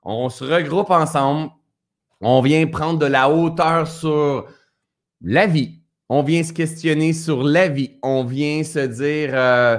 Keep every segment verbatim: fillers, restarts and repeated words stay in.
On se regroupe ensemble. On vient prendre de la hauteur sur la vie. On vient se questionner sur la vie. On vient se dire, euh,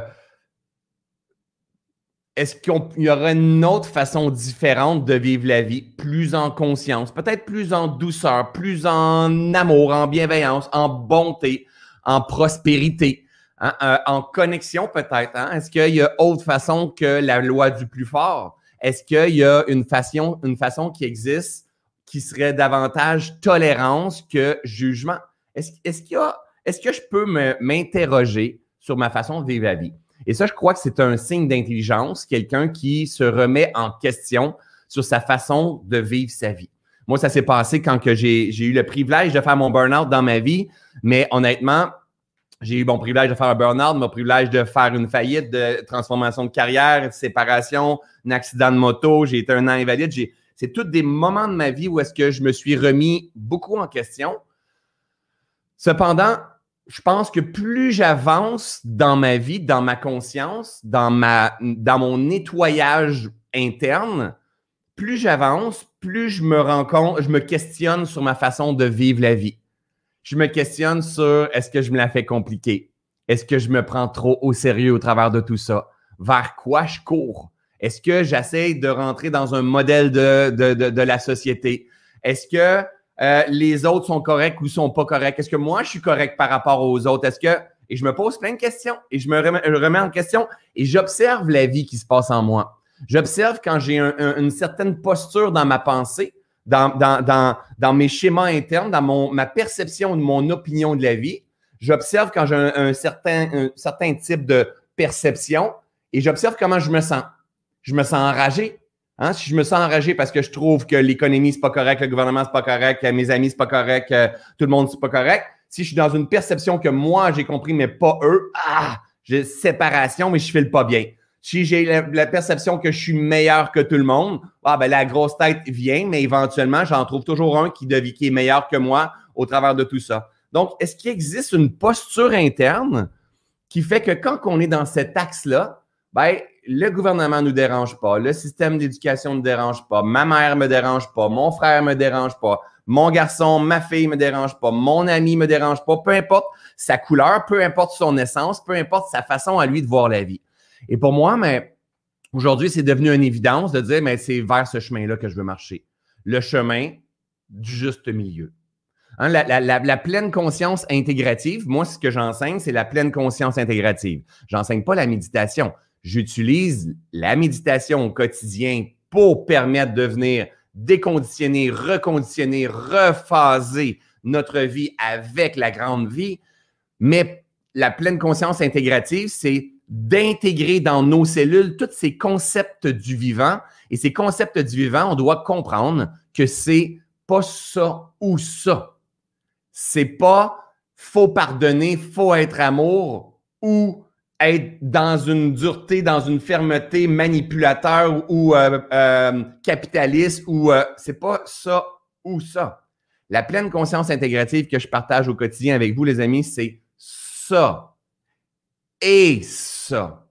est-ce qu'il y aurait une autre façon différente de vivre la vie, plus en conscience, peut-être plus en douceur, plus en amour, en bienveillance, en bonté, en prospérité, hein, euh, en connexion peut-être. Hein? Est-ce qu'il y a autre façon que la loi du plus fort? Est-ce qu'il y a une façon, une façon qui existe qui serait davantage tolérance que jugement? Est-ce, est-ce qu'il y a, est-ce que je peux me, m'interroger sur ma façon de vivre la vie? Et ça, je crois que c'est un signe d'intelligence, quelqu'un qui se remet en question sur sa façon de vivre sa vie. Moi, ça s'est passé quand que j'ai, j'ai eu le privilège de faire mon burn-out dans ma vie, mais honnêtement, j'ai eu mon privilège de faire un burn-out, mon privilège de faire une faillite, de transformation de carrière, de séparation, un accident de moto, j'ai été un an invalide. J'ai, c'est tous des moments de ma vie où est-ce que je me suis remis beaucoup en question. Cependant, je pense que plus j'avance dans ma vie, dans ma conscience, dans, ma, dans mon nettoyage interne, plus j'avance, plus je me rends compte, je me questionne sur ma façon de vivre la vie. Je me questionne sur est-ce que je me la fais compliquée? Est-ce que je me prends trop au sérieux au travers de tout ça? Vers quoi je cours? Est-ce que j'essaie de rentrer dans un modèle de, de, de, de la société? Est-ce que Euh, les autres sont corrects ou sont pas corrects? Est-ce que moi, je suis correct par rapport aux autres? Est-ce que... Et je me pose plein de questions et je me remets, je remets en question et j'observe la vie qui se passe en moi. J'observe quand j'ai un, un, une certaine posture dans ma pensée, dans, dans, dans, dans mes schémas internes, dans mon, ma perception de mon opinion de la vie. J'observe quand j'ai un, un, certain, un certain type de perception et j'observe comment je me sens. Je me sens enragé. Hein, si je me sens enragé parce que je trouve que l'économie, c'est pas correct, le gouvernement, c'est pas correct, mes amis, c'est pas correct, tout le monde, c'est pas correct. Si je suis dans une perception que moi, j'ai compris, mais pas eux, ah, j'ai séparation, mais je file pas bien. Si j'ai la, la perception que je suis meilleur que tout le monde, ah, ben, la grosse tête vient, mais éventuellement, j'en trouve toujours un qui, devient, qui est meilleur que moi au travers de tout ça. Donc, est-ce qu'il existe une posture interne qui fait que quand on est dans cet axe-là, ben, le gouvernement ne nous dérange pas, le système d'éducation ne nous dérange pas, ma mère me dérange pas, mon frère me dérange pas, mon garçon, ma fille me dérange pas, mon ami me dérange pas, peu importe sa couleur, peu importe son essence, peu importe sa façon à lui de voir la vie. Et pour moi, mais aujourd'hui, c'est devenu une évidence de dire, mais c'est vers ce chemin-là que je veux marcher. Le chemin du juste milieu. Hein, la, la, la, la pleine conscience intégrative, moi, ce que j'enseigne, c'est la pleine conscience intégrative. J'enseigne pas la méditation. J'utilise la méditation au quotidien pour permettre de venir déconditionner, reconditionner, rephaser notre vie avec la grande vie. Mais la pleine conscience intégrative, c'est d'intégrer dans nos cellules tous ces concepts du vivant. Et ces concepts du vivant, on doit comprendre que c'est pas ça ou ça. C'est pas faut pardonner, faut être amour ou être dans une dureté, dans une fermeté manipulateur ou euh, euh, capitaliste ou euh, c'est pas ça ou ça. La pleine conscience intégrative que je partage au quotidien avec vous, les amis, c'est ça et ça.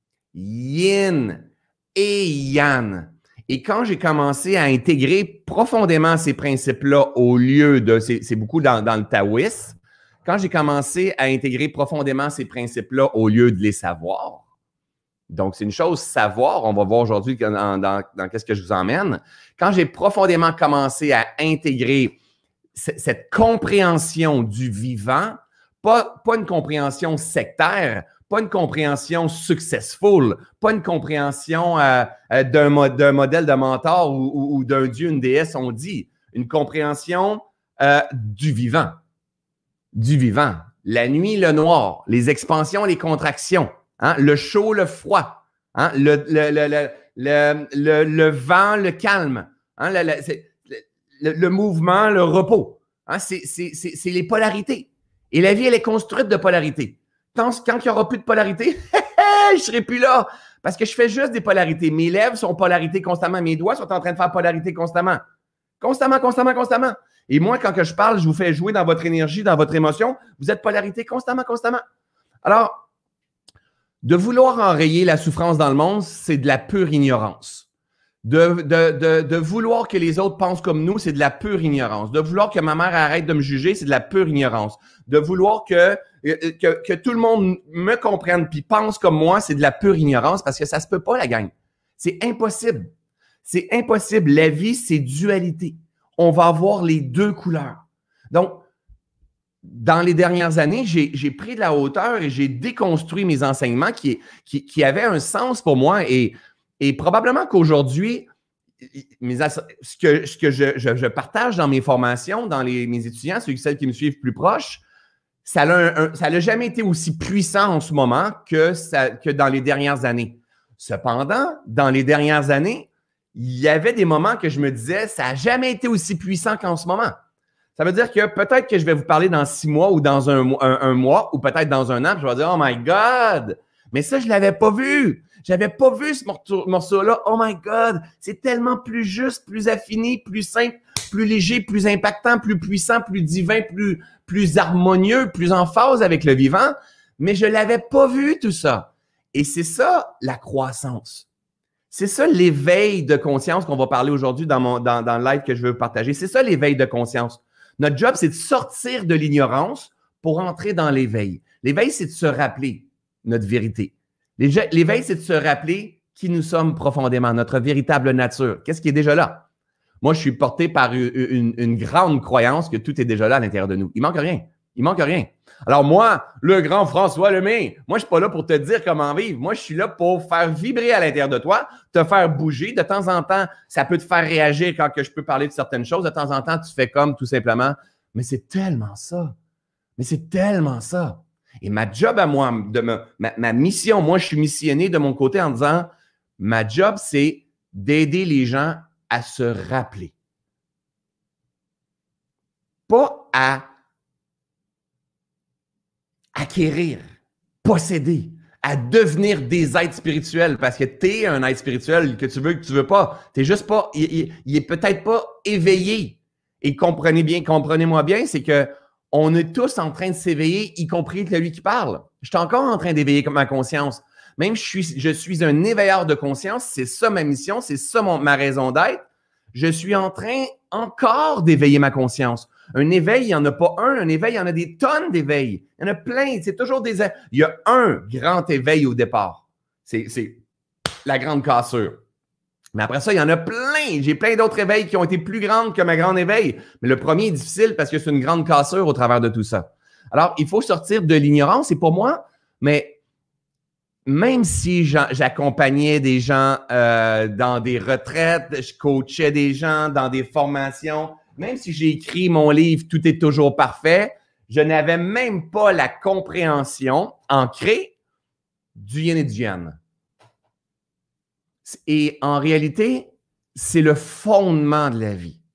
Yin et yang. Et quand j'ai commencé à intégrer profondément ces principes-là au lieu de... C'est, c'est beaucoup dans, dans le taoïsme. Quand j'ai commencé à intégrer profondément ces principes-là au lieu de les savoir, donc c'est une chose savoir, on va voir aujourd'hui dans, dans, dans qu'est-ce que je vous emmène. Quand j'ai profondément commencé à intégrer c- cette compréhension du vivant, pas, pas une compréhension sectaire, pas une compréhension successful, pas une compréhension euh, euh, d'un, mo- d'un modèle de mentor ou, ou, ou d'un dieu, une déesse, on dit, une compréhension euh, du vivant. Du vivant. La nuit, le noir, les expansions, les contractions, hein, le chaud, le froid, hein, le, le, le, le, le, le, le vent, le calme, hein, le, le, c'est, le, le mouvement, le repos. Hein, c'est, c'est, c'est, c'est les polarités. Et la vie, elle est construite de polarités. Quand, quand il n'y aura plus de polarité, je ne serai plus là parce que je fais juste des polarités. Mes lèvres sont polarités constamment. Mes doigts sont en train de faire polarité constamment. Constamment, constamment, constamment. Et moi, quand que je parle, je vous fais jouer dans votre énergie, dans votre émotion. Vous êtes polarité constamment, constamment. Alors, de vouloir enrayer la souffrance dans le monde, c'est de la pure ignorance. De, de, de, de vouloir que les autres pensent comme nous, c'est de la pure ignorance. De vouloir que ma mère arrête de me juger, c'est de la pure ignorance. De vouloir que, que, que tout le monde me comprenne puis pense comme moi, c'est de la pure ignorance parce que ça se peut pas, la gang. C'est impossible. C'est impossible. La vie, c'est dualité. On va avoir les deux couleurs. Donc, dans les dernières années, j'ai, j'ai pris de la hauteur et j'ai déconstruit mes enseignements qui, qui, qui avaient un sens pour moi et Et probablement qu'aujourd'hui, ce que, ce que je, je, je partage dans mes formations, dans les, mes étudiants, ceux et celles qui me suivent plus proches, ça n'a jamais été aussi puissant en ce moment que, ça, que dans les dernières années. Cependant, dans les dernières années, il y avait des moments que je me disais, ça n'a jamais été aussi puissant qu'en ce moment. Ça veut dire que peut-être que je vais vous parler dans six mois ou dans un, un, un mois ou peut-être dans un an, puis je vais dire, oh my God! Mais ça, je ne l'avais pas vu. J'avais pas vu ce morceau-là. Oh my God! C'est tellement plus juste, plus affiné, plus simple, plus léger, plus impactant, plus puissant, plus divin, plus, plus harmonieux, plus en phase avec le vivant. Mais je l'avais pas vu tout ça. Et c'est ça, la croissance. C'est ça, l'éveil de conscience qu'on va parler aujourd'hui dans, mon, dans, dans le live que je veux partager. C'est ça, l'éveil de conscience. Notre job, c'est de sortir de l'ignorance pour entrer dans l'éveil. L'éveil, c'est de se rappeler notre vérité. L'éveil, c'est de se rappeler qui nous sommes profondément, notre véritable nature. Qu'est-ce qui est déjà là? Moi, je suis porté par une, une, une grande croyance que tout est déjà là à l'intérieur de nous. Il manque rien. Il manque rien. Alors moi, le grand François Lemay, moi, je suis pas là pour te dire comment vivre. Moi, je suis là pour faire vibrer à l'intérieur de toi, te faire bouger. De temps en temps, ça peut te faire réagir quand que je peux parler de certaines choses. De temps en temps, tu fais comme tout simplement. Mais c'est tellement ça. Mais c'est tellement ça. Et ma job à moi, de me, ma, ma mission, moi, je suis missionné de mon côté en disant, ma job, c'est d'aider les gens à se rappeler. Pas à acquérir, posséder, à devenir des êtres spirituels parce que tu es un être spirituel que tu veux, que tu veux pas. Tu n'es juste pas, il, il, il est peut-être pas éveillé. Et comprenez bien, comprenez-moi bien, c'est que on est tous en train de s'éveiller, y compris celui qui parle. Je suis encore en train d'éveiller ma conscience. Même je suis, je suis un éveilleur de conscience, c'est ça ma mission, c'est ça mon, ma raison d'être. Je suis en train encore d'éveiller ma conscience. Un éveil, il n'y en a pas un. Un éveil, il y en a des tonnes d'éveils. Il y en a plein. C'est toujours des... Il y a un grand éveil au départ. C'est, c'est la grande cassure. Mais après ça, il y en a plein. J'ai plein d'autres éveils qui ont été plus grandes que ma grande éveil. Mais le premier est difficile parce que c'est une grande cassure au travers de tout ça. Alors, il faut sortir de l'ignorance. Et pour moi, mais même si j'accompagnais des gens euh, dans des retraites, je coachais des gens dans des formations, même si j'ai écrit mon livre « Tout est toujours parfait », je n'avais même pas la compréhension ancrée du yin et du yang. Et en réalité, c'est le fondement de la vie.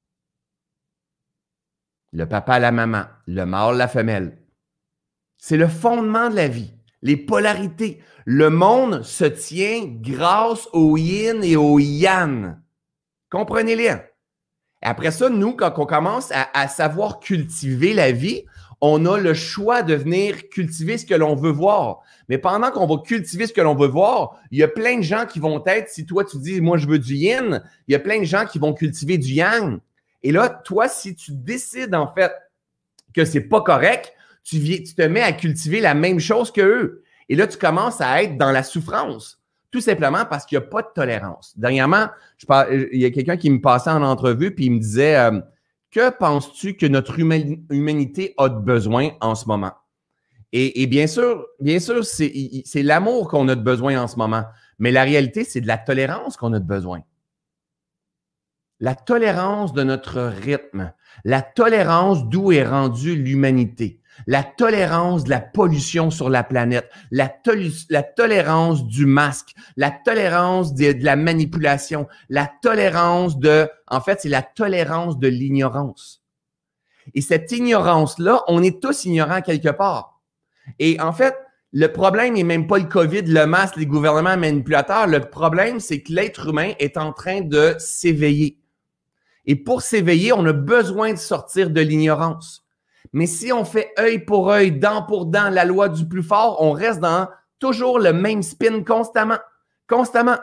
Le papa, la maman, le mâle, la femelle. C'est le fondement de la vie. Les polarités. Le monde se tient grâce au yin et au yang. Comprenez-les. Après ça, nous, quand on commence à, à savoir cultiver la vie, on a le choix de venir cultiver ce que l'on veut voir. Mais pendant qu'on va cultiver ce que l'on veut voir, il y a plein de gens qui vont être, si toi tu dis « moi je veux du yin », il y a plein de gens qui vont cultiver du yang. Et là, toi, si tu décides en fait que c'est pas correct, tu, viens, tu te mets à cultiver la même chose qu'eux. Et là, tu commences à être dans la souffrance. Tout simplement parce qu'il n'y a pas de tolérance. Dernièrement, je parle, il y a quelqu'un qui me passait en entrevue puis il me disait euh, « Que penses-tu que notre humani- humanité a de besoin en ce moment? » Et, et bien sûr, bien sûr, c'est, c'est l'amour qu'on a de besoin en ce moment. Mais la réalité, c'est de la tolérance qu'on a de besoin. La tolérance de notre rythme. La tolérance d'où est rendue l'humanité. La tolérance de la pollution sur la planète, la, tol- la tolérance du masque, la tolérance de, de la manipulation, la tolérance de... En fait, c'est la tolérance de l'ignorance. Et cette ignorance-là, on est tous ignorants quelque part. Et en fait, le problème n'est même pas le COVID, le masque, les gouvernements manipulateurs. Le problème, c'est que l'être humain est en train de s'éveiller. Et pour s'éveiller, on a besoin de sortir de l'ignorance. Mais si on fait œil pour œil, dent pour dent, la loi du plus fort, on reste dans toujours le même spin constamment. Constamment.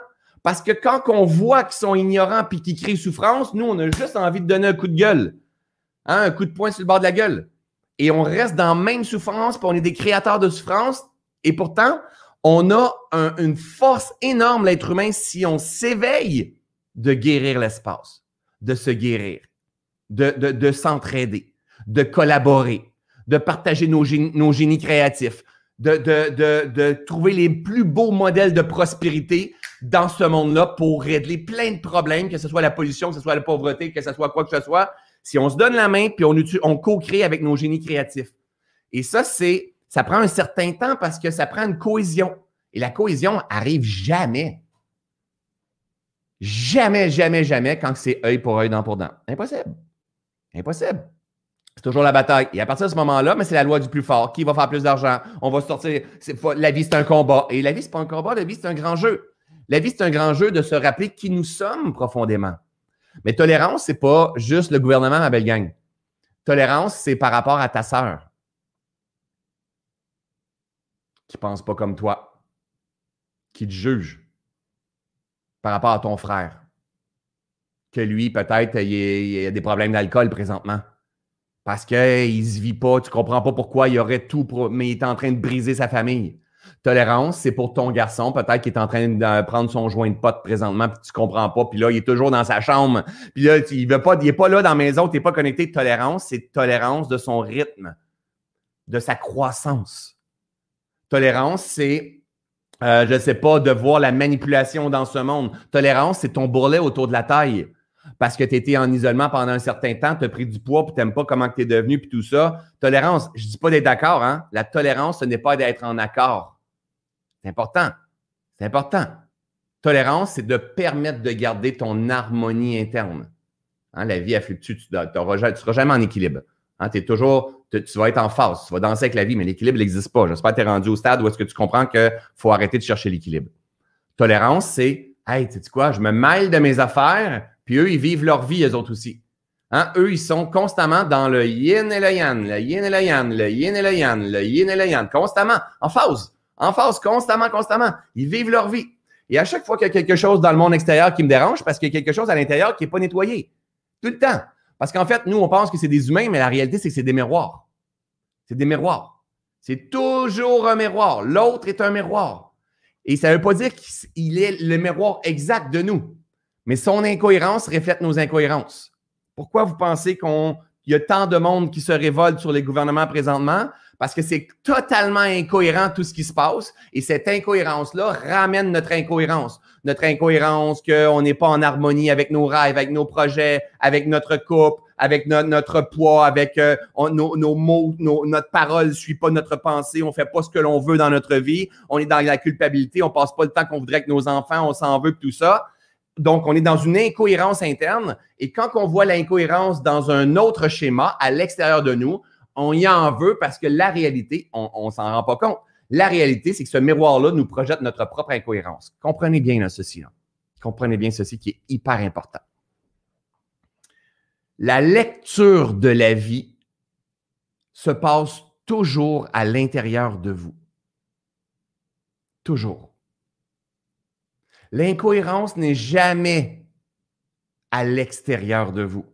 Parce que quand on voit qu'ils sont ignorants et qu'ils créent souffrance, nous, on a juste envie de donner un coup de gueule. Hein, un coup de poing sur le bord de la gueule. Et on reste dans la même souffrance, puis on est des créateurs de souffrance. Et pourtant, on a un, une force énorme, l'être humain, si on s'éveille de guérir l'espace, de se guérir, de, de, de s'entraider, de collaborer, de partager nos génies, nos génies créatifs, de, de, de, de trouver les plus beaux modèles de prospérité dans ce monde-là pour régler plein de problèmes, que ce soit la pollution, que ce soit la pauvreté, que ce soit quoi que ce soit. Si on se donne la main puis on, on co-crée avec nos génies créatifs. Et ça, c'est, ça prend un certain temps parce que ça prend une cohésion. Et la cohésion arrive jamais. Jamais, jamais, jamais quand c'est œil pour œil, dent pour dent. Impossible. Impossible. C'est toujours la bataille. Et à partir de ce moment-là, mais c'est la loi du plus fort. Qui va faire plus d'argent? On va sortir. La vie, c'est un combat. Et la vie, c'est pas un combat. La vie, c'est un grand jeu. La vie, c'est un grand jeu de se rappeler qui nous sommes profondément. Mais tolérance, c'est pas juste le gouvernement, ma belle gang. Tolérance, c'est par rapport à ta sœur qui pense pas comme toi, qui te juge par rapport à ton frère, que lui, peut-être, il, il a des problèmes d'alcool présentement. Parce qu'il ne se vit pas, tu ne comprends pas pourquoi il aurait tout, pour, mais il est en train de briser sa famille. Tolérance, c'est pour ton garçon, peut-être qu'il est en train de prendre son joint de pote présentement, puis tu ne comprends pas, puis là, il est toujours dans sa chambre, puis là, il n'est pas là dans la maison, tu n'es pas connecté. Tolérance, c'est tolérance de son rythme, de sa croissance. Tolérance, c'est, euh, je ne sais pas, de voir la manipulation dans ce monde. Tolérance, c'est ton bourrelet autour de la taille. Parce que tu étais en isolement pendant un certain temps, tu as pris du poids, puis tu n'aimes pas comment tu es devenu, puis tout ça. Tolérance, je ne dis pas d'être d'accord, hein? La tolérance, ce n'est pas d'être en accord. C'est important. C'est important. Tolérance, c'est de permettre de garder ton harmonie interne. Hein, la vie, elle fluctue, tu ne seras jamais en équilibre. Hein, t'es toujours, tu, tu vas être en phase, tu vas danser avec la vie, mais l'équilibre n'existe pas. J'espère que tu es rendu au stade où est-ce que tu comprends qu'il faut arrêter de chercher l'équilibre. Tolérance, c'est, hey, tu sais quoi, je me mêle de mes affaires, puis eux, ils vivent leur vie, eux autres aussi. Hein? Eux, ils sont constamment dans le yin et le yang, le yin et le yang, le yin et le yang, le yin et le yang, constamment, en phase, en phase, constamment, constamment. Ils vivent leur vie. Et à chaque fois qu'il y a quelque chose dans le monde extérieur qui me dérange, parce qu'il y a quelque chose à l'intérieur qui n'est pas nettoyé. Tout le temps. Parce qu'en fait, nous, on pense que c'est des humains, mais la réalité, c'est que c'est des miroirs. C'est des miroirs. C'est toujours un miroir. L'autre est un miroir. Et ça ne veut pas dire qu'il est le miroir exact de nous. Mais son incohérence reflète nos incohérences. Pourquoi vous pensez qu'il y a tant de monde qui se révolte sur les gouvernements présentement? Parce que c'est totalement incohérent tout ce qui se passe. Et cette incohérence-là ramène notre incohérence. Notre incohérence qu'on n'est pas en harmonie avec nos rêves, avec nos projets, avec notre couple, avec no- notre poids, avec euh, on, nos, nos mots, nos, notre parole ne suit pas notre pensée, on ne fait pas ce que l'on veut dans notre vie, on est dans la culpabilité, on ne passe pas le temps qu'on voudrait avec nos enfants, on s'en veut, tout ça. Donc, on est dans une incohérence interne et quand on voit l'incohérence dans un autre schéma à l'extérieur de nous, on y en veut parce que la réalité, on ne s'en rend pas compte. La réalité, c'est que ce miroir-là nous projette notre propre incohérence. Comprenez bien là, ceci. Là. Comprenez bien ceci qui est hyper important. La lecture de la vie se passe toujours à l'intérieur de vous. Toujours. L'incohérence n'est jamais à l'extérieur de vous.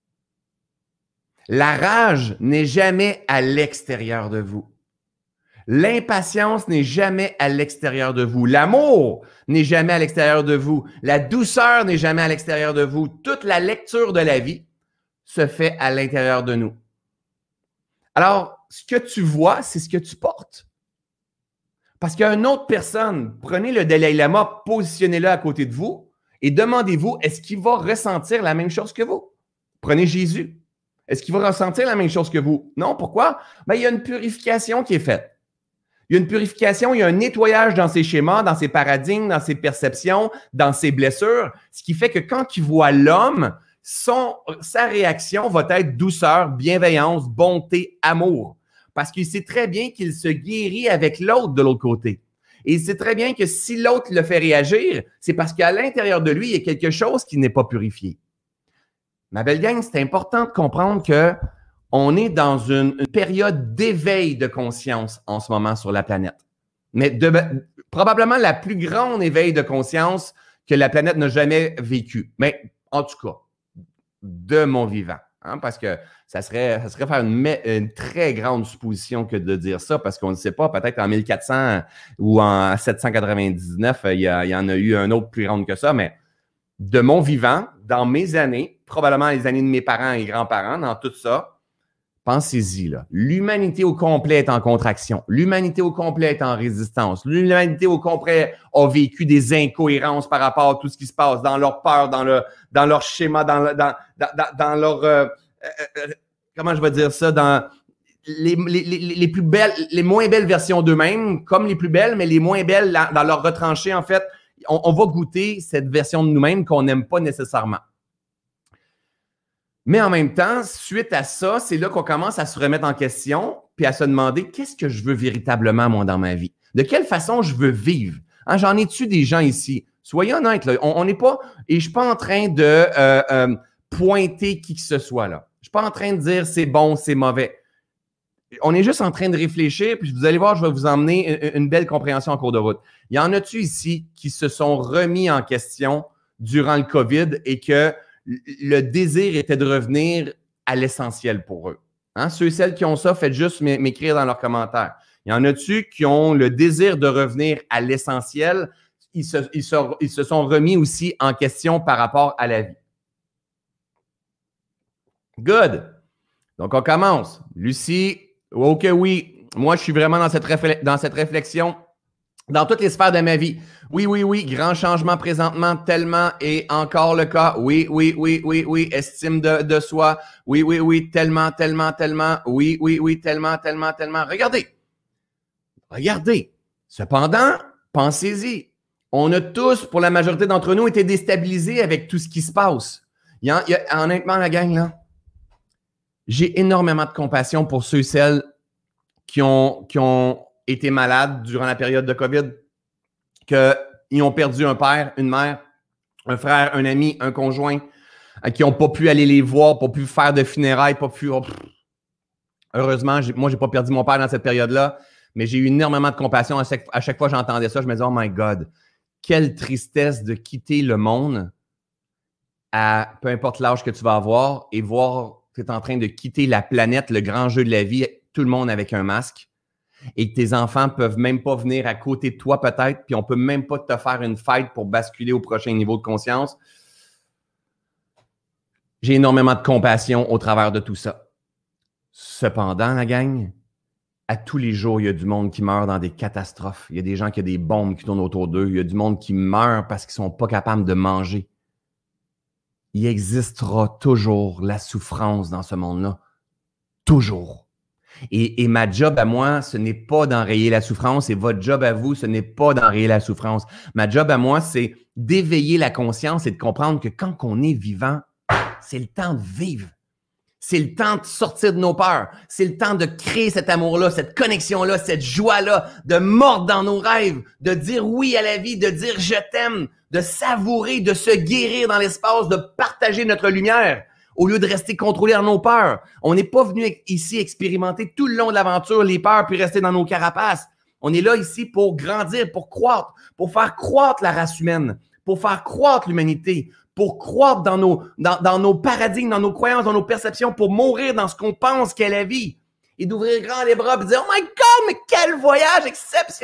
La rage n'est jamais à l'extérieur de vous. L'impatience n'est jamais à l'extérieur de vous. L'amour n'est jamais à l'extérieur de vous. La douceur n'est jamais à l'extérieur de vous. Toute la lecture de la vie se fait à l'intérieur de nous. Alors, ce que tu vois, c'est ce que tu portes. Parce qu'il y a une autre personne, prenez le Dalai Lama, positionnez-le à côté de vous et demandez-vous, est-ce qu'il va ressentir la même chose que vous? Prenez Jésus. Est-ce qu'il va ressentir la même chose que vous? Non, pourquoi? Ben, il y a une purification qui est faite. Il y a une purification, il y a un nettoyage dans ses schémas, dans ses paradigmes, dans ses perceptions, dans ses blessures, ce qui fait que quand il voit l'homme, son, sa réaction va être douceur, bienveillance, bonté, amour. Parce qu'il sait très bien qu'il se guérit avec l'autre de l'autre côté. Et il sait très bien que si l'autre le fait réagir, c'est parce qu'à l'intérieur de lui, il y a quelque chose qui n'est pas purifié. Ma belle gang, c'est important de comprendre qu'on est dans une, une période d'éveil de conscience en ce moment sur la planète. Mais de, probablement la plus grande éveil de conscience que la planète n'a jamais vécu. Mais en tout cas, de mon vivant. Hein, parce que ça serait, ça serait faire une, une très grande supposition que de dire ça, parce qu'on ne sait pas, peut-être en mille quatre cents ou en sept cent quatre-vingt-dix-neuf, il y, a, il y en a eu un autre plus grand que ça, mais de mon vivant, dans mes années, probablement les années de mes parents et grands-parents, dans tout ça, pensez-y, là. L'humanité au complet est en contraction. L'humanité au complet est en résistance. L'humanité au complet a vécu des incohérences par rapport à tout ce qui se passe dans leur peur, dans, le, dans leur schéma, dans, le, dans, dans, dans leur... Euh, euh, comment je vais dire ça? Dans les, les, les, les plus belles, les moins belles versions d'eux-mêmes, comme les plus belles, mais les moins belles dans leur retranché, en fait. On, on va goûter cette version de nous-mêmes qu'on n'aime pas nécessairement. Mais en même temps, suite à ça, c'est là qu'on commence à se remettre en question puis à se demander qu'est-ce que je veux véritablement, moi, dans ma vie? De quelle façon je veux vivre? Hein, j'en ai-tu des gens ici? Soyez honnêtes, là, on n'est pas... Et je ne suis pas en train de euh, euh, pointer qui que ce soit, là. Je ne suis pas en train de dire c'est bon, c'est mauvais. On est juste en train de réfléchir, puis vous allez voir, je vais vous emmener une belle compréhension en cours de route. Il y en a-tu ici qui se sont remis en question durant le COVID et que le désir était de revenir à l'essentiel pour eux? Hein? Ceux et celles qui ont ça, faites juste m'écrire dans leurs commentaires. Il y en a-tu qui ont le désir de revenir à l'essentiel? Ils se, ils, se, ils se sont remis aussi en question par rapport à la vie. Good. Donc, on commence. Lucie, OK, oui. Moi, je suis vraiment dans cette, réfl- dans cette réflexion dans toutes les sphères de ma vie. Oui, oui, oui, grand changement présentement, tellement et encore le cas. Oui, oui, oui, oui, oui, estime de, de soi. Oui, oui, oui, tellement, tellement, tellement. Oui, oui, oui, tellement, tellement, tellement. Regardez. Regardez. Cependant, pensez-y. On a tous, pour la majorité d'entre nous, été déstabilisés avec tout ce qui se passe. Il y a, il y a, honnêtement, la gang, là, j'ai énormément de compassion pour ceux et celles qui ont, qui ont été malades durant la période de COVID, qu'ils ont perdu un père, une mère, un frère, un ami, un conjoint, qui n'ont pas pu aller les voir, pas pu faire de funérailles, pas pu... Oh, heureusement, j'ai, moi, je n'ai pas perdu mon père dans cette période-là, mais j'ai eu énormément de compassion. À chaque, à chaque fois que j'entendais ça, je me disais, oh my God, quelle tristesse de quitter le monde à peu importe l'âge que tu vas avoir et voir que tu es en train de quitter la planète, le grand jeu de la vie, tout le monde avec un masque, et que tes enfants ne peuvent même pas venir à côté de toi peut-être, puis on ne peut même pas te faire une fête pour basculer au prochain niveau de conscience. J'ai énormément de compassion au travers de tout ça. Cependant, la gang, à tous les jours, il y a du monde qui meurt dans des catastrophes. Il y a des gens qui ont des bombes qui tournent autour d'eux. Il y a du monde qui meurt parce qu'ils ne sont pas capables de manger. Il existera toujours la souffrance dans ce monde-là. Toujours. Et, et ma job à moi, ce n'est pas d'enrayer la souffrance et votre job à vous, ce n'est pas d'enrayer la souffrance. Ma job à moi, c'est d'éveiller la conscience et de comprendre que quand on est vivant, c'est le temps de vivre. C'est le temps de sortir de nos peurs. C'est le temps de créer cet amour-là, cette connexion-là, cette joie-là, de mordre dans nos rêves, de dire oui à la vie, de dire je t'aime, de savourer, de se guérir dans l'espace, de partager notre lumière au lieu de rester contrôlé dans nos peurs. On n'est pas venu ici expérimenter tout le long de l'aventure les peurs puis rester dans nos carapaces. On est là ici pour grandir, pour croître, pour faire croître la race humaine, pour faire croître l'humanité, pour croître dans nos, dans, dans nos paradigmes, dans nos croyances, dans nos perceptions, pour mourir dans ce qu'on pense qu'est la vie. Et d'ouvrir grand les bras et de dire « Oh my God, mais quel voyage exceptionnel! »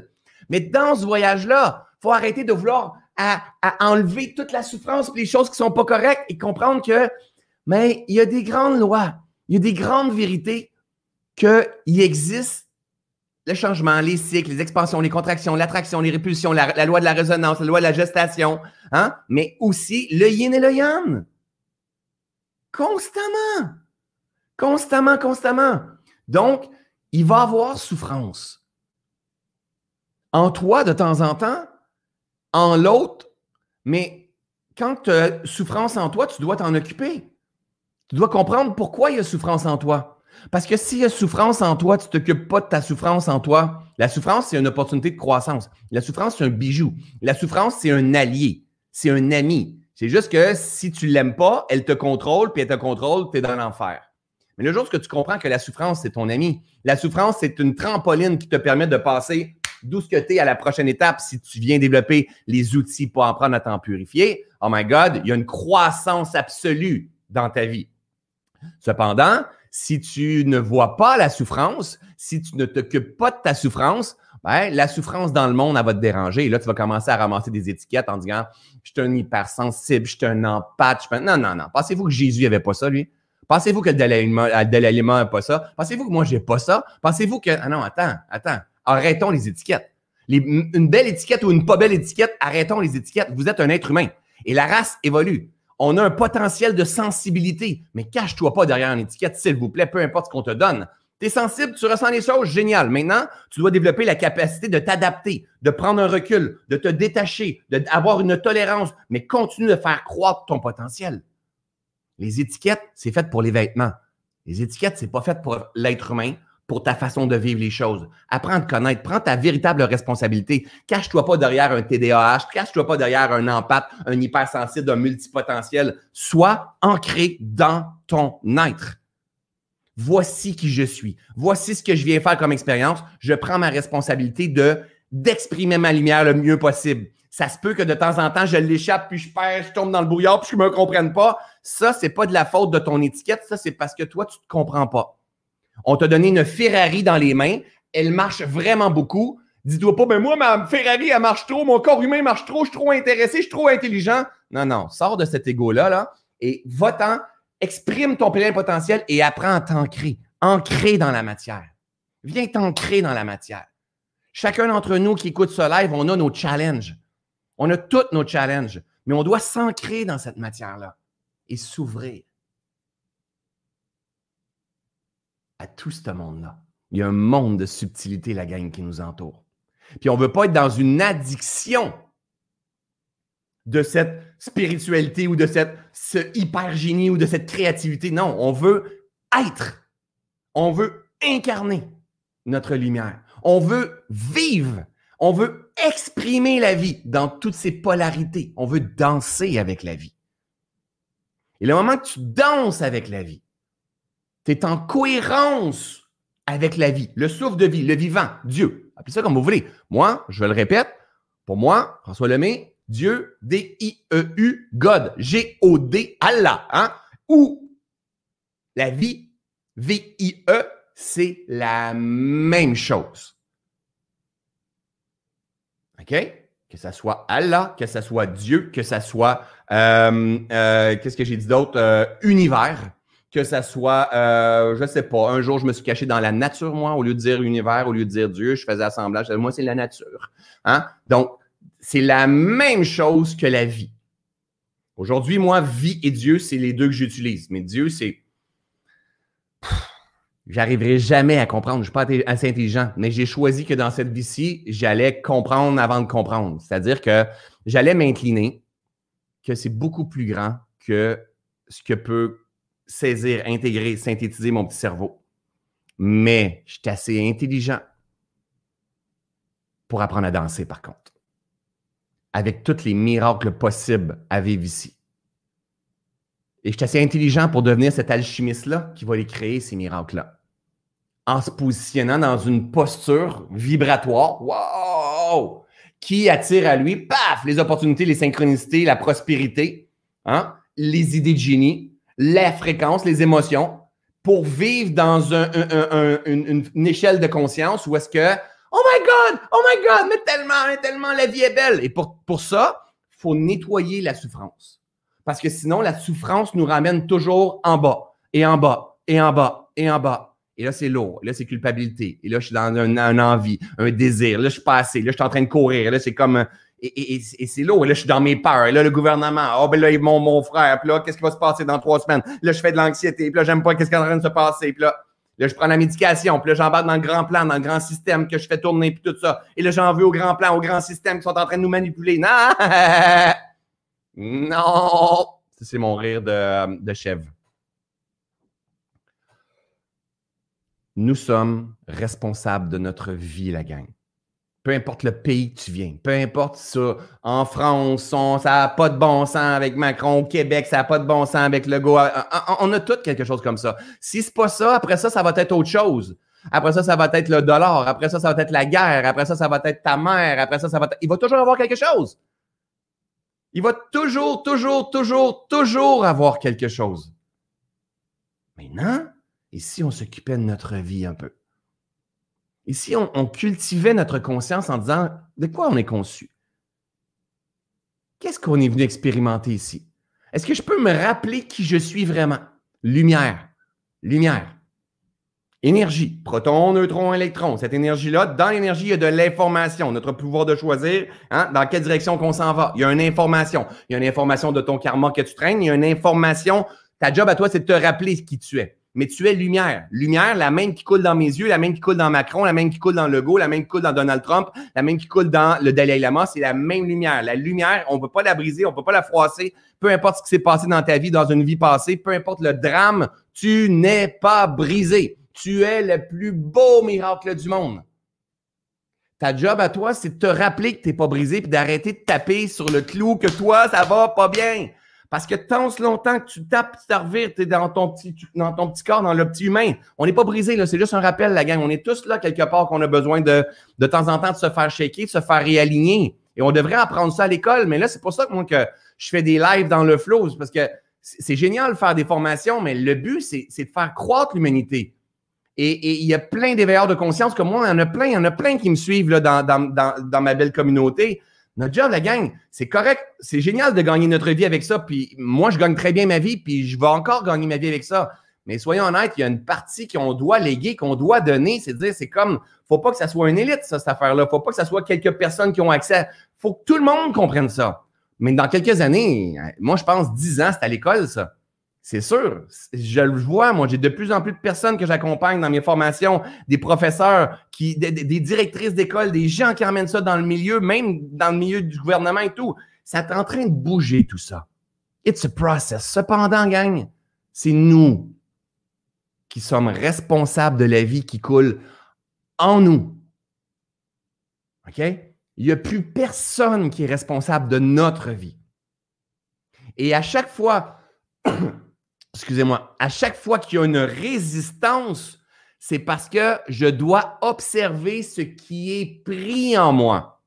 Mais dans ce voyage-là, il faut arrêter de vouloir à, à enlever toute la souffrance et les choses qui ne sont pas correctes et comprendre que mais il y a des grandes lois, il y a des grandes vérités qu'il existe le changement, les cycles, les expansions, les contractions, l'attraction, les répulsions, la, la loi de la résonance, la loi de la gestation, hein? Mais aussi le yin et le yang. Constamment. Constamment, constamment. Donc, il va y avoir souffrance. En toi, de temps en temps, en l'autre, mais quand tu as souffrance en toi, tu dois t'en occuper. Tu dois comprendre pourquoi il y a souffrance en toi. Parce que s'il y a souffrance en toi, tu ne t'occupes pas de ta souffrance en toi. La souffrance, c'est une opportunité de croissance. La souffrance, c'est un bijou. La souffrance, c'est un allié. C'est un ami. C'est juste que si tu ne l'aimes pas, elle te contrôle, puis elle te contrôle, tu es dans l'enfer. Mais le jour où tu comprends que la souffrance, c'est ton ami, la souffrance, c'est une trampoline qui te permet de passer d'où ce que tu es à la prochaine étape si tu viens développer les outils pour apprendre à t'en purifier. Oh my God, il y a une croissance absolue dans ta vie. Cependant, si tu ne vois pas la souffrance, si tu ne t'occupes pas de ta souffrance, ben, la souffrance dans le monde, elle va te déranger. Et là, tu vas commencer à ramasser des étiquettes en disant « Je suis un hypersensible, je suis un empathe. » Non, non, non. Pensez-vous que Jésus n'avait pas ça, lui? Pensez-vous que le Dalai Lama n'a pas ça? Pensez-vous que moi, j'ai pas ça? Pensez-vous que… Ah non, attends, attends. Arrêtons les étiquettes. Les, une belle étiquette ou une pas belle étiquette, arrêtons les étiquettes. Vous êtes un être humain. Et la race évolue. On a un potentiel de sensibilité. Mais cache-toi pas derrière une étiquette, s'il vous plaît, peu importe ce qu'on te donne. Tu es sensible, tu ressens les choses, génial. Maintenant, tu dois développer la capacité de t'adapter, de prendre un recul, de te détacher, d'avoir une tolérance, mais continue de faire croître ton potentiel. Les étiquettes, c'est fait pour les vêtements. Les étiquettes, c'est pas fait pour l'être humain, pour ta façon de vivre les choses. Apprends à te connaître, prends ta véritable responsabilité. Cache-toi pas derrière un T D A H, cache-toi pas derrière un empathe, un hypersensible, un multipotentiel. Sois ancré dans ton être. Voici qui je suis. Voici ce que je viens faire comme expérience. Je prends ma responsabilité de d'exprimer ma lumière le mieux possible. Ça se peut que de temps en temps, je l'échappe, puis je perds, je tombe dans le brouillard, puis je ne me comprenne pas. Ça, c'est pas de la faute de ton étiquette. Ça, c'est parce que toi, tu ne te comprends pas. On t'a donné une Ferrari dans les mains. Elle marche vraiment beaucoup. Dis-toi pas, ben moi, ma Ferrari, elle marche trop. Mon corps humain marche trop. Je suis trop intéressé. Je suis trop intelligent. Non, non. Sors de cet égo-là là, et va-t'en. Exprime ton plein potentiel et apprends à t'ancrer. Ancrer dans la matière. Viens t'ancrer dans la matière. Chacun d'entre nous qui écoute ce live, on a nos challenges. On a tous nos challenges, mais on doit s'ancrer dans cette matière-là et s'ouvrir à tout ce monde-là. Il y a un monde de subtilité, la gang, qui nous entoure. Puis on ne veut pas être dans une addiction de cette spiritualité ou de cette, ce hyper-génie ou de cette créativité. Non, on veut être. On veut incarner notre lumière. On veut vivre. On veut exprimer la vie dans toutes ses polarités. On veut danser avec la vie. Et le moment que tu danses avec la vie, tu es en cohérence avec la vie, le souffle de vie, le vivant, Dieu. Appelez ça comme vous voulez. Moi, je le répète, pour moi, François Lemay, Dieu, D I E U, God, G O D, Allah, hein? Ou la vie, V I E, c'est la même chose. OK? Que ça soit Allah, que ça soit Dieu, que ça soit, euh, euh, qu'est-ce que j'ai dit d'autre? Euh, univers, que ça soit, euh, je sais pas, un jour, je me suis caché dans la nature, moi, au lieu de dire univers, au lieu de dire Dieu, je faisais assemblage, je disais, moi, c'est la nature. Hein? Donc, c'est la même chose que la vie. Aujourd'hui, moi, vie et Dieu, c'est les deux que j'utilise. Mais Dieu, c'est... J'arriverai jamais à comprendre. Je ne suis pas assez intelligent. Mais j'ai choisi que dans cette vie-ci, j'allais comprendre avant de comprendre. C'est-à-dire que j'allais m'incliner que c'est beaucoup plus grand que ce que peut saisir, intégrer, synthétiser mon petit cerveau. Mais je suis assez intelligent pour apprendre à danser, par contre. Avec tous les miracles possibles à vivre ici. Et je suis assez intelligent pour devenir cet alchimiste-là qui va les créer, ces miracles-là. En se positionnant dans une posture vibratoire, wow, qui attire à lui, paf, les opportunités, les synchronicités, la prospérité, hein, les idées de génie, la fréquence, les émotions, pour vivre dans un, un, un, un, une, une échelle de conscience où est-ce que oh my God! Oh my God! Mais tellement, mais tellement, la vie est belle! Et pour, pour ça, il faut nettoyer la souffrance. Parce que sinon, la souffrance nous ramène toujours en bas, et en bas, et en bas, et en bas. Et là, c'est lourd. Là, c'est culpabilité. Et là, je suis dans un, un envie, un désir. Là, je suis pas assez. Là, je suis en train de courir. Là, c'est comme... Et, et, et, et c'est lourd. Et là, je suis dans mes peurs. Et là, le gouvernement. Oh, ben là, mon, mon frère. Puis là, qu'est-ce qui va se passer dans trois semaines? Là, je fais de l'anxiété. Puis là, j'aime pas qu'est-ce qui est en train de se passer. Puis là... Là, je prends la médication, puis là, j'embarque dans le grand plan, dans le grand système que je fais tourner, puis tout ça. Et là, j'en veux au grand plan, au grand système qui sont en train de nous manipuler. Non! Non! C'est mon rire de, de chèvre. Nous sommes responsables de notre vie, la gang. Peu importe le pays que tu viens, peu importe ça, en France, on, ça n'a pas de bon sens avec Macron, au Québec, ça n'a pas de bon sens avec Legault. On a tous quelque chose comme ça. Si ce n'est pas ça, après ça, ça va être autre chose. Après ça, ça va être le dollar. Après ça, ça va être la guerre. Après ça, ça va être ta mère. Après ça, ça va être... Il va toujours avoir quelque chose. Il va toujours, toujours, toujours, toujours avoir quelque chose. Maintenant, et si on s'occupait de notre vie un peu? Et si on, on cultivait notre conscience en disant de quoi on est conçu? Qu'est-ce qu'on est venu expérimenter ici? Est-ce que je peux me rappeler qui je suis vraiment? Lumière. Lumière. Énergie. Proton, neutron, électron. Cette énergie-là, dans l'énergie, il y a de l'information. Notre pouvoir de choisir hein, dans quelle direction qu'on s'en va. Il y a une information. Il y a une information de ton karma que tu traînes. Il y a une information. Ta job à toi, c'est de te rappeler qui tu es. Mais tu es lumière. Lumière, la même qui coule dans mes yeux, la même qui coule dans Macron, la même qui coule dans Legault, la même qui coule dans Donald Trump, la même qui coule dans le Dalai Lama. C'est la même lumière. La lumière, on ne peut pas la briser, on ne peut pas la froisser. Peu importe ce qui s'est passé dans ta vie, dans une vie passée, peu importe le drame, tu n'es pas brisé. Tu es le plus beau miracle du monde. Ta job à toi, c'est de te rappeler que tu n'es pas brisé et d'arrêter de taper sur le clou que toi, ça va pas bien. Parce que tant si longtemps que tu tapes, tu t'arrivires, tu es dans ton, petit, dans ton petit corps, dans le petit humain. On n'est pas brisé, là. C'est juste un rappel, la gang. On est tous là quelque part qu'on a besoin de, de temps en temps de se faire shaker, de se faire réaligner. Et on devrait apprendre ça à l'école. Mais là, c'est pour ça que moi, que je fais des lives dans le flow. Parce que c'est génial de faire des formations, mais le but, c'est de faire croître l'humanité. Et il y a plein d'éveilleurs de conscience comme moi. Il y en a plein, il y en a plein qui me suivent là, dans, dans, dans, dans ma belle communauté. Notre job, la gang, c'est correct. C'est génial de gagner notre vie avec ça. Puis moi, je gagne très bien ma vie, puis je vais encore gagner ma vie avec ça. Mais soyons honnêtes, il y a une partie qu'on doit léguer, qu'on doit donner. C'est dire, c'est comme, faut pas que ça soit une élite, ça, cette affaire-là. Faut pas que ça soit quelques personnes qui ont accès. Faut que tout le monde comprenne ça. Mais dans quelques années, moi, je pense dix ans, c'est à l'école, ça. C'est sûr. Je le vois, moi, j'ai de plus en plus de personnes que j'accompagne dans mes formations, des professeurs, qui, des, des directrices d'école, des gens qui emmènent ça dans le milieu, même dans le milieu du gouvernement et tout. Ça est en train de bouger, tout ça. It's a process. Cependant, gang, c'est nous qui sommes responsables de la vie qui coule en nous. OK? Il n'y a plus personne qui est responsable de notre vie. Et à chaque fois... Excusez-moi, à chaque fois qu'il y a une résistance, c'est parce que je dois observer ce qui est pris en moi.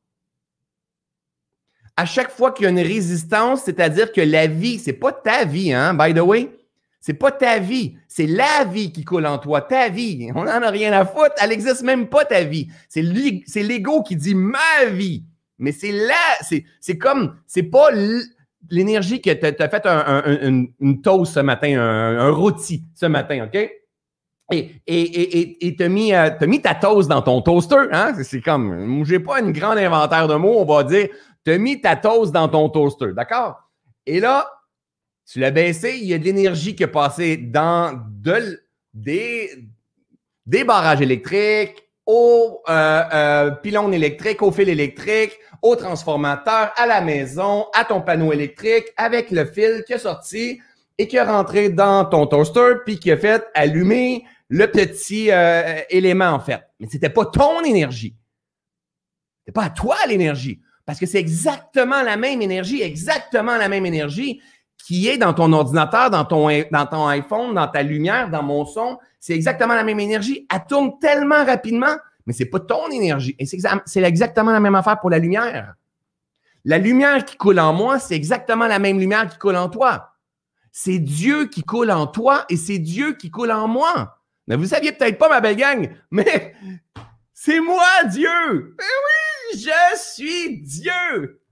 À chaque fois qu'il y a une résistance, c'est-à-dire que la vie, c'est pas ta vie, hein, by the way, c'est pas ta vie, c'est la vie qui coule en toi, ta vie. On n'en a rien à foutre, elle n'existe même pas ta vie. C'est l'ego qui dit ma vie, mais c'est là, c'est comme, c'est pas... l'énergie que tu as fait un, un, une, une toast ce matin, un, un rôti ce matin, OK? Et et, et, et tu as mis, euh, mis ta toast dans ton toaster, hein? C'est comme, j'ai pas une grande inventaire de mots, on va dire, tu as mis ta toast dans ton toaster, d'accord? Et là, tu l'as baissé, il y a de l'énergie qui est passée dans de, des, des barrages électriques, au euh, euh, pylône électrique, au fil électrique, au transformateur, à la maison, à ton panneau électrique, avec le fil qui est sorti et qui est rentré dans ton toaster, puis qui a fait allumer le petit euh, élément, en fait. Mais c'était pas ton énergie. C'était pas à toi l'énergie. Parce que c'est exactement la même énergie, exactement la même énergie qui est dans ton ordinateur, dans ton, dans ton iPhone, dans ta lumière, dans mon son. C'est exactement la même énergie. Elle tourne tellement rapidement, mais c'est pas ton énergie. Et c'est exactement la même affaire pour la lumière. La lumière qui coule en moi, c'est exactement la même lumière qui coule en toi. C'est Dieu qui coule en toi et c'est Dieu qui coule en moi. Mais vous ne saviez peut-être pas, ma belle gang, mais c'est moi, Dieu. Mais oui, je suis Dieu.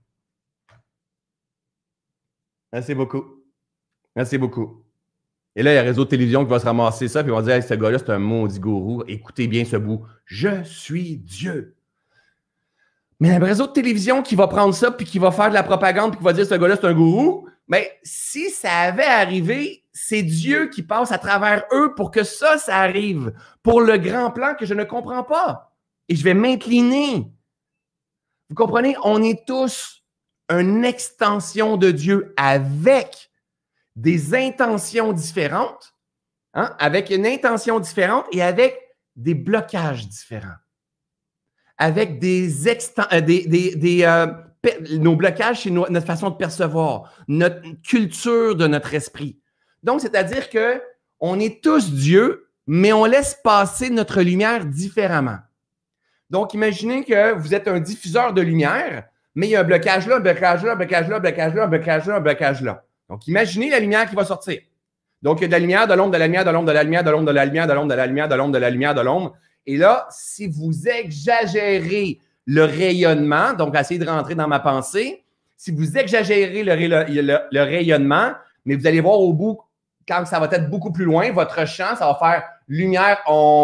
Merci beaucoup. Merci beaucoup. Et là, il y a un réseau de télévision qui va se ramasser ça, puis ils vont dire hey, ce gars-là, c'est un maudit gourou. Écoutez bien ce bout. Je suis Dieu. Mais il y a un réseau de télévision qui va prendre ça, puis qui va faire de la propagande, puis qui va dire ce gars-là, c'est un gourou. Mais si ça avait arrivé, c'est Dieu qui passe à travers eux pour que ça, ça arrive. Pour le grand plan que je ne comprends pas. Et je vais m'incliner. Vous comprenez? On est tous une extension de Dieu avec des intentions différentes, hein, avec une intention différente et avec des blocages différents. Avec des exten- euh, des, des, des euh, nos blocages, c'est no- notre façon de percevoir, notre culture de notre esprit. Donc, c'est-à-dire que on est tous Dieu, mais on laisse passer notre lumière différemment. Donc, imaginez que vous êtes un diffuseur de lumière, mais il y a un blocage là, un blocage là, un blocage là, un blocage là, un blocage là, un blocage là. Donc, imaginez la lumière qui va sortir. Donc, il y a de la lumière, de l'ombre, de la lumière, de l'ombre, de la lumière, de l'ombre, de la lumière, de l'ombre, de la lumière, de l'ombre, de la lumière, de l'ombre. Et là, si vous exagérez le rayonnement, donc essayez de rentrer dans ma pensée, si vous exagérez le, le, le, le rayonnement, mais vous allez voir au bout, quand ça va être beaucoup plus loin, votre champ, ça va faire lumière,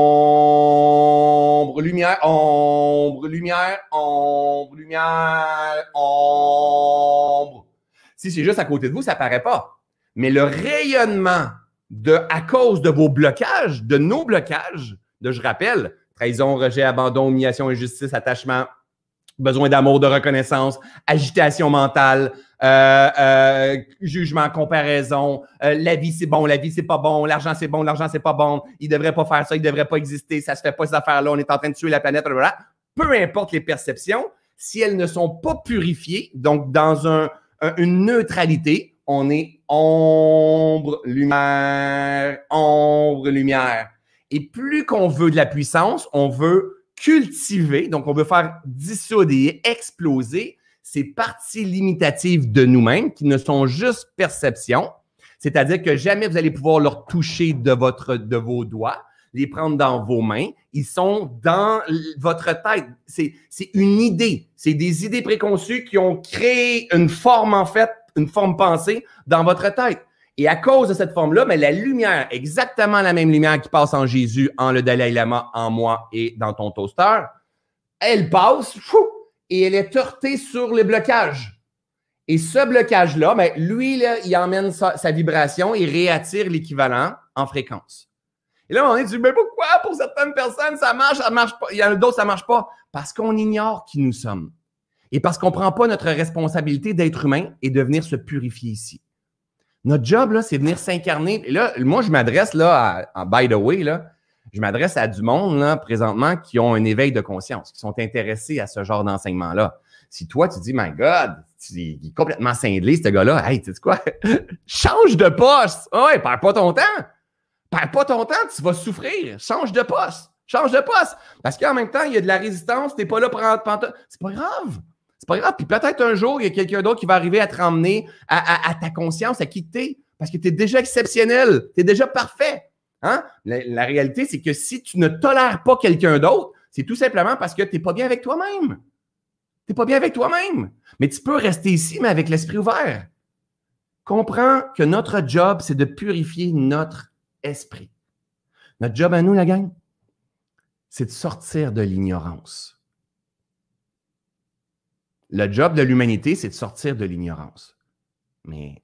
ombre, lumière, ombre, lumière, ombre, lumière, ombre. Si c'est juste à côté de vous, ça ne paraît pas. Mais le rayonnement de, à cause de vos blocages, de nos blocages, de, je rappelle, trahison, rejet, abandon, humiliation, injustice, attachement, besoin d'amour, de reconnaissance, agitation mentale, euh, euh, jugement, comparaison, euh, la vie c'est bon, la vie c'est pas bon, l'argent c'est bon, l'argent c'est pas bon, il devrait pas faire ça, il devrait pas exister, ça se fait pas ces affaires-là, on est en train de tuer la planète, blablabla. Peu importe les perceptions, si elles ne sont pas purifiées, donc dans un, un, une neutralité, on est ombre, lumière, ombre, lumière. Et plus qu'on veut de la puissance, on veut cultiver, donc on veut faire dissoudre et exploser ces parties limitatives de nous-mêmes qui ne sont juste perceptions, c'est-à-dire que jamais vous allez pouvoir leur toucher de, votre, de vos doigts, les prendre dans vos mains, ils sont dans votre tête. C'est, c'est une idée, c'est des idées préconçues qui ont créé une forme en fait, une forme pensée dans votre tête. Et à cause de cette forme-là, mais la lumière, exactement la même lumière qui passe en Jésus, en le Dalai Lama, en moi et dans ton toaster, elle passe fou, et elle est heurtée sur les blocages. Et ce blocage-là, ben, lui, là, il emmène sa, sa vibration et réattire l'équivalent en fréquence. Et là, on est dit, mais pourquoi pour certaines personnes, ça marche, ça marche pas. Il y en a d'autres, ça marche pas. Parce qu'on ignore qui nous sommes. Et parce qu'on prend pas notre responsabilité d'être humain et de venir se purifier ici. Notre job, là, c'est venir s'incarner. Et là, moi, je m'adresse, là, à, à by the way, là, je m'adresse à du monde, là, présentement, qui ont un éveil de conscience, qui sont intéressés à ce genre d'enseignement-là. Si toi, tu dis, my God, il est complètement cinglé, ce gars-là, hey, tu sais quoi? Change de poste! Oh, ouais, perds pas ton temps! Perds pas ton temps, tu vas souffrir. Change de poste! Change de poste! Parce qu'en même temps, il y a de la résistance, t'es pas là pour prendre. C'est pas grave! C'est pas grave. Puis peut-être un jour, il y a quelqu'un d'autre qui va arriver à te ramener à, à, à ta conscience, à qui tu es. Parce que tu es déjà exceptionnel. Tu es déjà parfait. Hein? La, la réalité, c'est que si tu ne tolères pas quelqu'un d'autre, c'est tout simplement parce que tu n'es pas bien avec toi-même. Tu n'es pas bien avec toi-même. Mais tu peux rester ici, mais avec l'esprit ouvert. Comprends que notre job, c'est de purifier notre esprit. Notre job à nous, la gang, c'est de sortir de l'ignorance. Le job de l'humanité, c'est de sortir de l'ignorance. Mais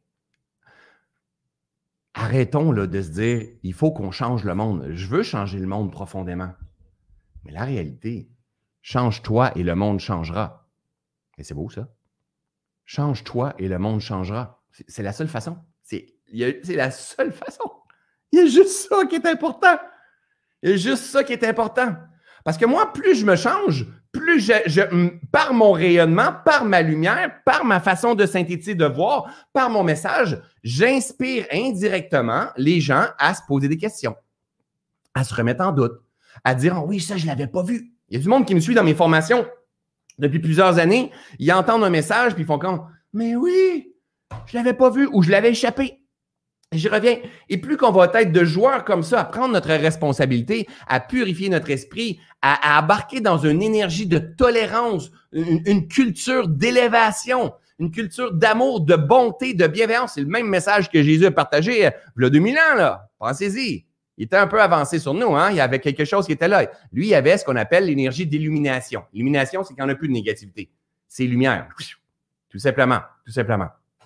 arrêtons là, de se dire, il faut qu'on change le monde. Je veux changer le monde profondément. Mais la réalité, change-toi et le monde changera. Et c'est beau ça. Change-toi et le monde changera. C'est, c'est la seule façon. C'est, y a, c'est la seule façon. Il y a juste ça qui est important. Il y a juste ça qui est important. Parce que moi, plus je me change, plus je, je, par mon rayonnement, par ma lumière, par ma façon de synthétiser, de voir, par mon message, j'inspire indirectement les gens à se poser des questions, à se remettre en doute, à dire oh, « oui, ça, je ne l'avais pas vu ». Il y a du monde qui me suit dans mes formations depuis plusieurs années. Ils entendent un message puis ils font comme « mais oui, je ne l'avais pas vu » ou « je l'avais échappé ». J'y reviens. Et plus qu'on va être de joueurs comme ça, à prendre notre responsabilité, à purifier notre esprit, à, à embarquer dans une énergie de tolérance, une, une culture d'élévation, une culture d'amour, de bonté, de bienveillance. C'est le même message que Jésus a partagé euh, il y a deux mille ans, là. Pensez-y. Il était un peu avancé sur nous, hein. Il y avait quelque chose qui était là. Lui, il avait ce qu'on appelle l'énergie d'illumination. L'illumination, c'est qu'il n'y en a plus de négativité. C'est lumière. Tout simplement. Tout simplement.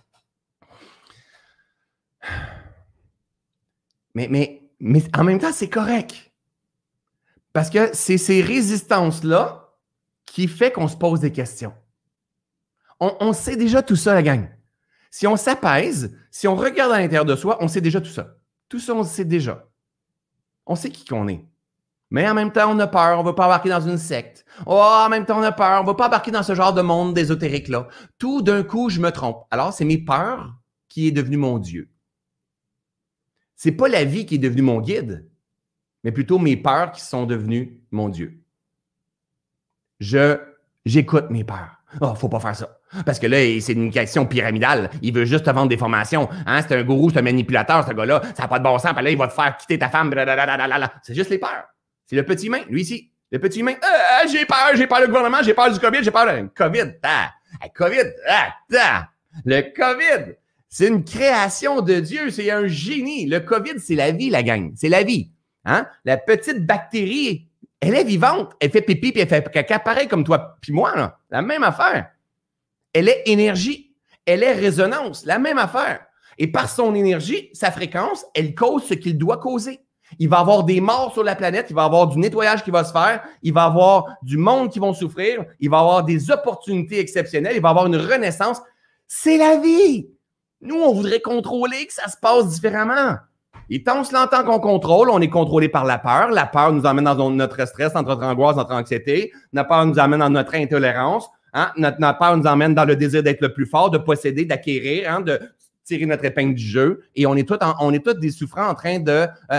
Mais, mais, mais en même temps, c'est correct. Parce que c'est ces résistances-là qui fait qu'on se pose des questions. On, on sait déjà tout ça, la gang. Si on s'apaise, si on regarde à l'intérieur de soi, on sait déjà tout ça. Tout ça, on le sait déjà. On sait qui qu'on est. Mais en même temps, on a peur, on ne veut pas embarquer dans une secte. Oh, en même temps, on a peur, on ne veut pas embarquer dans ce genre de monde ésotérique-là. Tout d'un coup, je me trompe. Alors, c'est mes peurs qui est devenu mon Dieu. C'est pas la vie qui est devenue mon guide, mais plutôt mes peurs qui sont devenues mon Dieu. Je, j'écoute mes peurs. Oh, faut pas faire ça. Parce que là, c'est une question pyramidale. Il veut juste te vendre des formations. Hein? C'est un gourou, c'est un manipulateur, ce gars-là. Ça n'a pas de bon sens. Puis là, il va te faire quitter ta femme. Blablabla. C'est juste les peurs. C'est le petit humain, lui ici. Le petit humain. Euh, j'ai peur, j'ai peur du gouvernement, j'ai peur du COVID, j'ai peur du COVID. Ah, COVID. Ah, ah. Le COVID, c'est une création de Dieu. C'est un génie. Le COVID, c'est la vie, la gang. C'est la vie. Hein? La petite bactérie, elle est vivante. Elle fait pipi puis elle fait caca pareil comme toi puis moi. Là. La même affaire. Elle est énergie. Elle est résonance. La même affaire. Et par son énergie, sa fréquence, elle cause ce qu'il doit causer. Il va y avoir des morts sur la planète. Il va y avoir du nettoyage qui va se faire. Il va y avoir du monde qui vont souffrir. Il va y avoir des opportunités exceptionnelles. Il va y avoir une renaissance. C'est la vie. Nous, on voudrait contrôler que ça se passe différemment. Et tant on se l'entend qu'on contrôle, on est contrôlé par la peur. La peur nous emmène dans notre stress, dans notre angoisse, dans notre anxiété. La peur nous amène dans notre intolérance. Hein? Notre, notre peur nous emmène dans le désir d'être le plus fort, de posséder, d'acquérir, hein? de tirer notre épingle du jeu. Et on est tous on est tous des souffrants en train de euh,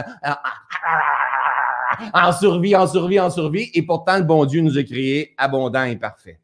en survie, en survie, en survie. Et pourtant, le bon Dieu nous a créés abondants et parfaits.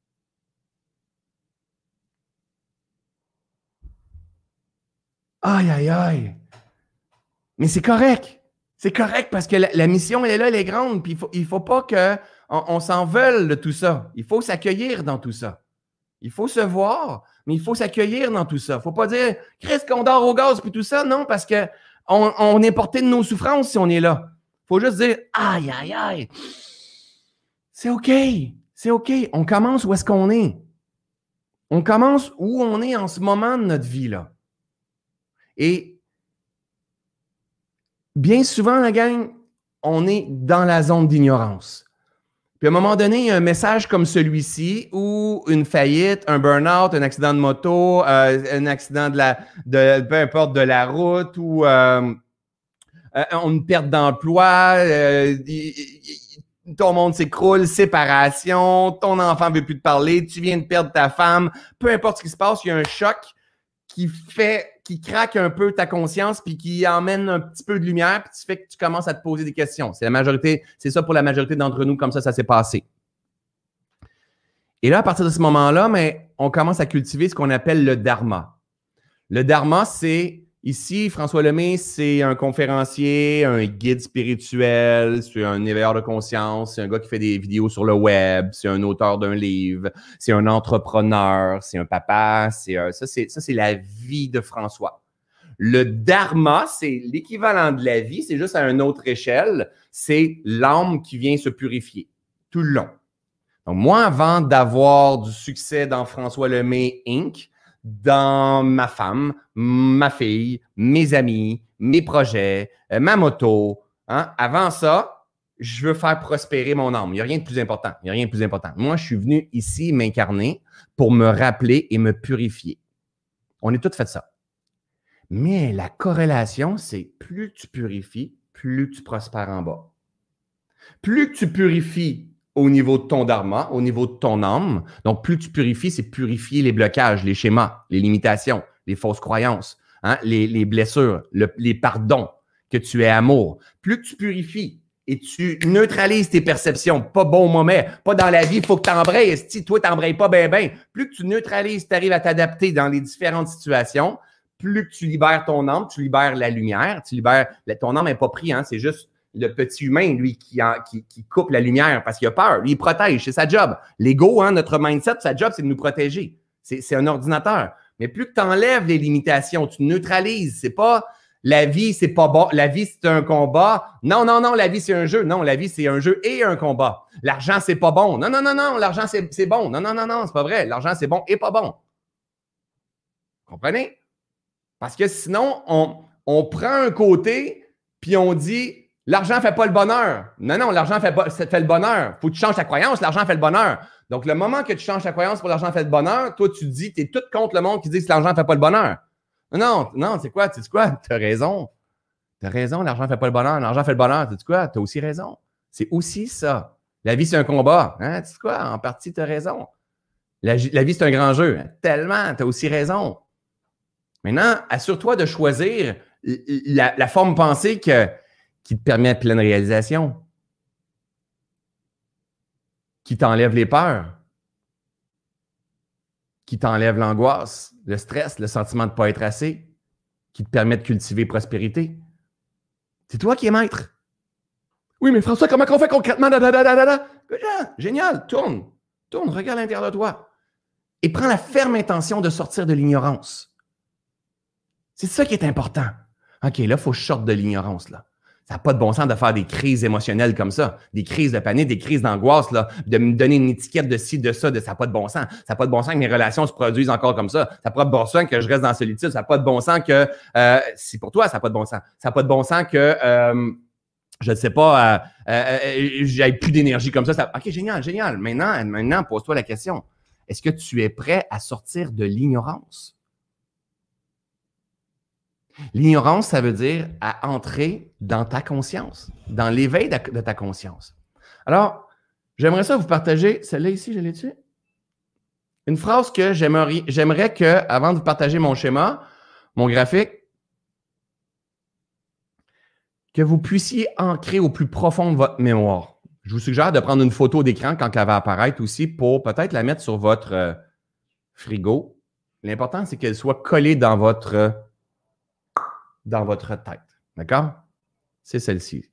Aïe, aïe, aïe. Mais c'est correct. C'est correct parce que la, la mission, elle est là, elle est grande. Puis il faut, il faut pas qu'on on s'en veuille de tout ça. Il faut s'accueillir dans tout ça. Il faut se voir, mais il faut s'accueillir dans tout ça. Il ne faut pas dire « Christ, qu'on dort au gaz » puis tout ça. Non, parce qu'on on est porté de nos souffrances si on est là. Il faut juste dire « Aïe, aïe, aïe. » C'est OK. C'est OK. On commence où est-ce qu'on est. On commence où on est en ce moment de notre vie, là. Et bien souvent, la gang, on est dans la zone d'ignorance. Puis à un moment donné, il y a un message comme celui-ci où une faillite, un burn-out, un accident de moto, euh, un accident de la, de, peu importe, de la route ou euh, euh, une perte d'emploi, euh, ton monde s'écroule, séparation, ton enfant ne veut plus te parler, tu viens de perdre ta femme, peu importe ce qui se passe, il y a un choc qui fait, qui craque un peu ta conscience puis qui emmène un petit peu de lumière puis qui fait que tu commences à te poser des questions. C'est la majorité, c'est ça pour la majorité d'entre nous, comme ça, ça s'est passé. Et là, à partir de ce moment-là, mais on commence à cultiver ce qu'on appelle le dharma. Le dharma, c'est, ici, François Lemay, c'est un conférencier, un guide spirituel, c'est un éveilleur de conscience, c'est un gars qui fait des vidéos sur le web, c'est un auteur d'un livre, c'est un entrepreneur, c'est un papa, c'est un, ça, c'est, ça, c'est la vie de François. Le dharma, c'est l'équivalent de la vie, c'est juste à une autre échelle, c'est l'âme qui vient se purifier tout le long. Donc, moi, avant d'avoir du succès dans François Lemay Incorporé, dans ma femme, ma fille, mes amis, mes projets, euh, ma moto. Hein? Avant ça, je veux faire prospérer mon âme. Il n'y a rien de plus important. Il n'y a rien de plus important. Moi, je suis venu ici m'incarner pour me rappeler et me purifier. On est tous fait ça. Mais la corrélation, c'est plus tu purifies, plus tu prospères en bas. Plus tu purifies au niveau de ton dharma, au niveau de ton âme. Donc, plus tu purifies, c'est purifier les blocages, les schémas, les limitations, les fausses croyances, hein, les, les blessures, le, les pardons, que tu es amour. Plus tu purifies et tu neutralises tes perceptions, pas bon moment, pas dans la vie, il faut que tu embrayes. Si toi, tu n'embrayes pas bien, bien, plus que tu neutralises, tu arrives à t'adapter dans les différentes situations, plus que tu libères ton âme, tu libères la lumière, tu libères, ton âme n'est pas pris, hein, c'est juste le petit humain, lui, qui, en, qui, qui coupe la lumière parce qu'il a peur. Lui, il protège. C'est sa job. L'ego, hein, notre mindset, sa job, c'est de nous protéger. C'est, c'est un ordinateur. Mais plus que tu enlèves les limitations, tu neutralises. C'est pas la vie, c'est pas bon. La vie, c'est un combat. Non, non, non, la vie, c'est un jeu. Non, la vie, c'est un jeu et un combat. L'argent, c'est pas bon. Non, non, non, non, l'argent, c'est, c'est bon. Non, non, non, non, c'est pas vrai. L'argent, c'est bon et pas bon. Comprenez? Parce que sinon, on, on prend un côté puis on dit l'argent ne fait pas le bonheur. Non, non, l'argent fait, pas, fait le bonheur. Il faut que tu changes ta croyance, l'argent fait le bonheur. Donc, le moment que tu changes ta croyance pour l'argent fait le bonheur, toi, tu dis, tu es tout contre le monde qui dit que l'argent ne fait pas le bonheur. Non, non, c'est quoi? Tu sais quoi? Tu as raison. Tu as raison, l'argent ne fait pas le bonheur. L'argent fait le bonheur. Tu sais quoi? Tu as aussi raison. C'est aussi ça. La vie, c'est un combat. Hein? Tu sais quoi? En partie, tu as raison. La, la vie, c'est un grand jeu. Tellement, tu as aussi raison. Maintenant, assure-toi de choisir la, la forme pensée que qui te permet pleine réalisation, qui t'enlève les peurs, qui t'enlève l'angoisse, le stress, le sentiment de ne pas être assez, qui te permet de cultiver prospérité. C'est toi qui es maître. Oui, mais François, comment on fait concrètement? Da, da, da, da, da. Ah, génial, tourne, tourne, regarde l'intérieur de toi. Et prends la ferme intention de sortir de l'ignorance. C'est ça qui est important. OK, là, il faut que je sorte de l'ignorance, là. Ça n'a pas de bon sens de faire des crises émotionnelles comme ça, des crises de panique, des crises d'angoisse, là, de me donner une étiquette de ci, de ça, de ça n'a pas de bon sens. Ça n'a pas de bon sens que mes relations se produisent encore comme ça. Ça n'a pas de bon sens que je reste dans la solitude. Ça n'a pas de bon sens que, euh, si pour toi, ça n'a pas de bon sens. Ça n'a pas de bon sens que, euh, je ne sais pas, euh, euh, j'avais plus d'énergie comme ça. ça. OK, génial, génial. Maintenant, maintenant, pose-toi la question. Est-ce que tu es prêt à sortir de l'ignorance? L'ignorance, ça veut dire à entrer dans ta conscience, dans l'éveil de ta conscience. Alors, j'aimerais ça vous partager, celle-là ici, je l'ai dessus. Une phrase que j'aimerais, j'aimerais que, avant de vous partager mon schéma, mon graphique, que vous puissiez ancrer au plus profond de votre mémoire. Je vous suggère de prendre une photo d'écran quand elle va apparaître aussi pour peut-être la mettre sur votre euh, frigo. L'important, c'est qu'elle soit collée dans votre... Euh, dans votre tête. D'accord? C'est celle-ci.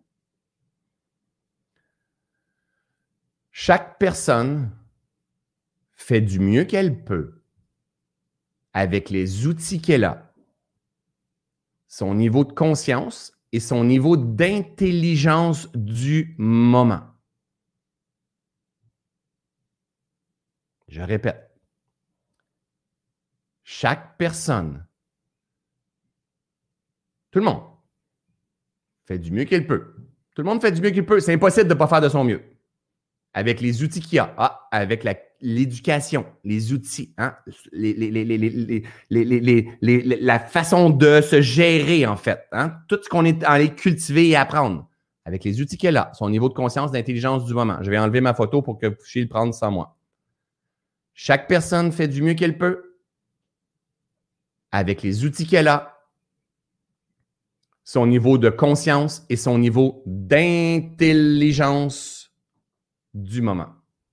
Chaque personne fait du mieux qu'elle peut avec les outils qu'elle a, son niveau de conscience et son niveau d'intelligence du moment. Je répète. Chaque personne, tout le monde fait du mieux qu'il peut. Tout le monde fait du mieux qu'il peut. C'est impossible de ne pas faire de son mieux. Avec les outils qu'il y a. Ah, avec la, l'éducation, les outils, hein, les, les, les, les, les, les, les, les, les, la façon de se gérer, en fait. Hein, tout ce qu'on est allé cultiver et apprendre. Avec les outils qu'elle a, son niveau de conscience, d'intelligence du moment. Je vais enlever ma photo pour que vous puissiez le prendre sans moi. Chaque personne fait du mieux qu'elle peut. Avec les outils qu'elle a, son niveau de conscience et son niveau d'intelligence du moment.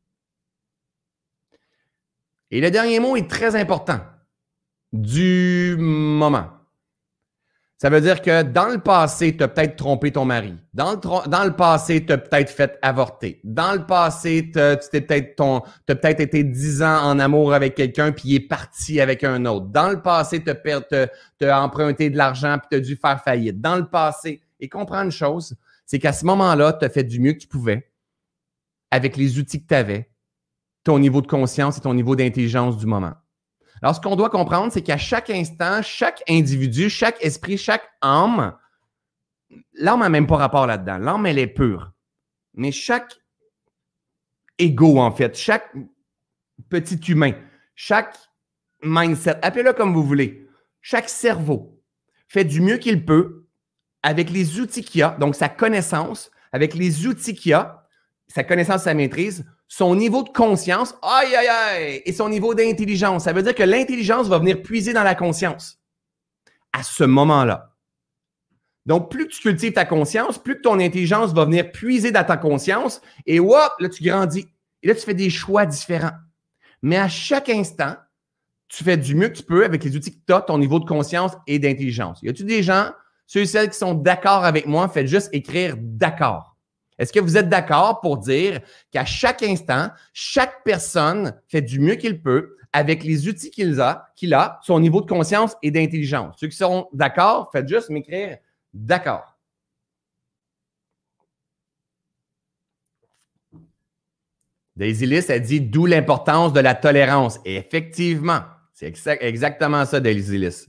Et le dernier mot est très important. Du moment. Ça veut dire que dans le passé, tu as peut-être trompé ton mari. Dans le, dans le passé, tu as peut-être fait avorter. Dans le passé, tu as peut-être peut été dix ans en amour avec quelqu'un puis il est parti avec un autre. Dans le passé, tu as, as emprunté de l'argent puis tu as dû faire faillite. Dans le passé, et comprends une chose, c'est qu'à ce moment-là, tu as fait du mieux que tu pouvais avec les outils que tu avais, ton niveau de conscience et ton niveau d'intelligence du moment. Alors, ce qu'on doit comprendre, c'est qu'à chaque instant, chaque individu, chaque esprit, chaque âme, l'âme n'a même pas rapport là-dedans. L'âme, elle est pure. Mais chaque ego, en fait, chaque petit humain, chaque mindset, appelez-le comme vous voulez, chaque cerveau fait du mieux qu'il peut avec les outils qu'il a, donc sa connaissance, avec les outils qu'il a, sa connaissance, sa maîtrise, son niveau de conscience, aïe, aïe, aïe, et son niveau d'intelligence. Ça veut dire que l'intelligence va venir puiser dans la conscience à ce moment-là. Donc, plus tu cultives ta conscience, plus que ton intelligence va venir puiser dans ta conscience et hop, là, tu grandis. Et là, tu fais des choix différents. Mais à chaque instant, tu fais du mieux que tu peux avec les outils que tu as, ton niveau de conscience et d'intelligence. Y a-t-il des gens, ceux et celles qui sont d'accord avec moi, faites juste écrire « d'accord ». Est-ce que vous êtes d'accord pour dire qu'à chaque instant, chaque personne fait du mieux qu'il peut avec les outils qu'il a, qu'il a, son niveau de conscience et d'intelligence? Ceux qui seront d'accord, faites juste m'écrire « d'accord ». Daisy Liss a dit « d'où l'importance de la tolérance ». Et effectivement, c'est exa- exactement ça, Daisy Liss.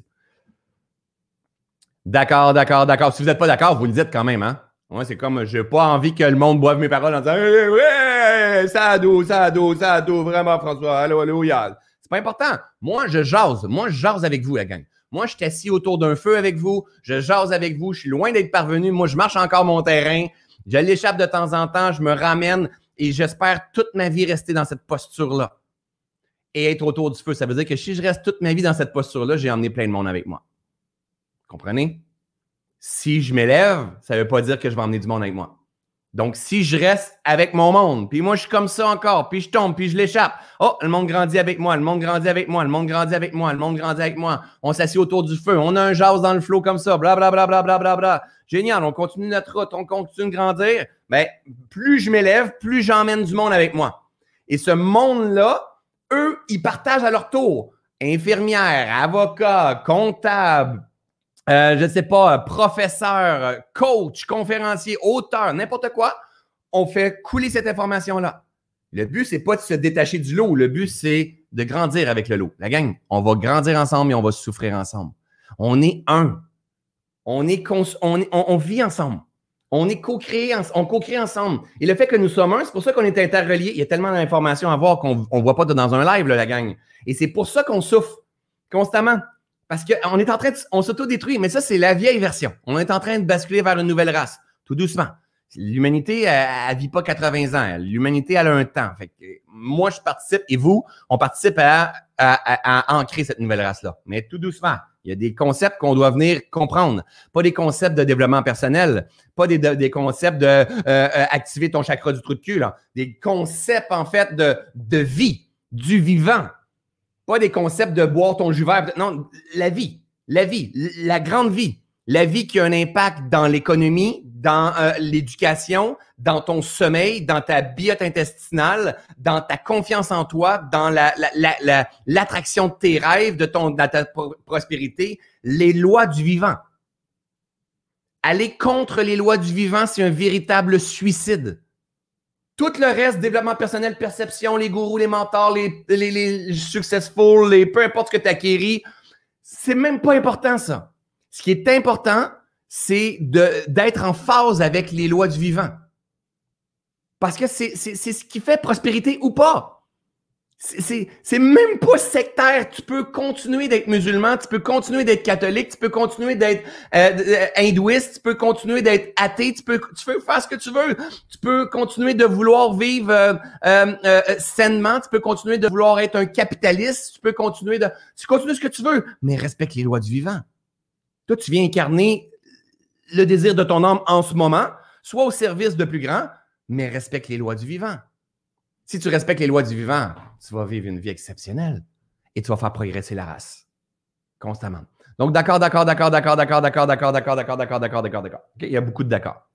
D'accord, d'accord, d'accord. Si vous n'êtes pas d'accord, vous le dites quand même, hein? Ouais, c'est comme, j'ai pas envie que le monde boive mes paroles en disant hey, « Ouais, ça ado, ça ado, ça ado, vraiment, François, allô, allô, yal. » C'est pas important. Moi, je jase. Moi, je jase avec vous, la gang. Moi, je suis assis autour d'un feu avec vous. Je jase avec vous. Je suis loin d'être parvenu. Moi, je marche encore mon terrain. Je l'échappe de temps en temps. Je me ramène et j'espère toute ma vie rester dans cette posture-là. Et être autour du feu. Ça veut dire que si je reste toute ma vie dans cette posture-là, j'ai emmené plein de monde avec moi. Comprenez? Si je m'élève, ça ne veut pas dire que je vais emmener du monde avec moi. Donc, si je reste avec mon monde, puis moi, je suis comme ça encore, puis je tombe, puis je l'échappe. Oh, le monde grandit avec moi, le monde grandit avec moi, le monde grandit avec moi, le monde grandit avec moi. On s'assied autour du feu, on a un jazz dans le flot comme ça, blablabla, blablabla, bla, bla, bla. Génial, on continue notre route, on continue de grandir. Bien, plus je m'élève, plus j'emmène du monde avec moi. Et ce monde-là, eux, ils partagent à leur tour. Infirmières, avocats, comptables, Euh, je ne sais pas, professeur, coach, conférencier, auteur, n'importe quoi, on fait couler cette information-là. Le but, c'est pas de se détacher du lot. Le but, c'est de grandir avec le lot. La gang, on va grandir ensemble et on va souffrir ensemble. On est un. On, est cons- on, est, on, on vit ensemble. On est co-créé, on co-crée ensemble. Et le fait que nous sommes un, c'est pour ça qu'on est interreliés. Il y a tellement d'informations à voir qu'on ne voit pas dans un live, là, la gang. Et c'est pour ça qu'on souffre constamment. Parce qu'on est en train de, on s'autodétruit, mais ça, c'est la vieille version. On est en train de basculer vers une nouvelle race, tout doucement. L'humanité, elle ne vit pas quatre-vingts ans. L'humanité, elle a un temps. Fait que moi, je participe et vous, on participe à, à, à, à ancrer cette nouvelle race-là. Mais tout doucement. Il y a des concepts qu'on doit venir comprendre. Pas des concepts de développement personnel, pas des, de, des concepts de euh, euh, activer ton chakra du trou de cul, là. Des concepts, en fait, de, de vie, du vivant. Pas des concepts de boire ton jus vert. Non, la vie. La vie. La grande vie. La vie qui a un impact dans l'économie, dans euh, l'éducation, dans ton sommeil, dans ta biote intestinale, dans ta confiance en toi, dans la, la, la, la, l'attraction de tes rêves, de, ton, de ta pro- prospérité. Les lois du vivant. Aller contre les lois du vivant, c'est un véritable suicide. Tout le reste, développement personnel, perception, les gourous, les mentors, les, les, les successful, les, peu importe ce que tu acquéris, c'est même pas important, ça. Ce qui est important, c'est de, d'être en phase avec les lois du vivant. Parce que c'est, c'est, c'est ce qui fait prospérité ou pas. C'est, c'est, c'est même pas sectaire. Tu peux continuer d'être musulman, tu peux continuer d'être catholique, tu peux continuer d'être euh, hindouiste, tu peux continuer d'être athée, tu peux, tu peux faire ce que tu veux. Tu peux continuer de vouloir vivre euh, euh, euh, sainement, tu peux continuer de vouloir être un capitaliste, tu peux continuer de... Tu continues ce que tu veux, mais respecte les lois du vivant. Toi, tu viens incarner le désir de ton âme en ce moment, soit au service de plus grand, mais respecte les lois du vivant. Si tu respectes les lois du vivant, tu vas vivre une vie exceptionnelle et tu vas faire progresser la race constamment. Donc, d'accord, d'accord, d'accord, d'accord, d'accord, d'accord, d'accord, d'accord, d'accord, d'accord, d'accord, d'accord, d'accord. Okay? Il y a beaucoup de d'accord.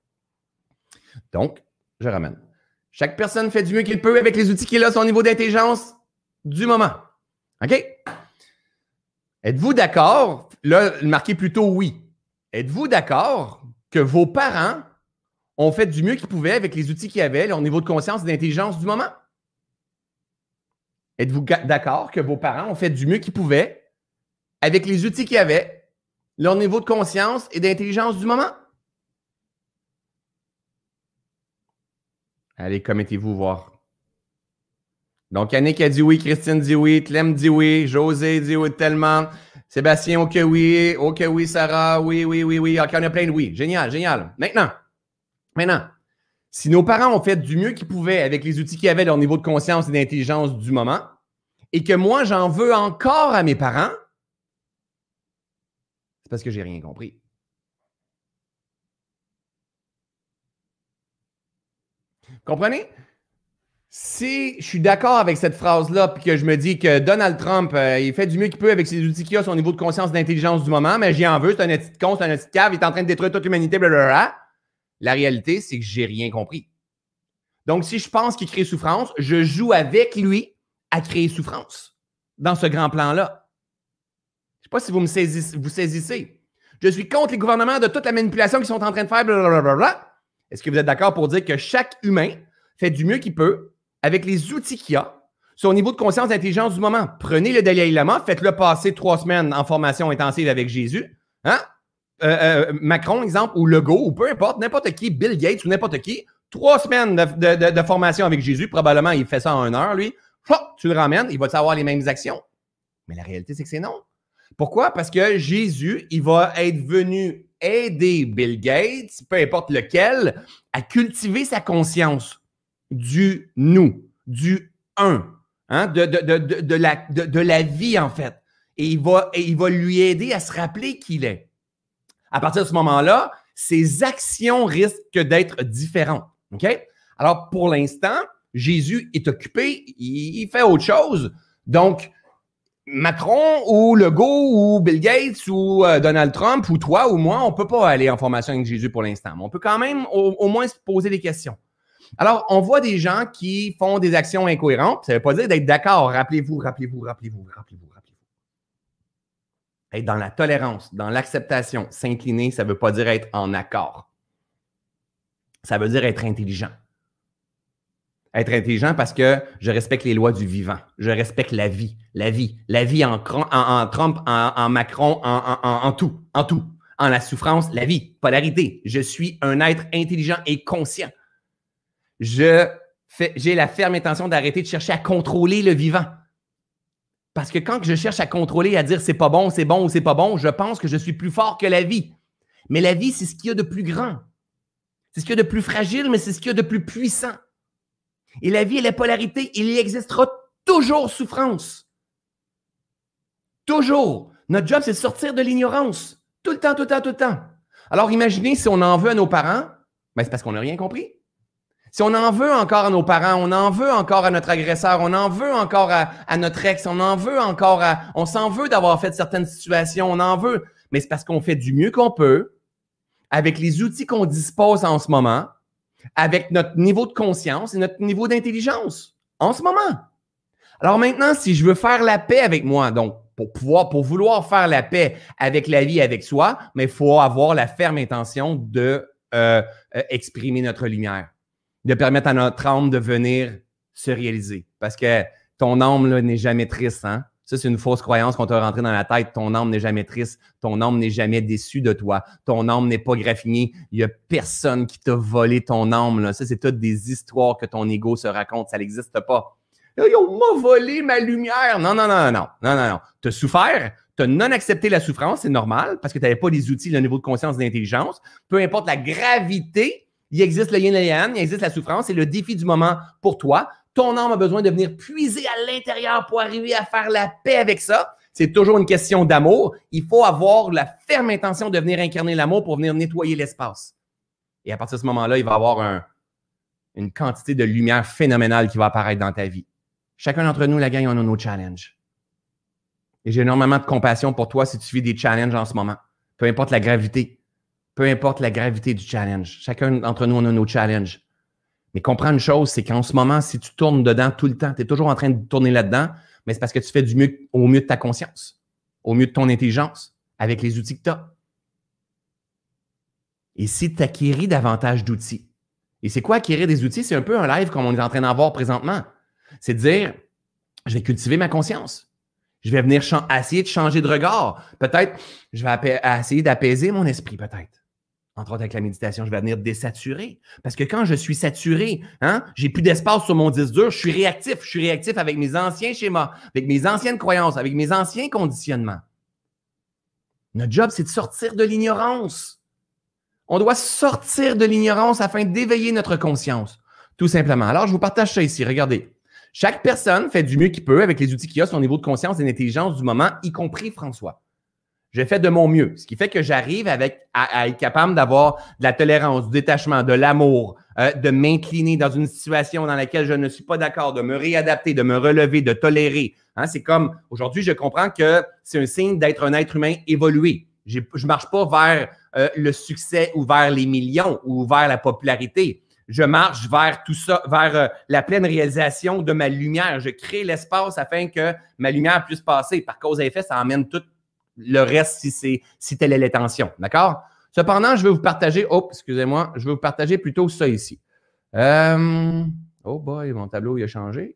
Donc, je ramène. Chaque personne fait du mieux qu'il peut avec les outils qu'il a, son niveau d'intelligence du moment. OK? Êtes-vous d'accord? Là, marquez plutôt oui. Êtes-vous d'accord que vos parents ont fait du mieux qu'ils pouvaient avec les outils qu'ils avaient, leur niveau de conscience et d'intelligence du moment? Êtes-vous d'accord que vos parents ont fait du mieux qu'ils pouvaient avec les outils qu'ils avaient, leur niveau de conscience et d'intelligence du moment? Allez, commettez-vous voir. Donc, Annick a dit oui, Christine dit oui, Clem dit oui, José dit oui tellement, Sébastien, ok oui, ok oui, Sarah, oui, oui, oui, oui, ok, on a plein de oui. Génial, génial. Maintenant, maintenant, si nos parents ont fait du mieux qu'ils pouvaient avec les outils qu'ils avaient, leur niveau de conscience et d'intelligence du moment, et que moi, j'en veux encore à mes parents, c'est parce que j'ai rien compris. Comprenez? Si je suis d'accord avec cette phrase-là, puis que je me dis que Donald Trump, euh, il fait du mieux qu'il peut avec ses outils qu'il a, son niveau de conscience et d'intelligence du moment, mais j'y en veux, c'est un petit con, c'est un petit cave, il est en train de détruire toute l'humanité, blablabla. La réalité, c'est que j'ai rien compris. Donc, si je pense qu'il crée souffrance, je joue avec lui à créer souffrance dans ce grand plan-là. Je ne sais pas si vous me saisissez, vous saisissez. Je suis contre les gouvernements de toute la manipulation qu'ils sont en train de faire, blablabla. Est-ce que vous êtes d'accord pour dire que chaque humain fait du mieux qu'il peut avec les outils qu'il a, son niveau de conscience et d'intelligence du moment? Prenez le Dalai Lama, faites-le passer trois semaines en formation intensive avec Jésus. Hein? Euh, euh, Macron, exemple, ou Legault, ou peu importe, n'importe qui, Bill Gates ou n'importe qui, trois semaines de, de, de, de formation avec Jésus, probablement il fait ça en une heure, lui. Hop, tu le ramènes, il va avoir les mêmes actions. Mais la réalité, c'est que c'est non. Pourquoi? Parce que Jésus, il va être venu aider Bill Gates, peu importe lequel, à cultiver sa conscience du nous, du un, hein, de, de, de, de, de, la, de, de la vie, en fait. Et il, va, et il va lui aider à se rappeler qui il est. À partir de ce moment-là, ses actions risquent d'être différentes. OK? Alors, pour l'instant, Jésus est occupé, il fait autre chose. Donc, Macron ou Legault ou Bill Gates ou euh, Donald Trump ou toi ou moi, on ne peut pas aller en formation avec Jésus pour l'instant. Mais on peut quand même au, au moins se poser des questions. Alors, on voit des gens qui font des actions incohérentes. Ça ne veut pas dire d'être d'accord. Rappelez-vous, rappelez-vous, rappelez-vous, rappelez-vous, rappelez-vous. Être dans la tolérance, dans l'acceptation, s'incliner, ça ne veut pas dire être en accord. Ça veut dire être intelligent. Être intelligent parce que je respecte les lois du vivant. Je respecte la vie. La vie. La vie en, en, en Trump, en, en Macron, en, en, en tout. En tout. En la souffrance, la vie. Polarité. Je suis un être intelligent et conscient. Je fais, j'ai la ferme intention d'arrêter de chercher à contrôler le vivant. Parce que quand je cherche à contrôler, à dire c'est pas bon, c'est bon ou c'est pas bon, je pense que je suis plus fort que la vie. Mais la vie, c'est ce qu'il y a de plus grand. C'est ce qu'il y a de plus fragile, mais c'est ce qu'il y a de plus puissant. Et la vie et la polarité, il y existera toujours souffrance. Toujours. Notre job, c'est de sortir de l'ignorance. Tout le temps, tout le temps, tout le temps. Alors, imaginez si on en veut à nos parents, ben, c'est parce qu'on n'a rien compris. Si on en veut encore à nos parents, on en veut encore à notre agresseur, on en veut encore à, à notre ex, on en veut encore à... On s'en veut d'avoir fait certaines situations, on en veut. Mais c'est parce qu'on fait du mieux qu'on peut, avec les outils qu'on dispose en ce moment, avec notre niveau de conscience et notre niveau d'intelligence en ce moment. Alors maintenant, si je veux faire la paix avec moi, donc pour pouvoir, pour vouloir faire la paix avec la vie, avec soi, mais il faut avoir la ferme intention de euh, euh, exprimer notre lumière, de permettre à notre âme de venir se réaliser. Parce que ton âme là, n'est jamais triste, hein? Ça, c'est une fausse croyance qu'on t'a rentrée dans la tête. Ton âme n'est jamais triste. Ton âme n'est jamais déçue de toi. Ton âme n'est pas graffinée. Il n'y a personne qui t'a volé ton âme. Là. Ça, c'est toutes des histoires que ton ego se raconte. Ça n'existe pas. Ils m'ont volé ma lumière. Non, non, non, non, non, non, non. Tu as souffert. Tu as non accepté la souffrance. C'est normal parce que tu n'avais pas les outils, le niveau de conscience et d'intelligence. Peu importe la gravité, il existe le yin et le yang, il existe la souffrance. C'est le défi du moment pour toi. Ton âme a besoin de venir puiser à l'intérieur pour arriver à faire la paix avec ça. C'est toujours une question d'amour. Il faut avoir la ferme intention de venir incarner l'amour pour venir nettoyer l'espace. Et à partir de ce moment-là, il va y avoir un, une quantité de lumière phénoménale qui va apparaître dans ta vie. Chacun d'entre nous, la gang, on a nos challenges. Et j'ai énormément de compassion pour toi si tu vis des challenges en ce moment. Peu importe la gravité. Peu importe la gravité du challenge. Chacun d'entre nous, on a nos challenges. Mais comprends une chose, c'est qu'en ce moment, si tu tournes dedans tout le temps, tu es toujours en train de tourner là-dedans, mais c'est parce que tu fais du mieux, au mieux de ta conscience, au mieux de ton intelligence, avec les outils que tu as. Et si tu acquéris davantage d'outils, et c'est quoi acquérir des outils? C'est un peu un live comme on est en train d'en voir présentement. C'est de dire, je vais cultiver ma conscience. Je vais venir essayer de changer de regard. Peut-être, je vais essayer d'apaiser mon esprit, peut-être. Entre autres, avec la méditation, je vais venir désaturer. Parce que quand je suis saturé, hein, j'ai plus d'espace sur mon disque dur, je suis réactif. Je suis réactif avec mes anciens schémas, avec mes anciennes croyances, avec mes anciens conditionnements. Notre job, c'est de sortir de l'ignorance. On doit sortir de l'ignorance afin d'éveiller notre conscience, tout simplement. Alors, je vous partage ça ici. Regardez. Chaque personne fait du mieux qu'il peut avec les outils qu'il a, son niveau de conscience et d'intelligence du moment, y compris François. Je fais de mon mieux, ce qui fait que j'arrive avec à, à être capable d'avoir de la tolérance, du détachement, de l'amour, euh, de m'incliner dans une situation dans laquelle je ne suis pas d'accord, de me réadapter, de me relever, de tolérer. Hein, c'est comme, aujourd'hui, je comprends que c'est un signe d'être un être humain évolué. J'ai, je ne marche pas vers euh, le succès ou vers les millions ou vers la popularité. Je marche vers tout ça, vers euh, la pleine réalisation de ma lumière. Je crée l'espace afin que ma lumière puisse passer. Par cause à effet, ça emmène tout le reste si c'est si telle est l'intention. D'accord? Cependant, je vais vous partager. Oh, excusez-moi, je vais vous partager plutôt ça ici. Euh, oh boy, mon tableau il a changé.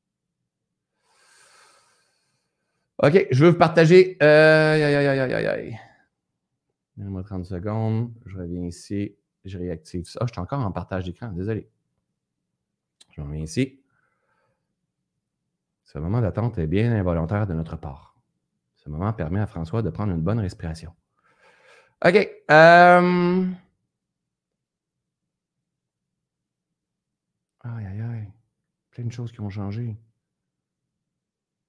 OK, je vais vous partager. Euh, aïe, aïe, aïe, aïe, aïe. Donne-moi trente secondes. Je reviens ici. Je réactive ça. Ah, je suis encore en partage d'écran. Désolé. Je reviens ici. Ce moment d'attente est bien involontaire de notre part. Ce moment permet à François de prendre une bonne respiration. OK. Euh... Aïe, aïe, aïe. Plein de choses qui ont changé.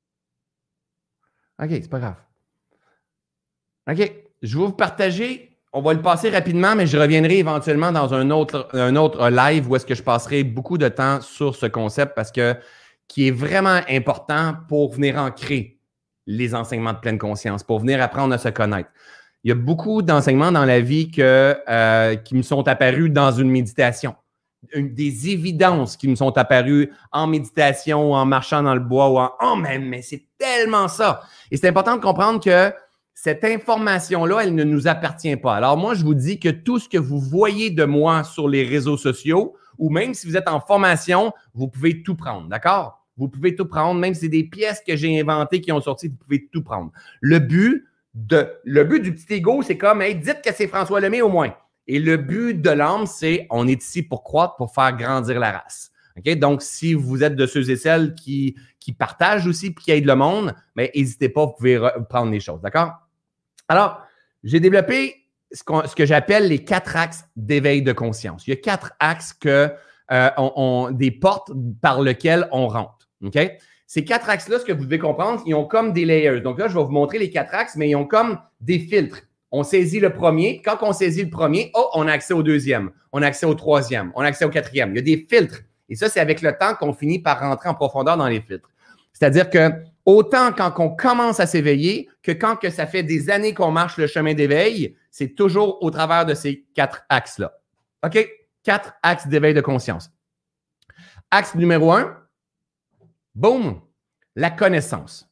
OK, c'est pas grave. OK. Je vais vous partager. on va le passer rapidement, mais je reviendrai éventuellement dans un autre, un autre live où est-ce que je passerai beaucoup de temps sur ce concept parce que qui est vraiment important pour venir ancrer les enseignements de pleine conscience, pour venir apprendre à se connaître. Il y a beaucoup d'enseignements dans la vie que, euh, qui me sont apparus dans une méditation. Une, des évidences qui me sont apparues en méditation ou en marchant dans le bois ou en « Oh, mais, mais c'est tellement ça! » Et c'est important de comprendre que cette information-là, elle ne nous appartient pas. Alors moi, je vous dis que tout ce que vous voyez de moi sur les réseaux sociaux ou même si vous êtes en formation, vous pouvez tout prendre, d'accord? Vous pouvez tout prendre, même si c'est des pièces que j'ai inventées qui ont sorti, vous pouvez tout prendre. Le but, de, le but du petit ego, c'est comme hey, « dites que c'est François Lemay au moins ». Et le but de l'âme, c'est on est ici pour croître, pour faire grandir la race. Okay? Donc, si vous êtes de ceux et celles qui, qui partagent aussi et qui aident le monde, mais n'hésitez pas, vous pouvez prendre les choses. D'accord? Alors, j'ai développé ce, qu'on, ce que j'appelle les quatre axes d'éveil de conscience. Il y a quatre axes que, euh, on, on, des portes par lesquelles on rentre. Okay? Ces quatre axes-là, ce que vous devez comprendre, ils ont comme des layers. Donc là, je vais vous montrer les quatre axes, mais ils ont comme des filtres. On saisit le premier. Quand on saisit le premier, oh, on a accès au deuxième, on a accès au troisième, on a accès au quatrième. Il y a des filtres. Et ça, c'est avec le temps qu'on finit par rentrer en profondeur dans les filtres. C'est-à-dire que autant quand on commence à s'éveiller que quand que ça fait des années qu'on marche le chemin d'éveil, c'est toujours au travers de ces quatre axes-là. OK? Quatre axes d'éveil de conscience. Axe numéro un, boum, la connaissance.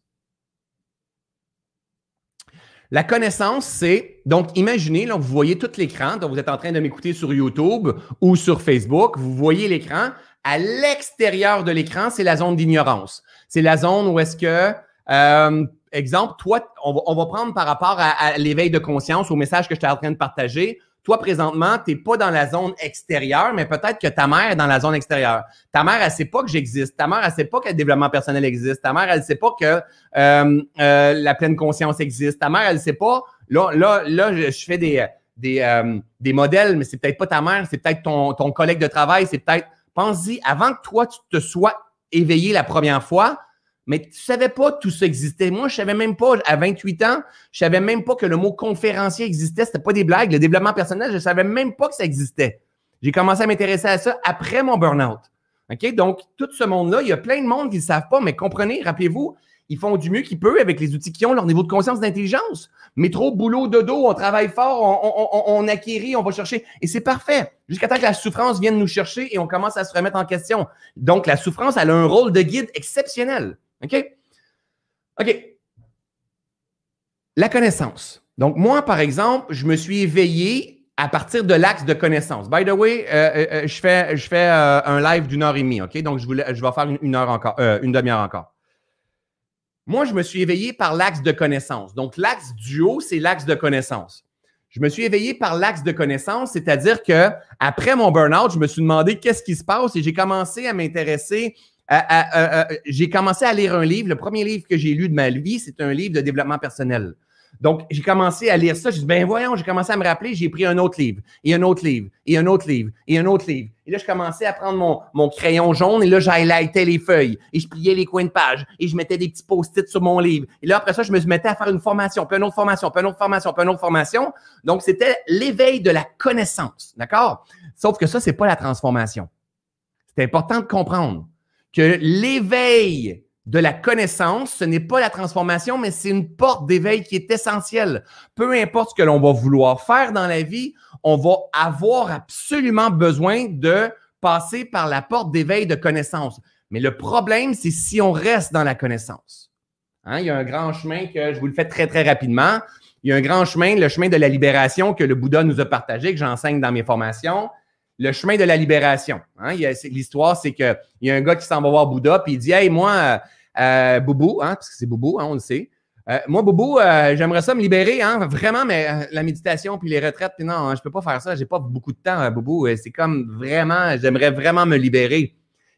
La connaissance, c'est, donc imaginez, là, vous voyez tout l'écran, donc vous êtes en train de m'écouter sur YouTube ou sur Facebook, vous voyez l'écran. À l'extérieur de l'écran, c'est la zone d'ignorance. C'est la zone où est-ce que, euh, exemple, toi, on va, on va prendre par rapport à, à l'éveil de conscience, au message que je suis en train de partager. Toi, présentement, tu n'es pas dans la zone extérieure, mais peut-être que ta mère est dans la zone extérieure. Ta mère, elle ne sait pas que j'existe. Ta mère, elle ne sait pas que le développement personnel existe. Ta mère, elle ne sait pas que euh, euh, la pleine conscience existe. Ta mère, elle ne sait pas. Là, là, là, je, je fais des, des, euh, des modèles, mais c'est peut-être pas ta mère, c'est peut-être ton, ton collègue de travail, c'est peut-être. Pense-y, avant que toi, tu te sois éveillé la première fois, mais tu ne savais pas que tout ça existait. Moi, je ne savais même pas, à vingt-huit ans, je ne savais même pas que le mot conférencier existait. Ce n'était pas des blagues. Le développement personnel, je ne savais même pas que ça existait. J'ai commencé à m'intéresser à ça après mon burn-out. OK? Donc, tout ce monde-là, il y a plein de monde qui ne le savent pas, mais comprenez, rappelez-vous, ils font du mieux qu'ils peuvent avec les outils qu'ils ont, leur niveau de conscience, d'intelligence. Métro, boulot, dodo, on travaille fort, on, on, on, on acquérit, on va chercher. Et c'est parfait. Jusqu'à temps que la souffrance vienne nous chercher et on commence à se remettre en question. Donc, la souffrance, elle a un rôle de guide exceptionnel. OK? OK. La connaissance. Donc, moi, par exemple, je me suis éveillé à partir de l'axe de connaissance. By the way, euh, euh, je fais, je fais euh, un live d'une heure et demie. OK? Donc, je, voulais, je vais faire une, une heure encore, euh, une demi-heure encore. Moi, je me suis éveillé par l'axe de connaissance. Donc, l'axe du haut, c'est l'axe de connaissance. Je me suis éveillé par l'axe de connaissance, c'est-à-dire que après mon burn-out, je me suis demandé qu'est-ce qui se passe et j'ai commencé à m'intéresser. À, à, à, à, j'ai commencé à lire un livre. Le premier livre que j'ai lu de ma vie, c'est un livre de développement personnel. Donc, j'ai commencé à lire ça. J'ai dit, ben voyons, j'ai commencé à me rappeler, j'ai pris un autre livre, et un autre livre, et un autre livre, et un autre livre. Et là, je commençais à prendre mon, mon crayon jaune, et là, j'highlightais les feuilles, et je pliais les coins de page, et je mettais des petits post-it sur mon livre. Et là, après ça, je me mettais à faire une formation, puis une autre formation, puis une autre formation, puis une autre formation. Donc, c'était l'éveil de la connaissance, d'accord? Sauf que ça, c'est pas la transformation. C'est important de comprendre que l'éveil de la connaissance, ce n'est pas la transformation, mais c'est une porte d'éveil qui est essentielle. Peu importe ce que l'on va vouloir faire dans la vie, on va avoir absolument besoin de passer par la porte d'éveil de connaissance. Mais le problème, c'est si on reste dans la connaissance. Hein, il y a un grand chemin que je vous le fais très, très rapidement. Il y a un grand chemin, le chemin de la libération que le Bouddha nous a partagé, que j'enseigne dans mes formations. Le chemin de la libération. Hein? Il y a, c'est, l'histoire, c'est qu'il y a un gars qui s'en va voir Bouddha, puis il dit « Hey, moi, euh, euh, Boubou, hein, parce que c'est Boubou, hein, on le sait. Euh, moi, Boubou, euh, j'aimerais ça me libérer, hein, vraiment, mais euh, la méditation puis les retraites, puis non, hein, je peux pas faire ça, j'ai pas beaucoup de temps, euh, Boubou. Euh, c'est comme vraiment, j'aimerais vraiment me libérer. »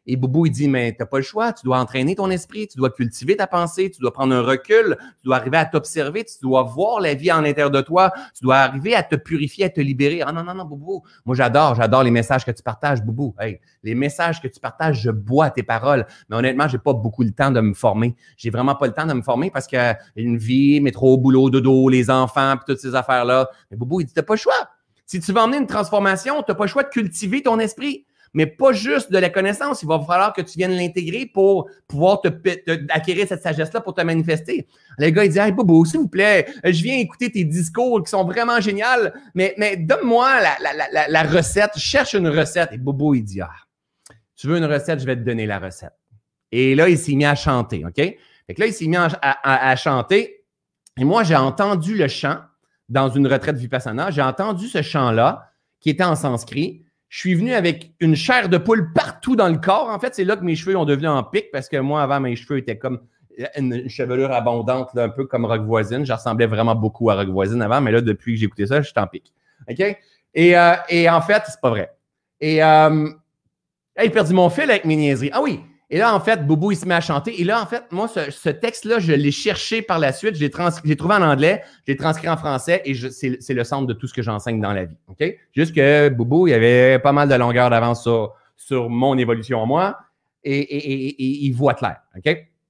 Et Boubou, il dit, mais tu n'as pas le choix, tu dois entraîner ton esprit, tu dois cultiver ta pensée, tu dois prendre un recul, tu dois arriver à t'observer, tu dois voir la vie en l'intérieur de toi, tu dois arriver à te purifier, à te libérer. Ah non, non, non, Boubou, moi j'adore, j'adore les messages que tu partages, Boubou. Hey, les messages que tu partages, je bois tes paroles. Mais honnêtement, j'ai pas beaucoup le temps de me former. J'ai vraiment pas le temps de me former parce que une vie, métro, boulot, dodo, les enfants, puis toutes ces affaires-là. Mais Boubou, il dit, t'as pas le choix. Si tu veux emmener une transformation, tu n'as pas le choix de cultiver ton esprit. Mais pas juste de la connaissance. Il va falloir que tu viennes l'intégrer pour pouvoir te, te, acquérir cette sagesse-là pour te manifester. Le gars, il dit, hey, Boubou, s'il vous plaît, je viens écouter tes discours qui sont vraiment géniaux, mais, mais donne-moi la, la, la, la recette. Je cherche une recette. Et Boubou, il dit, ah, tu veux une recette, je vais te donner la recette. Et là, il s'est mis à chanter, OK? Fait que là, il s'est mis à, à, à chanter. Et moi, j'ai entendu le chant dans une retraite Vipassana. J'ai entendu ce chant-là qui était en sanskrit. Je suis venu avec une chair de poule partout dans le corps. En fait, c'est là que mes cheveux ont devenu en pic parce que moi, avant, mes cheveux étaient comme une chevelure abondante, là, un peu comme Rock Voisine. Je ressemblais vraiment beaucoup à Rock Voisine avant, mais là, depuis que j'ai écouté ça, je suis en pic. OK? Et, euh, et en fait, c'est pas vrai. Et euh, j'ai perdu mon fil avec mes niaiseries. Ah oui! Et là, en fait, Boubou, il se met à chanter. Et là, en fait, moi, ce, ce texte-là, je l'ai cherché par la suite. Je l'ai, trans- je l'ai trouvé en anglais, je l'ai transcrit en français et je, c'est, c'est le centre de tout ce que j'enseigne dans la vie. OK? Juste que Boubou, il y avait pas mal de longueur d'avance sur, sur mon évolution à moi et, et, et, et, et il voit clair. OK?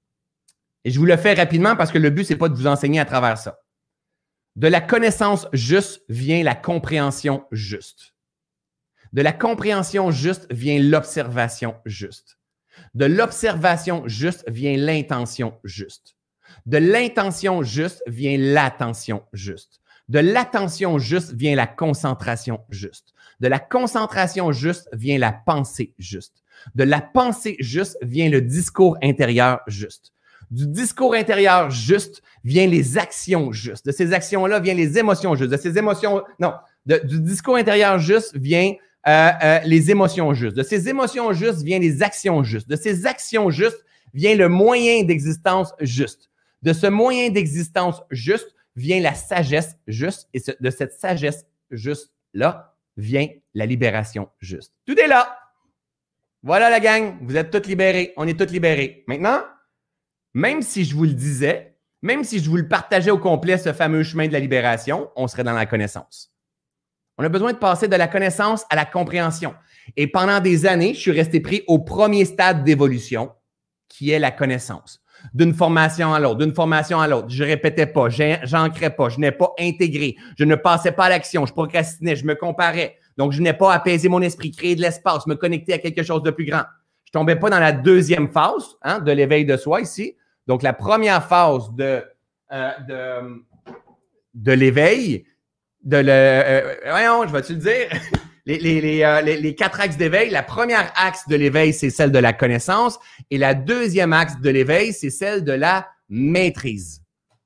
Et je vous le fais rapidement parce que le but, c'est pas de vous enseigner à travers ça. De la connaissance juste vient la compréhension juste. De la compréhension juste vient l'observation juste. De l'observation juste vient l'intention juste. De l'intention juste vient l'attention juste. De l'attention juste vient la concentration juste. De la concentration juste vient la pensée juste. De la pensée juste vient le discours intérieur juste. Du discours intérieur juste vient les actions justes. De ces actions-là viennent les émotions justes. De ces émotions, non, de, du discours intérieur juste vient Euh, euh, les émotions justes. De ces émotions justes viennent les actions justes. De ces actions justes vient le moyen d'existence juste. De ce moyen d'existence juste vient la sagesse juste. Et ce, de cette sagesse juste-là vient la libération juste. Tout est là. Voilà la gang. Vous êtes tous libérés. On est tous libérés. Maintenant, même si je vous le disais, même si je vous le partageais au complet, ce fameux chemin de la libération, on serait dans la connaissance. On a besoin de passer de la connaissance à la compréhension. Et pendant des années, je suis resté pris au premier stade d'évolution, qui est la connaissance. D'une formation à l'autre, d'une formation à l'autre. Je répétais pas, j'ancrais pas, je n'ai pas intégré, je ne passais pas à l'action, je procrastinais, je me comparais. Donc, je n'ai pas apaisé mon esprit, créer de l'espace, me connecter à quelque chose de plus grand. Je tombais pas dans la deuxième phase hein, de l'éveil de soi ici. Donc, la première phase de, euh, de, de l'éveil, de le. Euh, voyons, je vais-tu le dire? les, les, les, euh, les, les quatre axes d'éveil. La première axe de l'éveil, c'est celle de la connaissance. Et la deuxième axe de l'éveil, c'est celle de la maîtrise.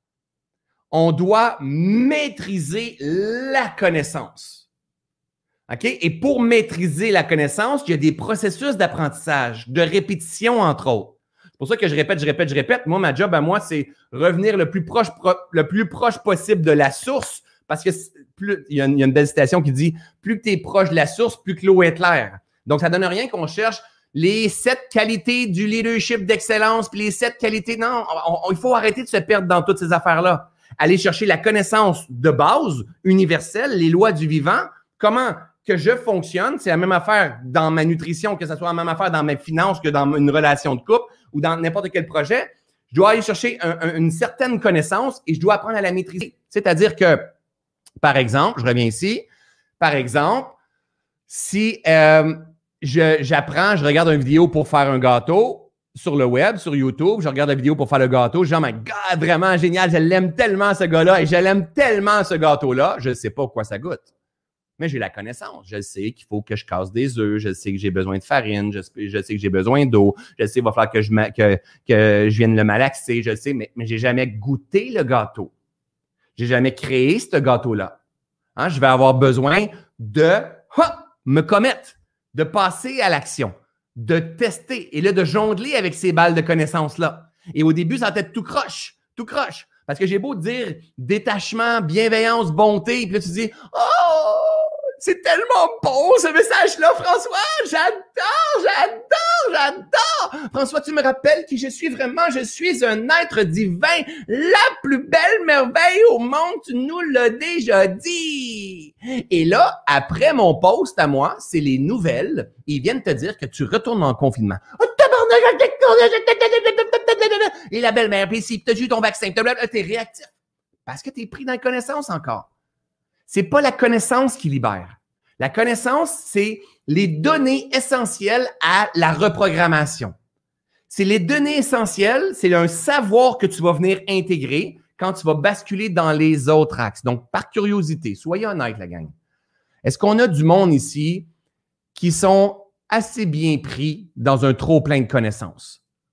On doit maîtriser la connaissance. OK? Et pour maîtriser la connaissance, il y a des processus d'apprentissage, de répétition, entre autres. C'est pour ça que je répète, je répète, je répète. Moi, ma job à moi, c'est revenir le plus proche, pro, le plus proche possible de la source. Parce que plus, il y a une, il y a une belle citation qui dit « Plus que tu es proche de la source, plus que l'eau est claire. » Donc, ça ne donne rien qu'on cherche les sept qualités du leadership d'excellence, puis les sept qualités… Non, on, on, il faut arrêter de se perdre dans toutes ces affaires-là. Aller chercher la connaissance de base, universelle, les lois du vivant, comment que je fonctionne. C'est la même affaire dans ma nutrition, que ce soit la même affaire dans mes finances que dans une relation de couple ou dans n'importe quel projet. Je dois aller chercher un, un, une certaine connaissance et je dois apprendre à la maîtriser. C'est-à-dire que par exemple, je reviens ici, par exemple, si euh, je, j'apprends, je regarde une vidéo pour faire un gâteau sur le web, sur YouTube, je regarde la vidéo pour faire le gâteau, je dis « Oh my God, vraiment génial, je l'aime tellement ce gars-là et je l'aime tellement ce gâteau-là, je ne sais pas quoi ça goûte. » Mais j'ai la connaissance, je sais qu'il faut que je casse des œufs, je sais que j'ai besoin de farine, je, je sais que j'ai besoin d'eau, je sais qu'il va falloir que je, que, que je vienne le malaxer, je sais, mais, mais je n'ai jamais goûté le gâteau. J'ai jamais créé ce gâteau-là. Hein, je vais avoir besoin de ha, me commettre, de passer à l'action, de tester et là, de jongler avec ces balles de connaissances-là. Et au début, ça va être tout croche, tout croche. Parce que j'ai beau dire détachement, bienveillance, bonté, puis là, tu dis « Oh, C'est tellement beau, ce message-là, François! J'adore, j'adore, j'adore! François, tu me rappelles qui je suis vraiment? Je suis un être divin, la plus belle merveille au monde, tu nous l'as déjà dit! Et là, après mon post à moi, c'est les nouvelles, ils viennent te dire que tu retournes en confinement. Oh, tabarnak! Et la belle-mère, puis si tu as eu ton vaccin, t'es réactif. Parce que tu es pris dans la connaissance encore. C'est pas la connaissance qui libère. La connaissance, c'est les données essentielles à la reprogrammation. C'est les données essentielles, c'est un savoir que tu vas venir intégrer quand tu vas basculer dans les autres axes. Donc, par curiosité, soyez honnête, la gang. Est-ce qu'on a du monde ici qui sont assez bien pris dans un trop-plein de connaissances?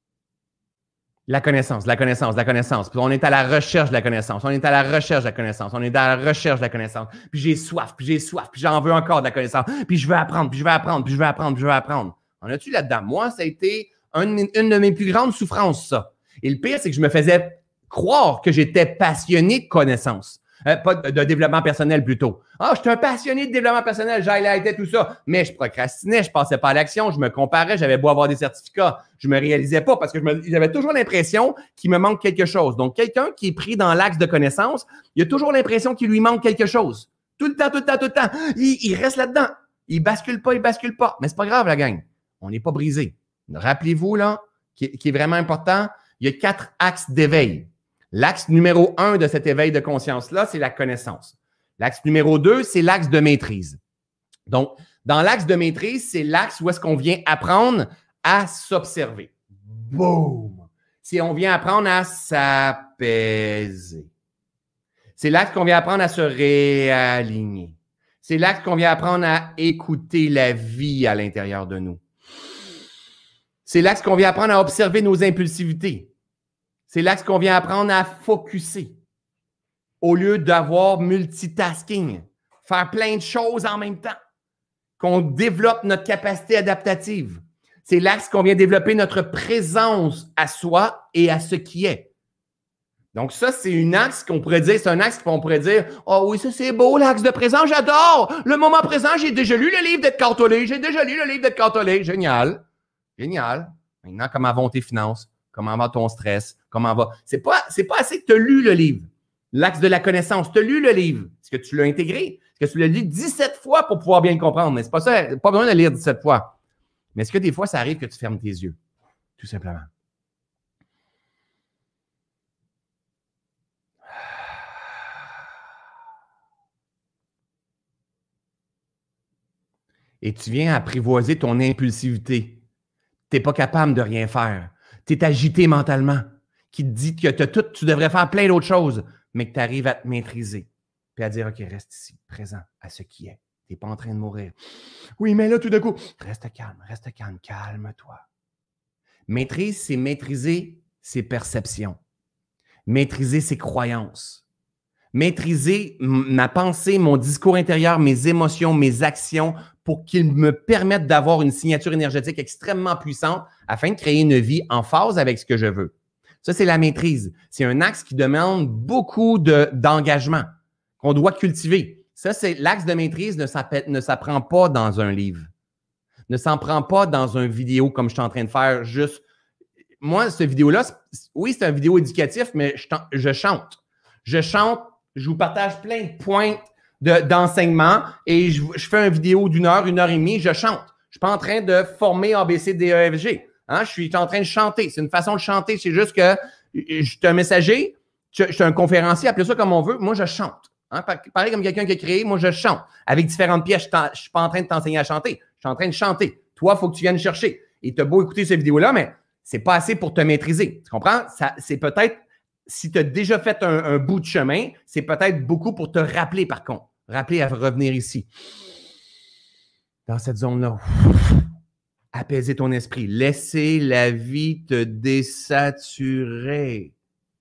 La connaissance, la connaissance, la connaissance. Puis on est à la recherche de la connaissance. On est à la recherche de la connaissance. On est à la recherche de la connaissance. Puis j'ai soif, puis j'ai soif, puis j'en veux encore de la connaissance. Puis je veux apprendre, puis je veux apprendre, puis je veux apprendre, puis je veux apprendre. En as-tu là-dedans? Moi, ça a été une, une de mes plus grandes souffrances, ça. Et le pire, c'est que je me faisais croire que j'étais passionné de connaissance. Euh, pas de, de développement personnel, plutôt. Ah, je suis un passionné de développement personnel, j'highlightais tout ça. Mais je procrastinais, je passais pas à l'action, je me comparais, j'avais beau avoir des certificats, je me réalisais pas parce que j'avais toujours l'impression qu'il me manque quelque chose. Donc, quelqu'un qui est pris dans l'axe de connaissance, il a toujours l'impression qu'il lui manque quelque chose. Tout le temps, tout le temps, tout le temps. Il, il reste là-dedans. Il bascule pas, il bascule pas. Mais c'est pas grave, la gang. On n'est pas brisé. Rappelez-vous, là, qui, qui est vraiment important, il y a quatre axes d'éveil. L'axe numéro un de cet éveil de conscience-là, c'est la connaissance. L'axe numéro deux, c'est l'axe de maîtrise. Donc, dans l'axe de maîtrise, c'est l'axe où est-ce qu'on vient apprendre à s'observer. Boum! Si on vient apprendre à s'apaiser. C'est l'axe qu'on vient apprendre à se réaligner. C'est l'axe qu'on vient apprendre à écouter la vie à l'intérieur de nous. C'est l'axe qu'on vient apprendre à observer nos impulsivités. C'est l'axe qu'on vient apprendre à focusser au lieu d'avoir multitasking, faire plein de choses en même temps, qu'on développe notre capacité adaptative. C'est l'axe qu'on vient développer notre présence à soi et à ce qui est. Donc ça, c'est une axe qu'on pourrait dire, c'est un axe qu'on pourrait dire, « Oh oui, ça c'est beau, l'axe de présent, j'adore! Le moment présent, j'ai déjà lu le livre d'Eckhart Tolle, j'ai déjà lu le livre d'Eckhart Tolle, génial! Génial! Maintenant, comment vont tes finances? Comment va ton stress? Comment va? C'est pas, c'est pas assez que tu as lu le livre. L'axe de la connaissance, tu as lu le livre. Est-ce que tu l'as intégré? Est-ce que tu l'as lu dix-sept fois pour pouvoir bien le comprendre? Mais c'est pas ça, pas besoin de le lire dix-sept fois. Mais est-ce que des fois, ça arrive que tu fermes tes yeux? Tout simplement. Et tu viens apprivoiser ton impulsivité. Tu n'es pas capable de rien faire. Tu es agité mentalement, qui te dit que t'as tout, tu devrais faire plein d'autres choses, mais que tu arrives à te maîtriser. Puis à dire, OK, reste ici, présent à ce qui est. Tu n'es pas en train de mourir. Oui, mais là, tout d'un coup, reste calme, reste calme, calme-toi. Maîtrise, c'est maîtriser ses perceptions. Maîtriser ses croyances. Maîtriser ma pensée, mon discours intérieur, mes émotions, mes actions pour qu'ils me permettent d'avoir une signature énergétique extrêmement puissante afin de créer une vie en phase avec ce que je veux. Ça, c'est la maîtrise. C'est un axe qui demande beaucoup de, d'engagement qu'on doit cultiver. Ça, c'est l'axe de maîtrise ne s'apprend pas dans un livre. Ne s'en prend pas dans une vidéo comme je suis en train de faire juste. Moi, cette vidéo-là, oui, c'est une vidéo éducative, mais je, je chante. Je chante, je vous partage plein de points de, d'enseignement et je, je fais une vidéo d'une heure, une heure et demie, je chante. Je ne suis pas en train de former A B C D E F G. Hein? Je suis en train de chanter. C'est une façon de chanter. C'est juste que je suis un messager, je, je suis un conférencier, appelez ça comme on veut. Moi, je chante. Hein? Pareil comme quelqu'un qui a créé, moi, je chante. Avec différentes pièces, je ne suis pas en train de t'enseigner à chanter. Je suis en train de chanter. Toi, il faut que tu viennes chercher. Et tu as beau écouter cette vidéo-là, mais c'est pas assez pour te maîtriser. Tu comprends? Ça, c'est peut-être, si tu as déjà fait un, un bout de chemin, c'est peut-être beaucoup pour te rappeler, par contre. Rappeler à revenir ici. Dans cette zone-là. Apaiser ton esprit. Laisser la vie te désaturer.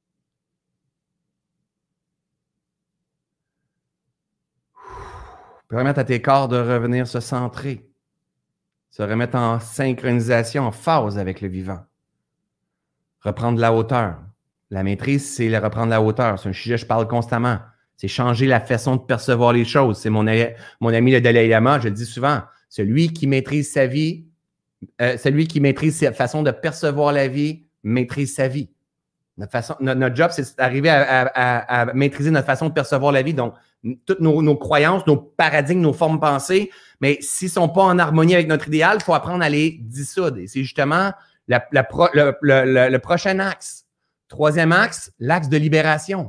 Permettre à tes corps de revenir se centrer. Se remettre en synchronisation, en phase avec le vivant. Reprendre la hauteur. La maîtrise, c'est reprendre la hauteur. C'est un sujet que je parle constamment. C'est changer la façon de percevoir les choses. C'est mon, mon ami le Dalai Lama, je le dis souvent, celui qui maîtrise sa vie, euh, celui qui maîtrise sa façon de percevoir la vie, maîtrise sa vie. Notre, façon, notre, notre job, c'est d'arriver à, à, à maîtriser notre façon de percevoir la vie. Donc, toutes nos, nos croyances, nos paradigmes, nos formes pensées, mais s'ils ne sont pas en harmonie avec notre idéal, il faut apprendre à les dissoudre. Et c'est justement la, la pro, le, le, le, le prochain axe. Troisième axe, l'axe de libération.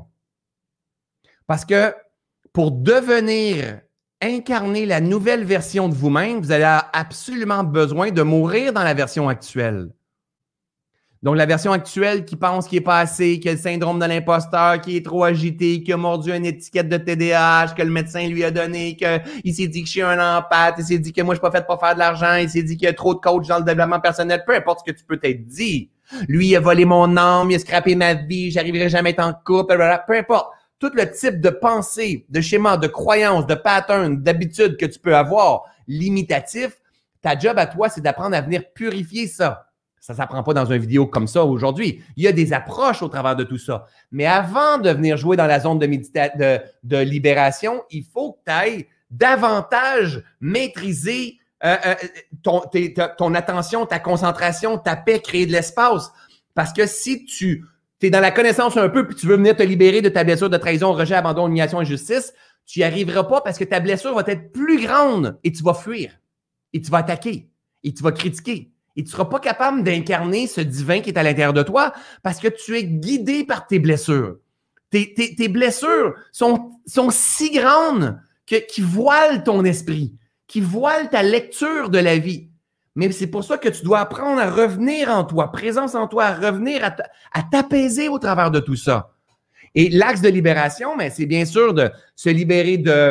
Parce que pour devenir, incarner la nouvelle version de vous-même, vous avez absolument besoin de mourir dans la version actuelle. Donc, la version actuelle qui pense qu'il n'est pas assez, qui a le syndrome de l'imposteur, qui est trop agité, qui a mordu une étiquette de T D A H que le médecin lui a donné, qu'il s'est dit que je suis un empathe, il s'est dit que moi, je ne suis pas fait pour faire de l'argent, il s'est dit qu'il y a trop de coach dans le développement personnel, peu importe ce que tu peux t'être dit. Lui, il a volé mon âme, il a scrappé ma vie, j'arriverai jamais à être en couple, peu importe. Tout le type de pensée, de schéma, de croyances, de patterns, d'habitudes que tu peux avoir, limitatifs, ta job à toi, c'est d'apprendre à venir purifier ça. Ça ne s'apprend pas dans une vidéo comme ça aujourd'hui. Il y a des approches au travers de tout ça. Mais avant de venir jouer dans la zone de, médita- de, de libération, il faut que tu ailles davantage maîtriser euh, euh, ton, tes, ton attention, ta concentration, ta paix, créer de l'espace. Parce que si tu es dans la connaissance un peu puis tu veux venir te libérer de ta blessure de trahison, rejet, abandon, humiliation, injustice, tu n'y arriveras pas parce que ta blessure va être plus grande et tu vas fuir. Et tu vas attaquer. Et tu vas critiquer. Et tu ne seras pas capable d'incarner ce divin qui est à l'intérieur de toi parce que tu es guidé par tes blessures. Tes, tes, tes blessures sont, sont si grandes que, qui voilent ton esprit, qui voilent ta lecture de la vie. Mais c'est pour ça que tu dois apprendre à revenir en toi, présence en toi, à revenir à, à t'apaiser au travers de tout ça. Et l'axe de libération, mais c'est bien sûr de se libérer de,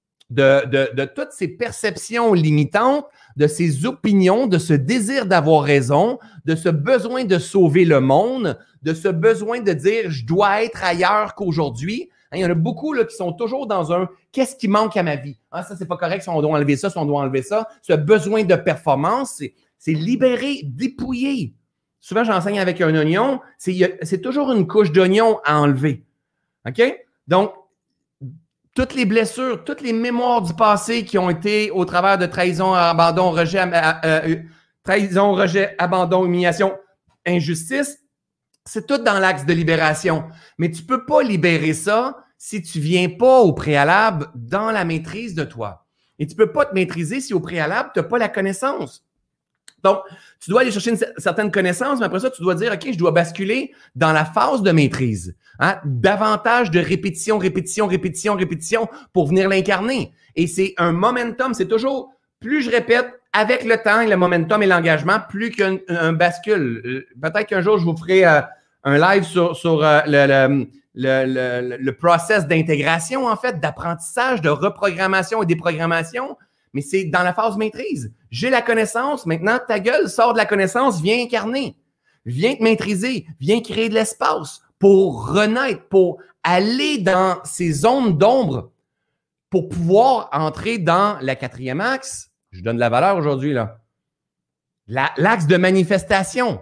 de, de, de toutes ces perceptions limitantes, de ces opinions, de ce désir d'avoir raison, de ce besoin de sauver le monde, de ce besoin de dire « je dois être ailleurs qu'aujourd'hui ». Il y en a beaucoup là, qui sont toujours dans un « qu'est-ce qui manque à ma vie? Ah, ça, c'est pas correct, si on doit enlever ça, si on doit enlever ça ». Ce besoin de performance, c'est, c'est libérer, dépouiller. Souvent, j'enseigne avec un oignon, c'est, c'est toujours une couche d'oignon à enlever. OK? Donc, toutes les blessures, toutes les mémoires du passé qui ont été au travers de trahison, abandon, rejet, euh, euh, trahison, rejet, abandon, humiliation, injustice, c'est tout dans l'axe de libération. Mais tu ne peux pas libérer ça si tu ne viens pas au préalable dans la maîtrise de toi. Et tu ne peux pas te maîtriser si au préalable, tu n'as pas la connaissance. Donc, tu dois aller chercher une certaine connaissance, mais après ça, tu dois dire, OK, je dois basculer dans la phase de maîtrise. Hein? Davantage de répétition, répétition, répétition, répétition pour venir l'incarner. Et c'est un momentum, c'est toujours, plus je répète, avec le temps et le momentum et l'engagement, plus qu'un un bascule. Peut-être qu'un jour, je vous ferai euh, un live sur, sur euh, le, le, le, le, le process d'intégration, en fait, d'apprentissage, de reprogrammation et déprogrammation. Mais c'est dans la phase maîtrise. J'ai la connaissance, maintenant, ta gueule, sors de la connaissance, viens incarner. Viens te maîtriser, viens créer de l'espace pour renaître, pour aller dans ces zones d'ombre, pour pouvoir entrer dans la quatrième axe. Je donne de la valeur aujourd'hui, là. La, l'axe de manifestation.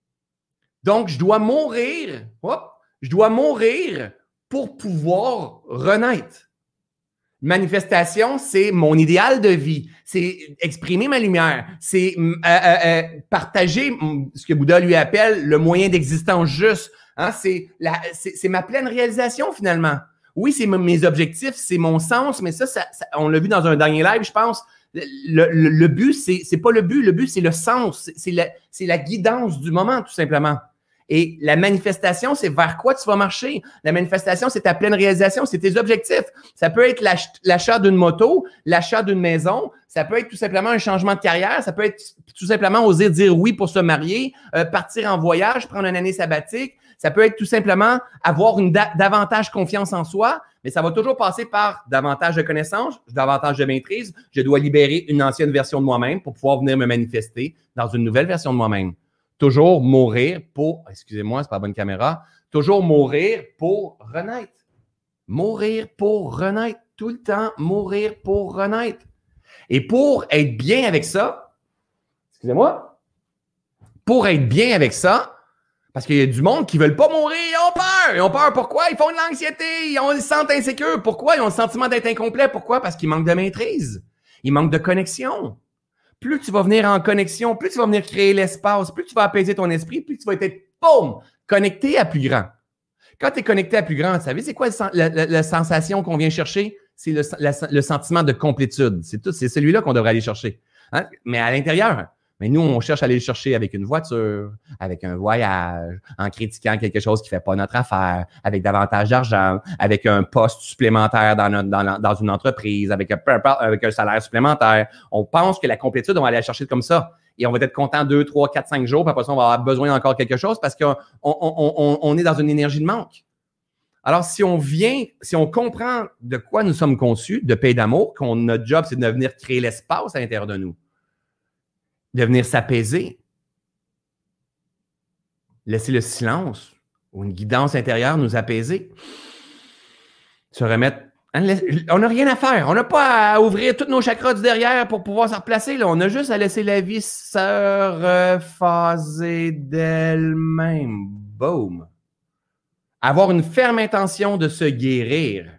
Donc, je dois mourir, hop, je dois mourir pour pouvoir renaître. Manifestation, c'est mon idéal de vie, c'est exprimer ma lumière, c'est euh, euh, euh, partager ce que Bouddha lui appelle le moyen d'existence juste. Hein, c'est, la, c'est, c'est ma pleine réalisation finalement. Oui, c'est m- mes objectifs, c'est mon sens, mais ça, ça, ça on l'a vu dans un dernier live, je pense. Le, le, le but, c'est, c'est pas le but, le but, c'est le sens, c'est, c'est, la, c'est la guidance du moment, tout simplement. Et la manifestation, c'est vers quoi tu vas marcher. La manifestation, c'est ta pleine réalisation, c'est tes objectifs. Ça peut être l'ach- l'achat d'une moto, l'achat d'une maison, ça peut être tout simplement un changement de carrière, ça peut être tout simplement oser dire oui pour se marier, euh, partir en voyage, prendre une année sabbatique, ça peut être tout simplement avoir une da- davantage confiance en soi, mais ça va toujours passer par davantage de connaissances, davantage de maîtrise. Je dois libérer une ancienne version de moi-même pour pouvoir venir me manifester dans une nouvelle version de moi-même. Toujours mourir pour, excusez-moi, c'est pas la bonne caméra, toujours mourir pour renaître. Mourir pour renaître. Tout le temps, mourir pour renaître. Et pour être bien avec ça, excusez-moi, pour être bien avec ça, Parce qu'il y a du monde qui ne veulent pas mourir, ils ont peur. Ils ont peur, pourquoi? Ils font de l'anxiété, ils, ont, ils se sentent insécures. Pourquoi? Ils ont le sentiment d'être incomplets. Pourquoi? Parce qu'ils manquent de maîtrise. Ils manquent de connexion. Plus tu vas venir en connexion, plus tu vas venir créer l'espace, plus tu vas apaiser ton esprit, plus tu vas être, boum, connecté à plus grand. Quand tu es connecté à plus grand, vous savez, c'est quoi la, la, la sensation qu'on vient chercher? C'est le, la, le sentiment de complétude. C'est tout, c'est celui-là qu'on devrait aller chercher. Hein? Mais à l'intérieur, mais nous, on cherche à aller le chercher avec une voiture, avec un voyage, en critiquant quelque chose qui ne fait pas notre affaire, avec davantage d'argent, avec un poste supplémentaire dans, notre, dans, dans une entreprise, avec un, avec un salaire supplémentaire. On pense que la complétude, on va aller la chercher comme ça. Et on va être content deux, trois, quatre, cinq jours, puis après ça, on va avoir besoin d'encore quelque chose parce qu'on on, on, on est dans une énergie de manque. Alors, si on vient, si on comprend de quoi nous sommes conçus, de paix d'amour, qu'on notre job, c'est de venir créer l'espace à l'intérieur de nous, de venir s'apaiser, laisser le silence ou une guidance intérieure nous apaiser, se remettre. On n'a rien à faire. On n'a pas à ouvrir tous nos chakras du derrière pour pouvoir se replacer. Là. On a juste à laisser la vie se rephaser d'elle-même. Boom. Avoir une ferme intention de se guérir.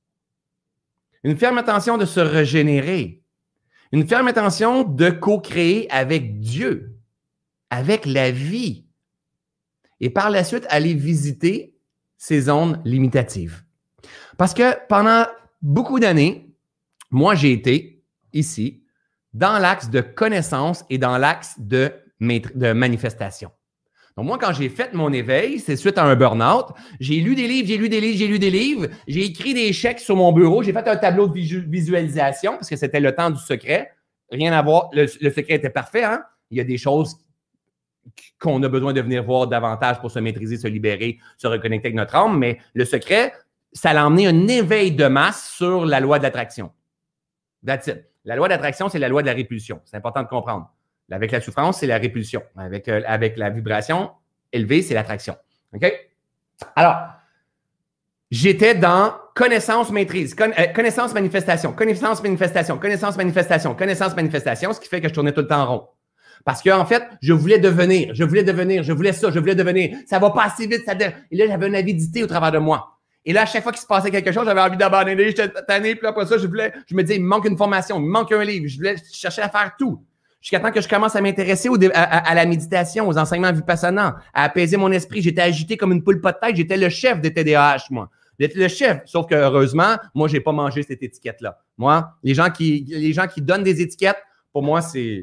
Une ferme intention de se régénérer. Une ferme intention de co-créer avec Dieu, avec la vie. Et par la suite, aller visiter ces zones limitatives. Parce que pendant beaucoup d'années, moi, j'ai été ici dans l'axe de connaissance et dans l'axe de, de manifestation. Donc, moi, quand j'ai fait mon éveil, c'est suite à un burn-out, j'ai lu des livres, j'ai lu des livres, j'ai lu des livres, j'ai écrit des chèques sur mon bureau, j'ai fait un tableau de visualisation parce que c'était le temps du secret. Rien à voir, le, le secret était parfait, hein? Il y a des choses qu'on a besoin de venir voir davantage pour se maîtriser, se libérer, se reconnecter avec notre âme, mais le secret, ça a emmené un éveil de masse sur la loi de l'attraction. That's it. La loi d'attraction, c'est la loi de la répulsion. C'est important de comprendre. Avec la souffrance, c'est la répulsion. Avec, euh, avec la vibration élevée, c'est l'attraction. OK? Alors, j'étais dans connaissance, maîtrise, con, euh, connaissance, manifestation, connaissance, manifestation, connaissance, manifestation, connaissance, manifestation, ce qui fait que je tournais tout le temps en rond. Parce qu'en fait, je voulais devenir, je voulais devenir, je voulais ça, je voulais devenir. Ça va pas assez vite. Ça de... Et là, j'avais une avidité au travers de moi. Et là, à chaque fois qu'il se passait quelque chose, j'avais envie d'abandonner, j'étais tanné, puis après ça, je voulais, je me disais, il me manque une formation, il me manque un livre, je voulais chercher à faire tout. Jusqu'à temps que je commence à m'intéresser au, à, à, à la méditation, aux enseignements vipassana, à apaiser mon esprit. J'étais agité comme une poule pas de tête, j'étais le chef de T D A H, moi. J'étais le chef, sauf que heureusement, moi, j'ai pas mangé cette étiquette-là. Moi, les gens qui, les gens qui donnent des étiquettes, pour moi, c'est...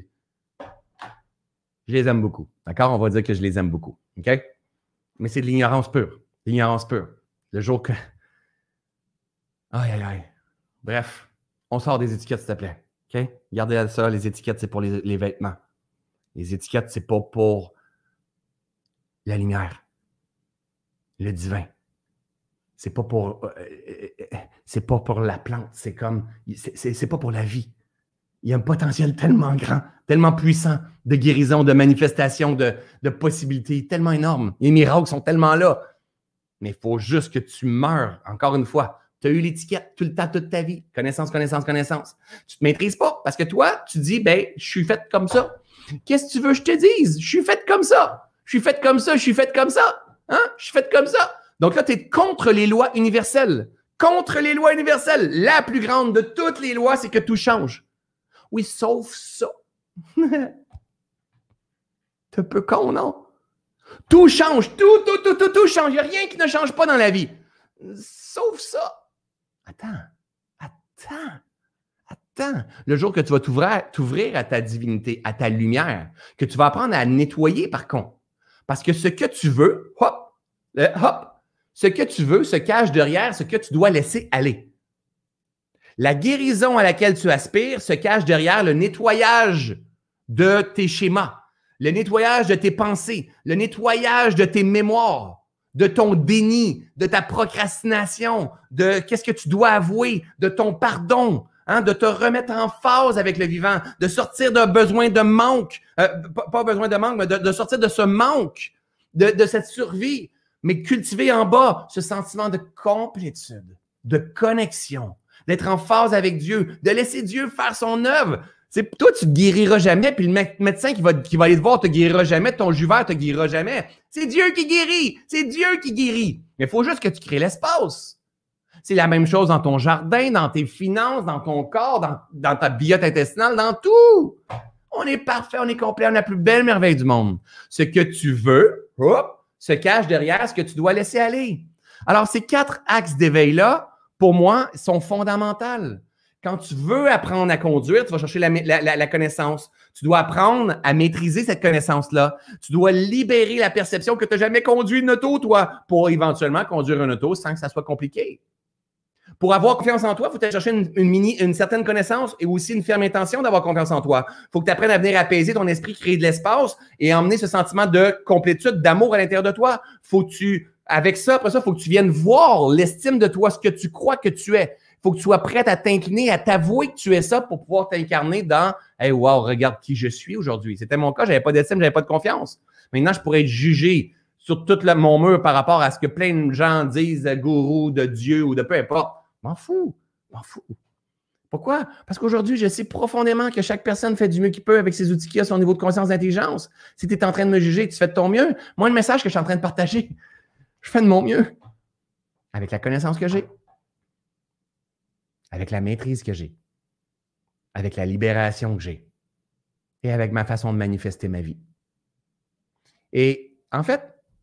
Je les aime beaucoup. D'accord? On va dire que je les aime beaucoup. OK? Mais c'est de l'ignorance pure. L'ignorance pure. Le jour que... Aïe, aïe, aïe. Bref, on sort des étiquettes, s'il te plaît. OK? Gardez ça, les étiquettes, c'est pour les, les vêtements. Les étiquettes, c'est pas pour la lumière. Le divin. C'est pas pour... Euh, c'est pas pour la plante. C'est comme... C'est, c'est, c'est pas pour la vie. Il y a un potentiel tellement grand, tellement puissant de guérison, de manifestation, de, de possibilités, tellement énorme. Les miracles sont tellement là. Mais il faut juste que tu meurs, encore une fois. Tu as eu l'étiquette tout le temps, toute ta vie. Connaissance, connaissance, connaissance. Tu ne te maîtrises pas parce que toi, tu dis, ben, je suis faite comme ça. Qu'est-ce que tu veux que je te dise? Je suis faite comme ça. Je suis faite comme ça. Je suis faite comme ça. Hein? Je suis faite comme ça. Donc là, tu es contre les lois universelles. Contre les lois universelles. La plus grande de toutes les lois, c'est que tout change. Oui, sauf ça. T'es un peu con, non? Tout change. Tout, tout, tout, tout, tout change. Il n'y a rien qui ne change pas dans la vie. Sauf ça. Attends. Attends. Attends. Le jour que tu vas t'ouvrir, t'ouvrir à ta divinité, à ta lumière, que tu vas apprendre à nettoyer par contre. Parce que ce que tu veux, hop, euh, hop, ce que tu veux se cache derrière ce que tu dois laisser aller. La guérison à laquelle tu aspires se cache derrière le nettoyage de tes schémas, le nettoyage de tes pensées, le nettoyage de tes mémoires, de ton déni, de ta procrastination, de qu'est-ce que tu dois avouer, de ton pardon, hein, de te remettre en phase avec le vivant, de sortir d'un besoin de manque, euh, pas, pas besoin de manque, mais de, de sortir de ce manque, de, de cette survie, mais cultiver en bas ce sentiment de complétude, de connexion, d'être en phase avec Dieu, de laisser Dieu faire son œuvre. C'est, toi, tu ne guériras jamais, puis le médecin qui va, qui va aller te voir te guérira jamais, ton jus vert te guérira jamais. C'est Dieu qui guérit! C'est Dieu qui guérit! Mais il faut juste que tu crées l'espace. C'est la même chose dans ton jardin, dans tes finances, dans ton corps, dans, dans ta biote intestinale, dans tout. On est parfait, on est complet, on a la plus belle merveille du monde. Ce que tu veux, hop, se cache derrière ce que tu dois laisser aller. Alors, ces quatre axes d'éveil-là, pour moi, sont fondamentaux. Quand tu veux apprendre à conduire, tu vas chercher la, la, la, la connaissance. Tu dois apprendre à maîtriser cette connaissance-là. Tu dois libérer la perception que tu n'as jamais conduit une auto, toi, pour éventuellement conduire une auto sans que ça soit compliqué. Pour avoir confiance en toi, il faut aller chercher une, une, mini, une certaine connaissance et aussi une ferme intention d'avoir confiance en toi. Il faut que tu apprennes à venir apaiser ton esprit, créer de l'espace et emmener ce sentiment de complétude, d'amour à l'intérieur de toi. Faut que tu, avec ça, après ça, il faut que tu viennes voir l'estime de toi, ce que tu crois que tu es. Il faut que tu sois prête à t'incliner, à t'avouer que tu es ça pour pouvoir t'incarner dans « Hey, wow, regarde qui je suis aujourd'hui. » C'était mon cas, je n'avais pas d'estime, je n'avais pas de confiance. Maintenant, je pourrais être jugé sur tout le, mon mur par rapport à ce que plein de gens disent de gourou, de Dieu ou de peu importe. M'en fous, m'en fous. Pourquoi? Parce qu'aujourd'hui, je sais profondément que chaque personne fait du mieux qu'il peut avec ses outils qu'il a, son niveau de conscience, d'intelligence. Si tu es en train de me juger, tu fais de ton mieux. Moi, le message que je suis en train de partager, je fais de mon mieux avec la connaissance que j'ai, avec la maîtrise que j'ai, avec la libération que j'ai et avec ma façon de manifester ma vie. Et en fait,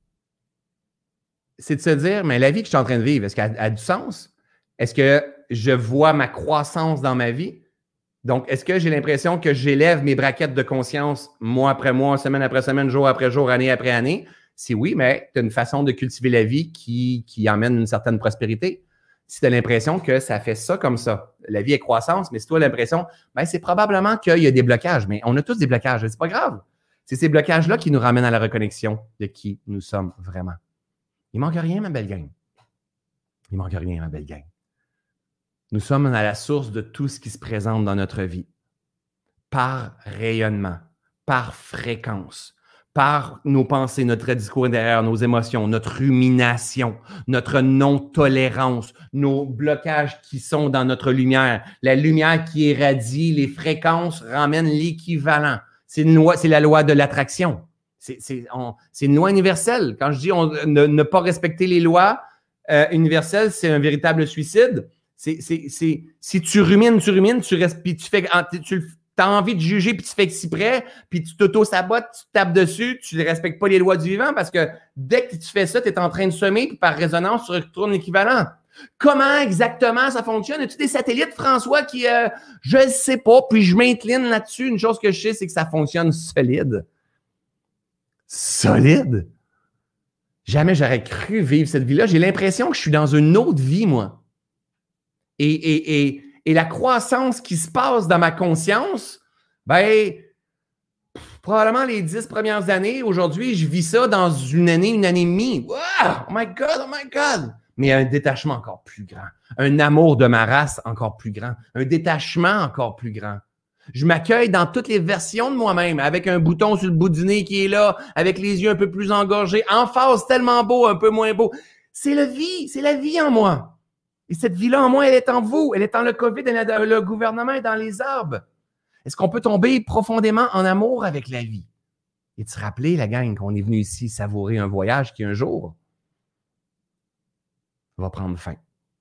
c'est de se dire, mais la vie que je suis en train de vivre, est-ce qu'elle a du sens? Est-ce que je vois ma croissance dans ma vie? Donc, est-ce que j'ai l'impression que j'élève mes braquettes de conscience mois après mois, semaine après semaine, jour après jour, année après année? Si oui, mais tu as une façon de cultiver la vie qui, qui emmène une certaine prospérité. Si tu as l'impression que ça fait ça comme ça, la vie est croissance, mais si tu as l'impression, ben c'est probablement qu'il y a des blocages. Mais on a tous des blocages, c'est pas grave. C'est ces blocages-là qui nous ramènent à la reconnexion de qui nous sommes vraiment. Il manque rien, ma belle gang. Il manque rien, ma belle gang. Nous sommes à la source de tout ce qui se présente dans notre vie. Par rayonnement, par fréquence, par nos pensées, notre discours intérieur, nos émotions, notre rumination, notre non-tolérance, nos blocages qui sont dans notre lumière, la lumière qui irradie, les fréquences ramènent l'équivalent. C'est une loi, c'est la loi de l'attraction. C'est, c'est, on, c'est une loi universelle. Quand je dis on, ne, ne pas respecter les lois euh, universelles, c'est un véritable suicide. C'est, c'est, c'est, si tu rumines, tu rumines, tu restes, puis tu fais, tu as envie de juger, puis tu fais exprès, puis tu t'auto-sabotes, tu tapes dessus, tu ne respectes pas les lois du vivant parce que dès que tu fais ça, tu es en train de semer, puis par résonance, tu retournes l'équivalent. Comment exactement ça fonctionne? As-tu des satellites, François, qui, euh, je ne sais pas, puis je m'incline là-dessus. Une chose que je sais, c'est que ça fonctionne solide. Solide? Jamais j'aurais cru vivre cette vie-là. J'ai l'impression que je suis dans une autre vie, moi. Et, et, et, et la croissance qui se passe dans ma conscience, ben, probablement les dix premières années, aujourd'hui, je vis ça dans une année, une année et demie. Wow! Oh my God, oh my God! Mais un détachement encore plus grand. Un amour de ma race encore plus grand. Un détachement encore plus grand. Je m'accueille dans toutes les versions de moi-même, avec un bouton sur le bout du nez qui est là, avec les yeux un peu plus engorgés, en face tellement beau, un peu moins beau. C'est la vie, c'est la vie en moi. Et cette vie-là en moi, elle est en vous, elle est en le COVID, elle est dans le gouvernement et dans les arbres. Est-ce qu'on peut tomber profondément en amour avec la vie? Et te rappeler, la gang, qu'on est venu ici savourer un voyage qui, un jour, va prendre fin.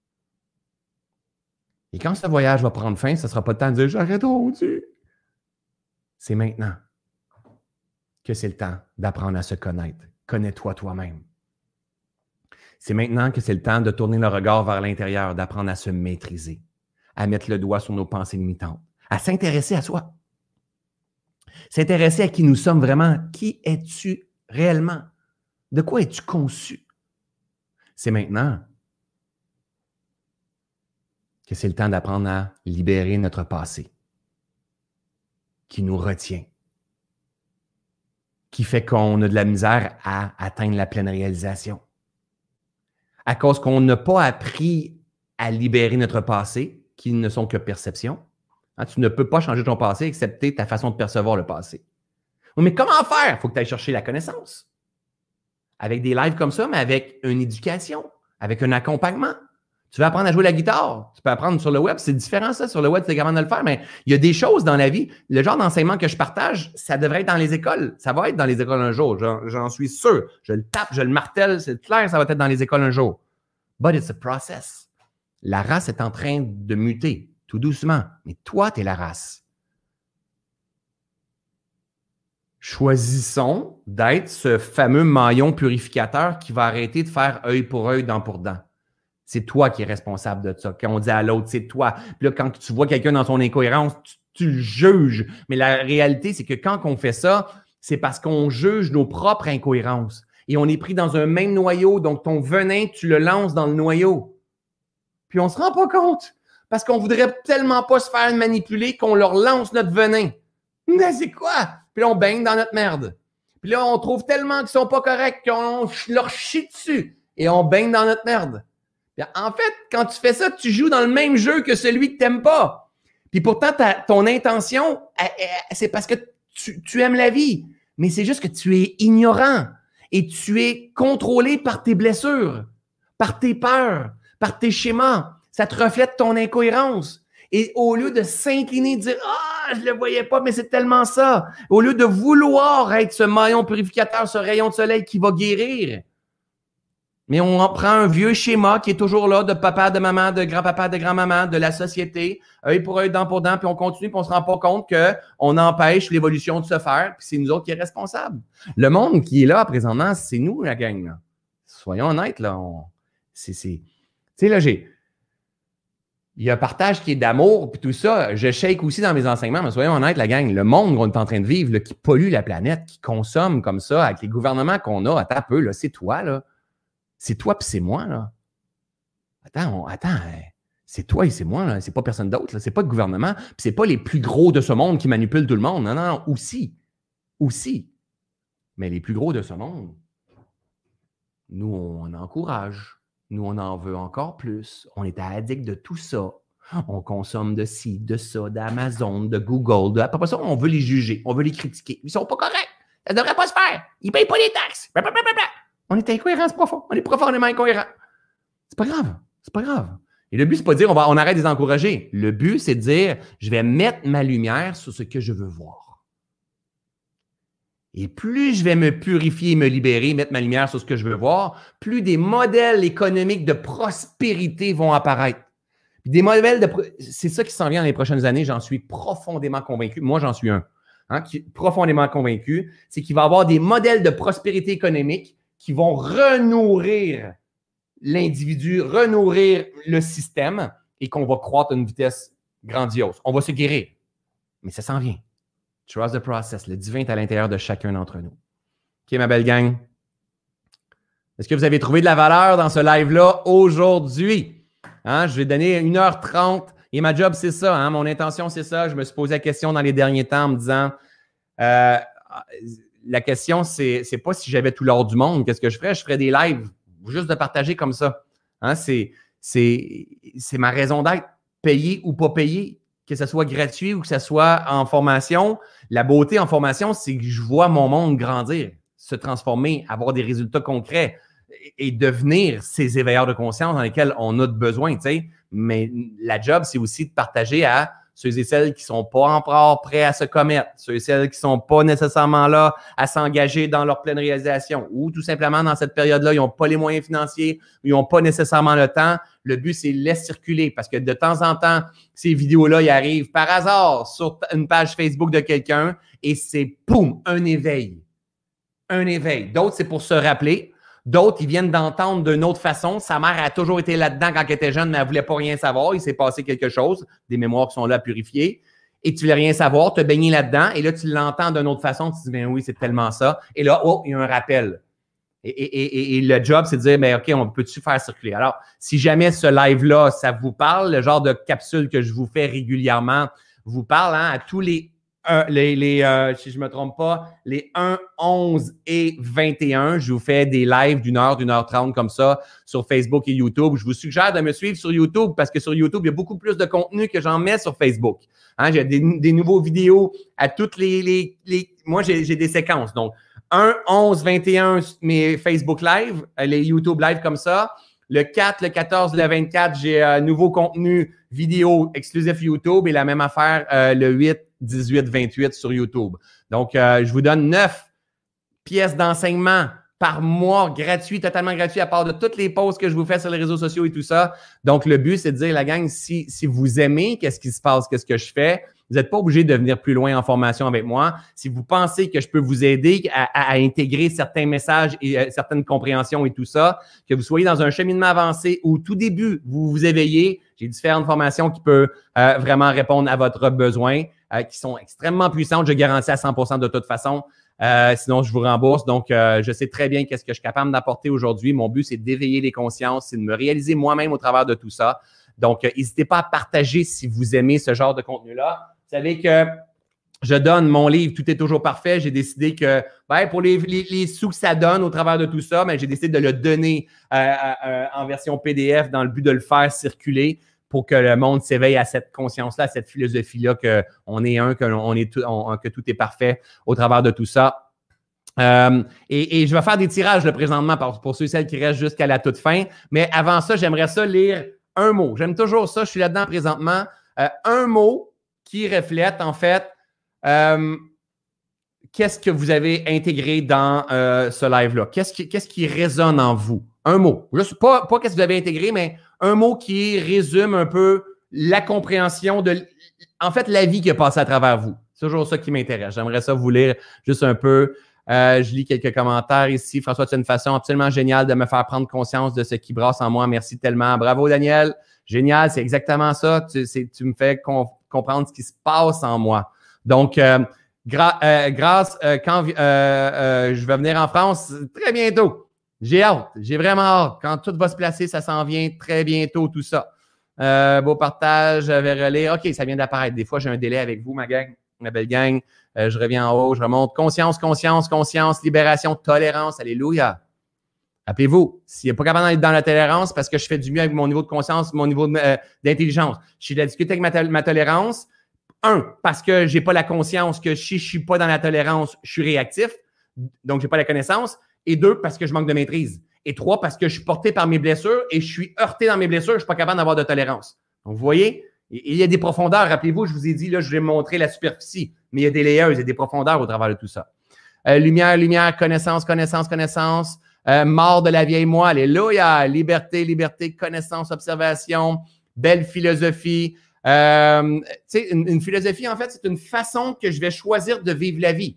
Et quand ce voyage va prendre fin, ce ne sera pas le temps de dire « J'arrête rendu ». C'est maintenant que c'est le temps d'apprendre à se connaître. Connais-toi toi-même. C'est maintenant que c'est le temps de tourner le regard vers l'intérieur, d'apprendre à se maîtriser, à mettre le doigt sur nos pensées limitantes, à s'intéresser à soi. S'intéresser à qui nous sommes vraiment. Qui es-tu réellement? De quoi es-tu conçu? C'est maintenant que c'est le temps d'apprendre à libérer notre passé qui nous retient, qui fait qu'on a de la misère à atteindre la pleine réalisation. À cause qu'on n'a pas appris à libérer notre passé, qui ne sont que perceptions. Hein, tu ne peux pas changer ton passé, excepté ta façon de percevoir le passé. Mais comment faire? Il faut que tu ailles chercher la connaissance. Avec des lives comme ça, mais avec une éducation, avec un accompagnement. Tu veux apprendre à jouer la guitare, tu peux apprendre sur le web. C'est différent, ça. Sur le web, tu es capable de le faire, mais il y a des choses dans la vie. Le genre d'enseignement que je partage, ça devrait être dans les écoles. Ça va être dans les écoles un jour. J'en, j'en suis sûr. Je le tape, je le martèle. C'est clair, ça va être dans les écoles un jour. But it's a process. La race est en train de muter, tout doucement. Mais toi, tu es la race. Choisissons d'être ce fameux maillon purificateur qui va arrêter de faire œil pour œil, dent pour dent. C'est toi qui es responsable de ça. Quand on dit à l'autre, c'est toi. Puis là, quand tu vois quelqu'un dans son incohérence, tu, tu le juges. Mais la réalité, c'est que quand on fait ça, c'est parce qu'on juge nos propres incohérences. Et on est pris dans un même noyau. Donc, ton venin, tu le lances dans le noyau. Puis on ne se rend pas compte. Parce qu'on ne voudrait tellement pas se faire manipuler qu'on leur lance notre venin. Mais c'est quoi? Puis là, on baigne dans notre merde. Puis là, on trouve tellement qu'ils sont pas corrects qu'on leur chie dessus. Et on baigne dans notre merde. Puis en fait, quand tu fais ça, tu joues dans le même jeu que celui que tu n'aimes pas. Puis pourtant, ta, ton intention, elle, elle, c'est parce que tu, tu aimes la vie. Mais c'est juste que tu es ignorant. Et tu es contrôlé par tes blessures, par tes peurs, par tes schémas. Ça te reflète ton incohérence. Et au lieu de s'incliner et de dire « Ah, je ne le voyais pas, mais c'est tellement ça », au lieu de vouloir être ce maillon purificateur, ce rayon de soleil qui va guérir, mais on prend un vieux schéma qui est toujours là de papa, de maman, de grand-papa, de grand-maman, de la société, œil pour œil, dent pour dent, puis on continue, puis on ne se rend pas compte qu'on empêche l'évolution de se faire, puis c'est nous autres qui est responsables. Le monde qui est là présentement, c'est nous, la gang. Là. Soyons honnêtes, là. On... C'est, c'est... Tu sais, là, j'ai... Il y a un partage qui est d'amour, puis tout ça. Je shake aussi dans mes enseignements, mais soyons honnêtes, la gang, le monde qu'on est en train de vivre, là, qui pollue la planète, qui consomme comme ça, avec les gouvernements qu'on a, attends un peu, là, c'est toi, là. C'est toi puis c'est moi, là. Attends, on, attends, hein. C'est toi et c'est moi, là. C'est pas personne d'autre, là. C'est pas le gouvernement, puis c'est pas les plus gros de ce monde qui manipulent tout le monde. Non, non, non, aussi. Aussi. Mais les plus gros de ce monde, nous, on encourage. Nous, on en veut encore plus. On est addict de tout ça. On consomme de ci, de ça, d'Amazon, de Google. De... Après ça, on veut les juger. On veut les critiquer. Ils sont pas corrects. Ça devrait pas se faire. Ils payent pas les taxes. On est incohérent, c'est profond. On est profondément incohérent. C'est pas grave. C'est pas grave. Et le but, c'est pas de dire on, va, on arrête de les encourager. Le but, c'est de dire je vais mettre ma lumière sur ce que je veux voir. Et plus je vais me purifier, me libérer, mettre ma lumière sur ce que je veux voir, plus des modèles économiques de prospérité vont apparaître. Puis des modèles de... C'est ça qui s'en vient dans les prochaines années, j'en suis profondément convaincu. Moi, j'en suis un. Hein, qui est profondément convaincu. C'est qu'il va y avoir des modèles de prospérité économique qui vont renourrir l'individu, renourrir le système et qu'on va croître à une vitesse grandiose. On va se guérir. Mais ça s'en vient. Trust the process. Le divin est à l'intérieur de chacun d'entre nous. OK, ma belle gang? Est-ce que vous avez trouvé de la valeur dans ce live-là aujourd'hui? Hein, je vais donner une heure trente et ma job, c'est ça. Hein, mon intention, c'est ça. Je me suis posé la question dans les derniers temps en me disant euh, la question, c'est, c'est pas si j'avais tout l'or du monde, qu'est-ce que je ferais? Je ferais des lives juste de partager comme ça. Hein, c'est, c'est, c'est ma raison d'être. Payer ou pas payer. Que ce soit gratuit ou que ce soit en formation, la beauté en formation, c'est que je vois mon monde grandir, se transformer, avoir des résultats concrets et devenir ces éveilleurs de conscience dans lesquels on a besoin, tu sais. Mais la job, c'est aussi de partager à ceux et celles qui ne sont pas encore prêts à se commettre, ceux et celles qui ne sont pas nécessairement là à s'engager dans leur pleine réalisation ou tout simplement dans cette période-là, ils n'ont pas les moyens financiers, ils n'ont pas nécessairement le temps. Le but, c'est laisse circuler parce que de temps en temps, ces vidéos-là, ils arrivent par hasard sur une page Facebook de quelqu'un et c'est, poum, un éveil. Un éveil. D'autres, c'est pour se rappeler. D'autres, ils viennent d'entendre d'une autre façon. Sa mère a toujours été là-dedans quand elle était jeune, mais elle ne voulait pas rien savoir. Il s'est passé quelque chose, des mémoires qui sont là à purifier. Et tu ne voulais rien savoir, tu as baigné là-dedans. Et là, tu l'entends d'une autre façon. Tu te dis, ben oui, c'est tellement ça. Et là, oh, il y a un rappel. Et, et, et, et le job, c'est de dire, ben OK, on peut-tu faire circuler? Alors, si jamais ce live-là, ça vous parle, le genre de capsule que je vous fais régulièrement vous parle, hein, à tous les Euh, les, les euh, si je ne me trompe pas, les un, onze et vingt et un, je vous fais des lives d'une heure, d'une heure trente comme ça sur Facebook et YouTube. Je vous suggère de me suivre sur YouTube parce que sur YouTube, il y a beaucoup plus de contenu que j'en mets sur Facebook. Hein, j'ai des, des nouveaux vidéos à toutes les... les, les moi, j'ai, j'ai des séquences. Donc, un, onze, vingt et un, mes Facebook Live, les YouTube Live comme ça. Le quatre, le quatorze, le vingt-quatre, j'ai un euh, nouveau contenu vidéo exclusif YouTube et la même affaire euh, le huit, dix-huit, vingt-huit sur YouTube. Donc, euh, je vous donne neuf pièces d'enseignement par mois, gratuit, totalement gratuit, à part de toutes les posts que je vous fais sur les réseaux sociaux et tout ça. Donc, le but, c'est de dire, la gang, si, si vous aimez qu'est-ce qui se passe, qu'est-ce que je fais, vous n'êtes pas obligé de venir plus loin en formation avec moi. Si vous pensez que je peux vous aider à, à, à intégrer certains messages et euh, certaines compréhensions et tout ça, que vous soyez dans un cheminement avancé ou tout début, vous vous éveillez, j'ai différentes formations qui peuvent euh, vraiment répondre à votre besoin, euh, qui sont extrêmement puissantes, je garantis à cent pour cent de toute façon. Euh, sinon, je vous rembourse. Donc, euh, je sais très bien qu'est-ce que je suis capable d'apporter aujourd'hui. Mon but, c'est d'éveiller les consciences, c'est de me réaliser moi-même au travers de tout ça. Donc, euh, n'hésitez pas à partager si vous aimez ce genre de contenu-là. Vous savez que je donne mon livre « Tout est toujours parfait ». J'ai décidé que, ben, pour les, les, les sous que ça donne au travers de tout ça, ben, j'ai décidé de le donner euh, euh, en version P D F dans le but de le faire circuler pour que le monde s'éveille à cette conscience-là, à cette philosophie-là qu'on est un, que, on est tout, on, que tout est parfait au travers de tout ça. Euh, et, et je vais faire des tirages là, présentement pour, pour ceux et celles qui restent jusqu'à la toute fin. Mais avant ça, j'aimerais ça lire un mot. J'aime toujours ça, je suis là-dedans présentement. Euh, un mot qui reflète, en fait, euh, qu'est-ce que vous avez intégré dans euh, ce live-là? Qu'est-ce qui, qu'est-ce qui résonne en vous? Un mot. Juste pas, pas qu'est-ce que vous avez intégré, mais un mot qui résume un peu la compréhension de, en fait, la vie qui a passé à travers vous. C'est toujours ça qui m'intéresse. J'aimerais ça vous lire juste un peu. Euh, je lis quelques commentaires ici. François, tu as une façon absolument géniale de me faire prendre conscience de ce qui brasse en moi. Merci tellement. Bravo, Daniel. Génial, c'est exactement ça. Tu, c'est, tu me fais com- comprendre ce qui se passe en moi. Donc, euh, gra- euh, grâce, euh, quand euh, euh, je vais venir en France très bientôt. J'ai hâte, j'ai vraiment hâte. Quand tout va se placer, ça s'en vient très bientôt, tout ça. Euh, beau partage, j'avais relais. OK, ça vient d'apparaître. Des fois, j'ai un délai avec vous, ma gang, ma belle gang. Euh, je reviens en haut, je remonte. Conscience, conscience, conscience, libération, tolérance. Alléluia. Rappelez-vous, s'il n'est pas capable d'être dans la tolérance, parce que je fais du mieux avec mon niveau de conscience, mon niveau de, euh, d'intelligence. Je suis de la difficulté avec ma, to- ma tolérance. Un, parce que je n'ai pas la conscience que si je ne suis pas dans la tolérance, je suis réactif. Donc, je n'ai pas la connaissance. Et deux, parce que je manque de maîtrise. Et trois, parce que je suis porté par mes blessures et je suis heurté dans mes blessures, je ne suis pas capable d'avoir de tolérance. Donc, vous voyez, il y a des profondeurs. Rappelez-vous, je vous ai dit, là, je vais montrer la superficie, mais il y a des layers, il y a des profondeurs au travers de tout ça. Euh, lumière, lumière, connaissance, connaissance, connaissance. Euh, mort de la vieille moi, alléluia. Liberté, liberté, connaissance, observation. Belle philosophie. Euh, tu sais, une, une philosophie, en fait, c'est une façon que je vais choisir de vivre la vie.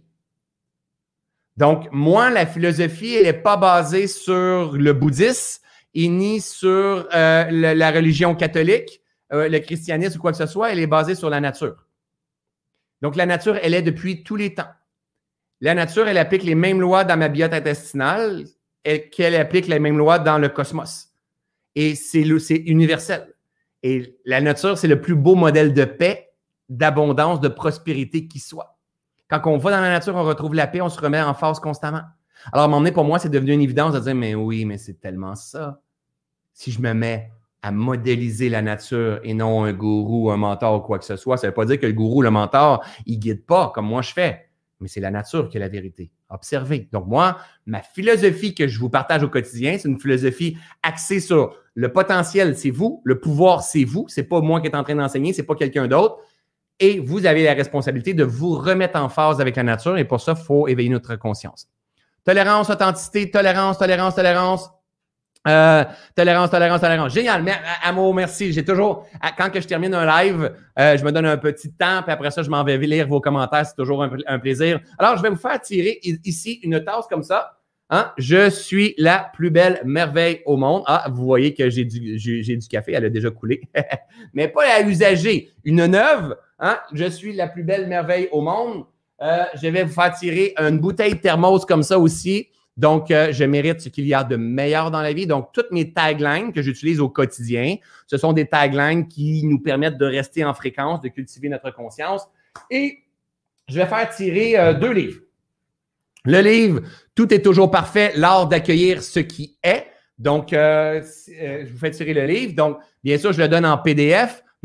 Donc, moi, la philosophie, elle n'est pas basée sur le bouddhisme et ni sur euh, le, la religion catholique, euh, le christianisme ou quoi que ce soit. Elle est basée sur la nature. Donc, la nature, elle est depuis tous les temps. La nature, elle applique les mêmes lois dans ma biote intestinale qu'elle applique les mêmes lois dans le cosmos. Et c'est, le, c'est universel. Et la nature, c'est le plus beau modèle de paix, d'abondance, de prospérité qui soit. Quand on va dans la nature, on retrouve la paix, on se remet en phase constamment. Alors, à un moment donné, pour moi, c'est devenu une évidence de dire, mais oui, mais c'est tellement ça. Si je me mets à modéliser la nature et non un gourou, un mentor ou quoi que ce soit, ça ne veut pas dire que le gourou, le mentor, il ne guide pas comme moi je fais. Mais c'est la nature qui est la vérité. Observez. Donc, moi, ma philosophie que je vous partage au quotidien, c'est une philosophie axée sur le potentiel, c'est vous. Le pouvoir, c'est vous. C'est pas moi qui est en train d'enseigner, c'est pas quelqu'un d'autre. Et vous avez la responsabilité de vous remettre en phase avec la nature et pour ça, il faut éveiller notre conscience. Tolérance, authenticité, tolérance, tolérance, tolérance. Euh, tolérance, tolérance, tolérance. Génial. Mer- amour, merci. J'ai toujours, quand que je termine un live, euh, je me donne un petit temps, puis après ça, je m'en vais lire vos commentaires. C'est toujours un, un plaisir. Alors, je vais vous faire tirer ici une tasse comme ça. Hein? Je suis la plus belle merveille au monde. Ah, vous voyez que j'ai du, j'ai, j'ai du café. Elle a déjà coulé. Mais pas à usager. Une neuve. Hein? Je suis la plus belle merveille au monde. Euh, je vais vous faire tirer une bouteille de thermos comme ça aussi. Donc, euh, je mérite ce qu'il y a de meilleur dans la vie. Donc, toutes mes taglines que j'utilise au quotidien, ce sont des taglines qui nous permettent de rester en fréquence, de cultiver notre conscience. Et je vais faire tirer euh, deux livres. Le livre « Tout est toujours parfait, l'art d'accueillir ce qui est ». Donc, euh, euh, je vous fais tirer le livre. Donc, bien sûr, je le donne en P D F,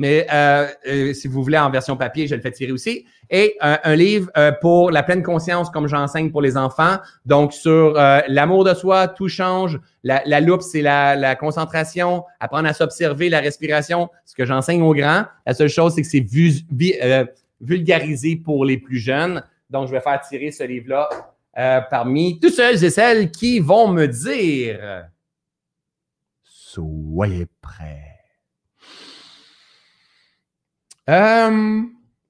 mais euh, euh, si vous voulez en version papier, je le fais tirer aussi. Et euh, un livre euh, pour la pleine conscience, comme j'enseigne pour les enfants. Donc, sur euh, l'amour de soi, tout change. La, la loupe, c'est la, la concentration, apprendre à s'observer, la respiration, ce que j'enseigne aux grands. La seule chose, c'est que c'est vu, vi, euh, vulgarisé pour les plus jeunes. Donc, je vais faire tirer ce livre-là euh, parmi tous ceux et celles qui vont me dire « Soyez prêts ». Euh,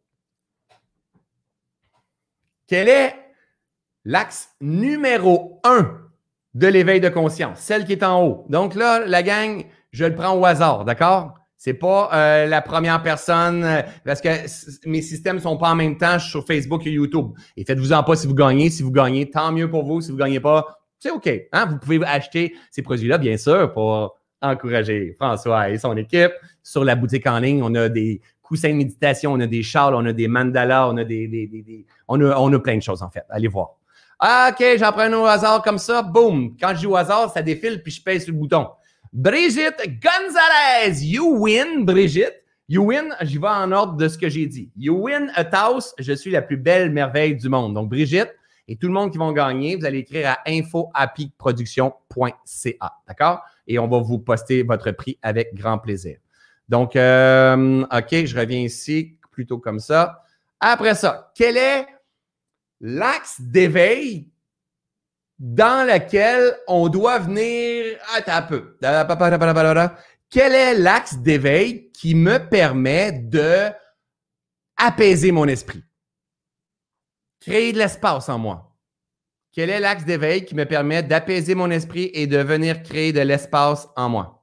quel est l'axe numéro un de l'éveil de conscience? Celle qui est en haut. Donc là, la gang, je le prends au hasard, d'accord? C'est pas euh, la première personne, euh, parce que mes systèmes sont pas en même temps, je suis sur Facebook et YouTube. Et faites-vous-en pas si vous gagnez. Si vous gagnez, tant mieux pour vous. Si vous gagnez pas, c'est OK. Hein? Vous pouvez acheter ces produits-là, bien sûr, pour encourager François et son équipe. Sur la boutique en ligne, on a des coussins de méditation, on a des châles, on a des mandalas, on a des, des, des, des on a, on a plein de choses en fait. Allez voir. Ah, OK, j'en prends un au hasard comme ça, boum. Quand je dis au hasard, ça défile puis je pèse sur le bouton. Brigitte Gonzalez, you win, Brigitte. You win, j'y vais en ordre de ce que j'ai dit. You win a house, je suis la plus belle merveille du monde. Donc, Brigitte et tout le monde qui vont gagner, vous allez écrire à info happy production point c a, d'accord? Et on va vous poster votre prix avec grand plaisir. Donc, euh, OK, je reviens ici, plutôt comme ça. Après ça, quel est l'axe d'éveil dans lequel on doit venir... Attends un peu. Quel est l'axe d'éveil qui me permet de apaiser mon esprit? Créer de l'espace en moi. Quel est l'axe d'éveil qui me permet d'apaiser mon esprit et de venir créer de l'espace en moi?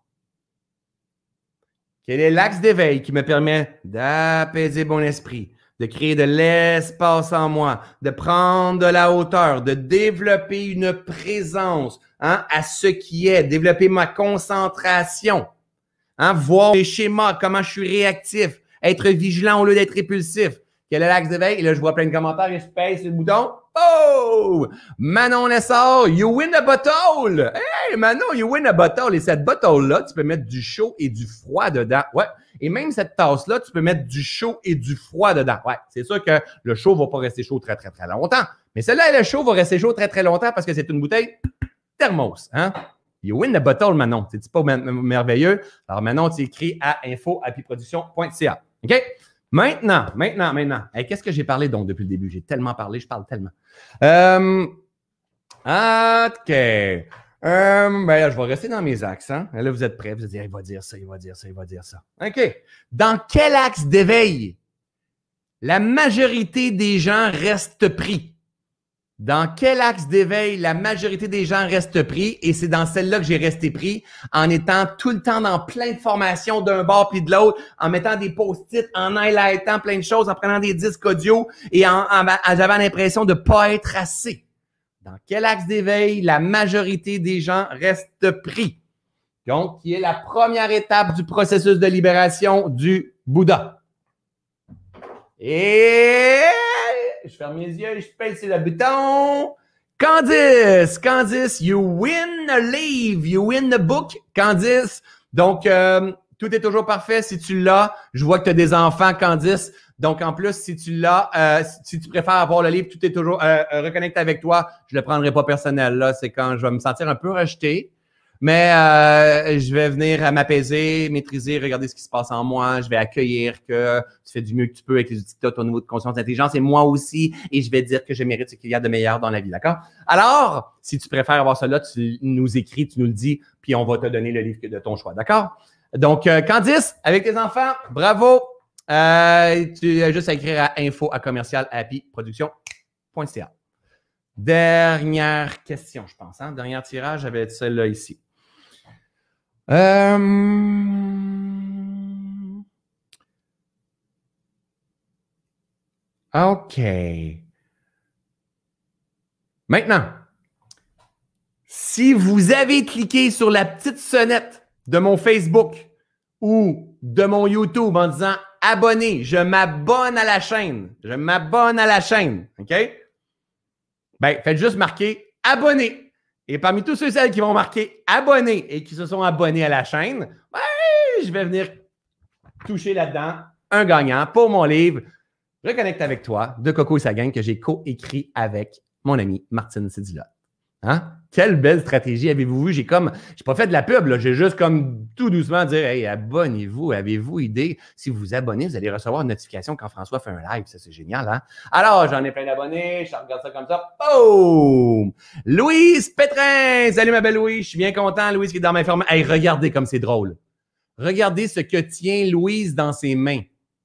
Quel est l'axe d'éveil qui me permet d'apaiser mon esprit, de créer de l'espace en moi, de prendre de la hauteur, de développer une présence hein, à ce qui est, développer ma concentration, hein, voir les schémas, comment je suis réactif, être vigilant au lieu d'être répulsif. Quel est l'axe d'éveil? Et là, je vois plein de commentaires et je pèse sur le bouton. Oh! Manon Lessard, you win a bottle! Hey, Manon, you win a bottle! Et cette bottle-là, tu peux mettre du chaud et du froid dedans. Ouais. Et même cette tasse-là, tu peux mettre du chaud et du froid dedans. Ouais. C'est sûr que le chaud va pas rester chaud très, très, très longtemps. Mais celle-là, le chaud va rester chaud très, très longtemps parce que c'est une bouteille thermos. Hein? You win a bottle, Manon. C'est pas merveilleux? Alors, Manon, tu écris à info happy production point c a. OK? Maintenant, maintenant, maintenant. Hey, qu'est-ce que j'ai parlé donc depuis le début? J'ai tellement parlé, je parle tellement. Euh, OK. Euh, ben là, je vais rester dans mes axes. Hein? Là, vous êtes prêts. Vous allez dire, il va dire ça, il va dire ça, il va dire ça. OK. Dans quel axe d'éveil la majorité des gens restent pris? Dans quel axe d'éveil la majorité des gens restent pris? Et c'est dans celle-là que j'ai resté pris en étant tout le temps dans plein de formations d'un bord puis de l'autre, en mettant des post-it, en highlightant plein de choses, en prenant des disques audio et en, en, en j'avais l'impression de pas être assez. Dans quel axe d'éveil la majorité des gens restent pris? Donc, qui est la première étape du processus de libération du Bouddha. Et... je ferme mes yeux et je pèse sur le bouton. Candice, Candice, you win a livre, you win a book, Candice. Donc, euh, tout est toujours parfait si tu l'as. Je vois que tu as des enfants, Candice. Donc, en plus, si tu l'as, euh, si tu préfères avoir le livre, tout est toujours euh, reconnecté avec toi. Je le prendrai pas personnel. Là, c'est quand je vais me sentir un peu rejeté. Mais euh, je vais venir m'apaiser, maîtriser, regarder ce qui se passe en moi. Je vais accueillir que tu fais du mieux que tu peux avec les outils que tu as, ton niveau de conscience d'intelligence et moi aussi. Et je vais dire que je mérite ce qu'il y a de meilleur dans la vie, d'accord? Alors, si tu préfères avoir cela, tu nous écris, tu nous le dis, puis on va te donner le livre de ton choix, d'accord? Donc, euh, Candice, avec tes enfants, bravo! Euh, tu as juste à écrire à info à commercial happy production point c a. Dernière question, je pense. Hein? Dernier tirage, j'avais celle-là ici. Euh... OK. Maintenant, si vous avez cliqué sur la petite sonnette de mon Facebook ou de mon YouTube en disant « Abonné », je m'abonne à la chaîne. Je m'abonne à la chaîne. OK? Ben, faites juste marquer « Abonné ». Et parmi tous ceux et celles qui vont marquer « Abonné » et qui se sont abonnés à la chaîne, ben, je vais venir toucher là-dedans. Un gagnant pour mon livre Reconnecte avec toi de Coco et sa gang que j'ai co-écrit avec mon ami Martine Cédillotte. Hein? Quelle belle stratégie avez-vous vu? J'ai comme, j'ai pas fait de la pub, là. J'ai juste comme tout doucement dire, hey, abonnez-vous, avez-vous idée? Si vous vous abonnez, vous allez recevoir une notification quand François fait un live. Ça, c'est génial, hein? Alors, j'en ai plein d'abonnés, je regarde ça comme ça. Boum! Louise Pétrin! Salut ma belle Louise, je suis bien content, Louise qui est dans ma ferme. Hey, regardez comme c'est drôle. Regardez ce que tient Louise dans ses mains.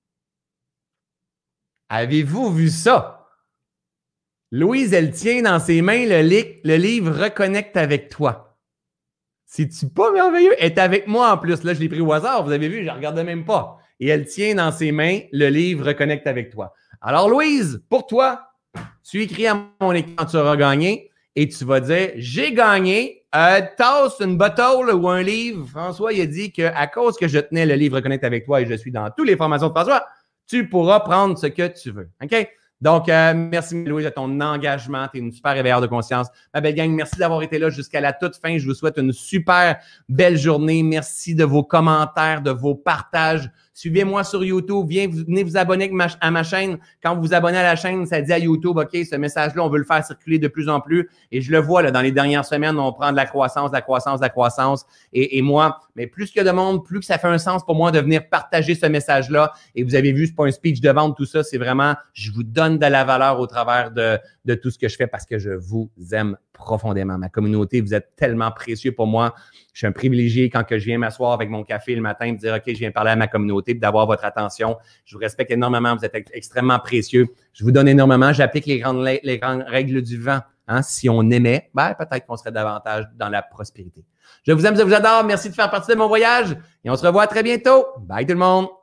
Avez-vous vu ça? Louise, elle tient dans ses mains le, li- le livre Reconnecte avec toi. C'est-tu pas merveilleux? Elle est avec moi en plus. Là, je l'ai pris au hasard. Vous avez vu, je ne regardais même pas. Et elle tient dans ses mains le livre Reconnecte avec toi. Alors, Louise, pour toi, tu écris à mon écran, tu auras gagné et tu vas dire « J'ai gagné, euh, tasse, une bottle ou un livre. » François, il a dit qu'à cause que je tenais le livre Reconnecte avec toi et je suis dans toutes les formations de François, tu pourras prendre ce que tu veux. OK? Donc, euh, merci, Louise, de ton engagement. Tu es une super réveilleur de conscience. Ma belle gang, merci d'avoir été là jusqu'à la toute fin. Je vous souhaite une super belle journée. Merci de vos commentaires, de vos partages. Suivez-moi sur YouTube. Viens, venez vous abonner à ma chaîne. Quand vous vous abonnez à la chaîne, ça dit à YouTube, OK, ce message-là, on veut le faire circuler de plus en plus. Et je le vois, là, dans les dernières semaines, on prend de la croissance, de la croissance, de la croissance. Et, et moi, mais plus qu'il y a de monde, plus que ça fait un sens pour moi de venir partager ce message-là. Et vous avez vu, c'est pas un speech de vente, tout ça. C'est vraiment, je vous donne de la valeur au travers de, de tout ce que je fais parce que je vous aime profondément. Ma communauté, vous êtes tellement précieux pour moi. Je suis un privilégié quand que je viens m'asseoir avec mon café le matin et dire « OK, je viens parler à ma communauté et d'avoir votre attention. Je vous respecte énormément. Vous êtes ex- extrêmement précieux. Je vous donne énormément. J'applique les grandes, les grandes règles du vent. Hein? Si on aimait, ben, peut-être qu'on serait davantage dans la prospérité. Je vous aime, je vous adore. Merci de faire partie de mon voyage et on se revoit très bientôt. Bye tout le monde.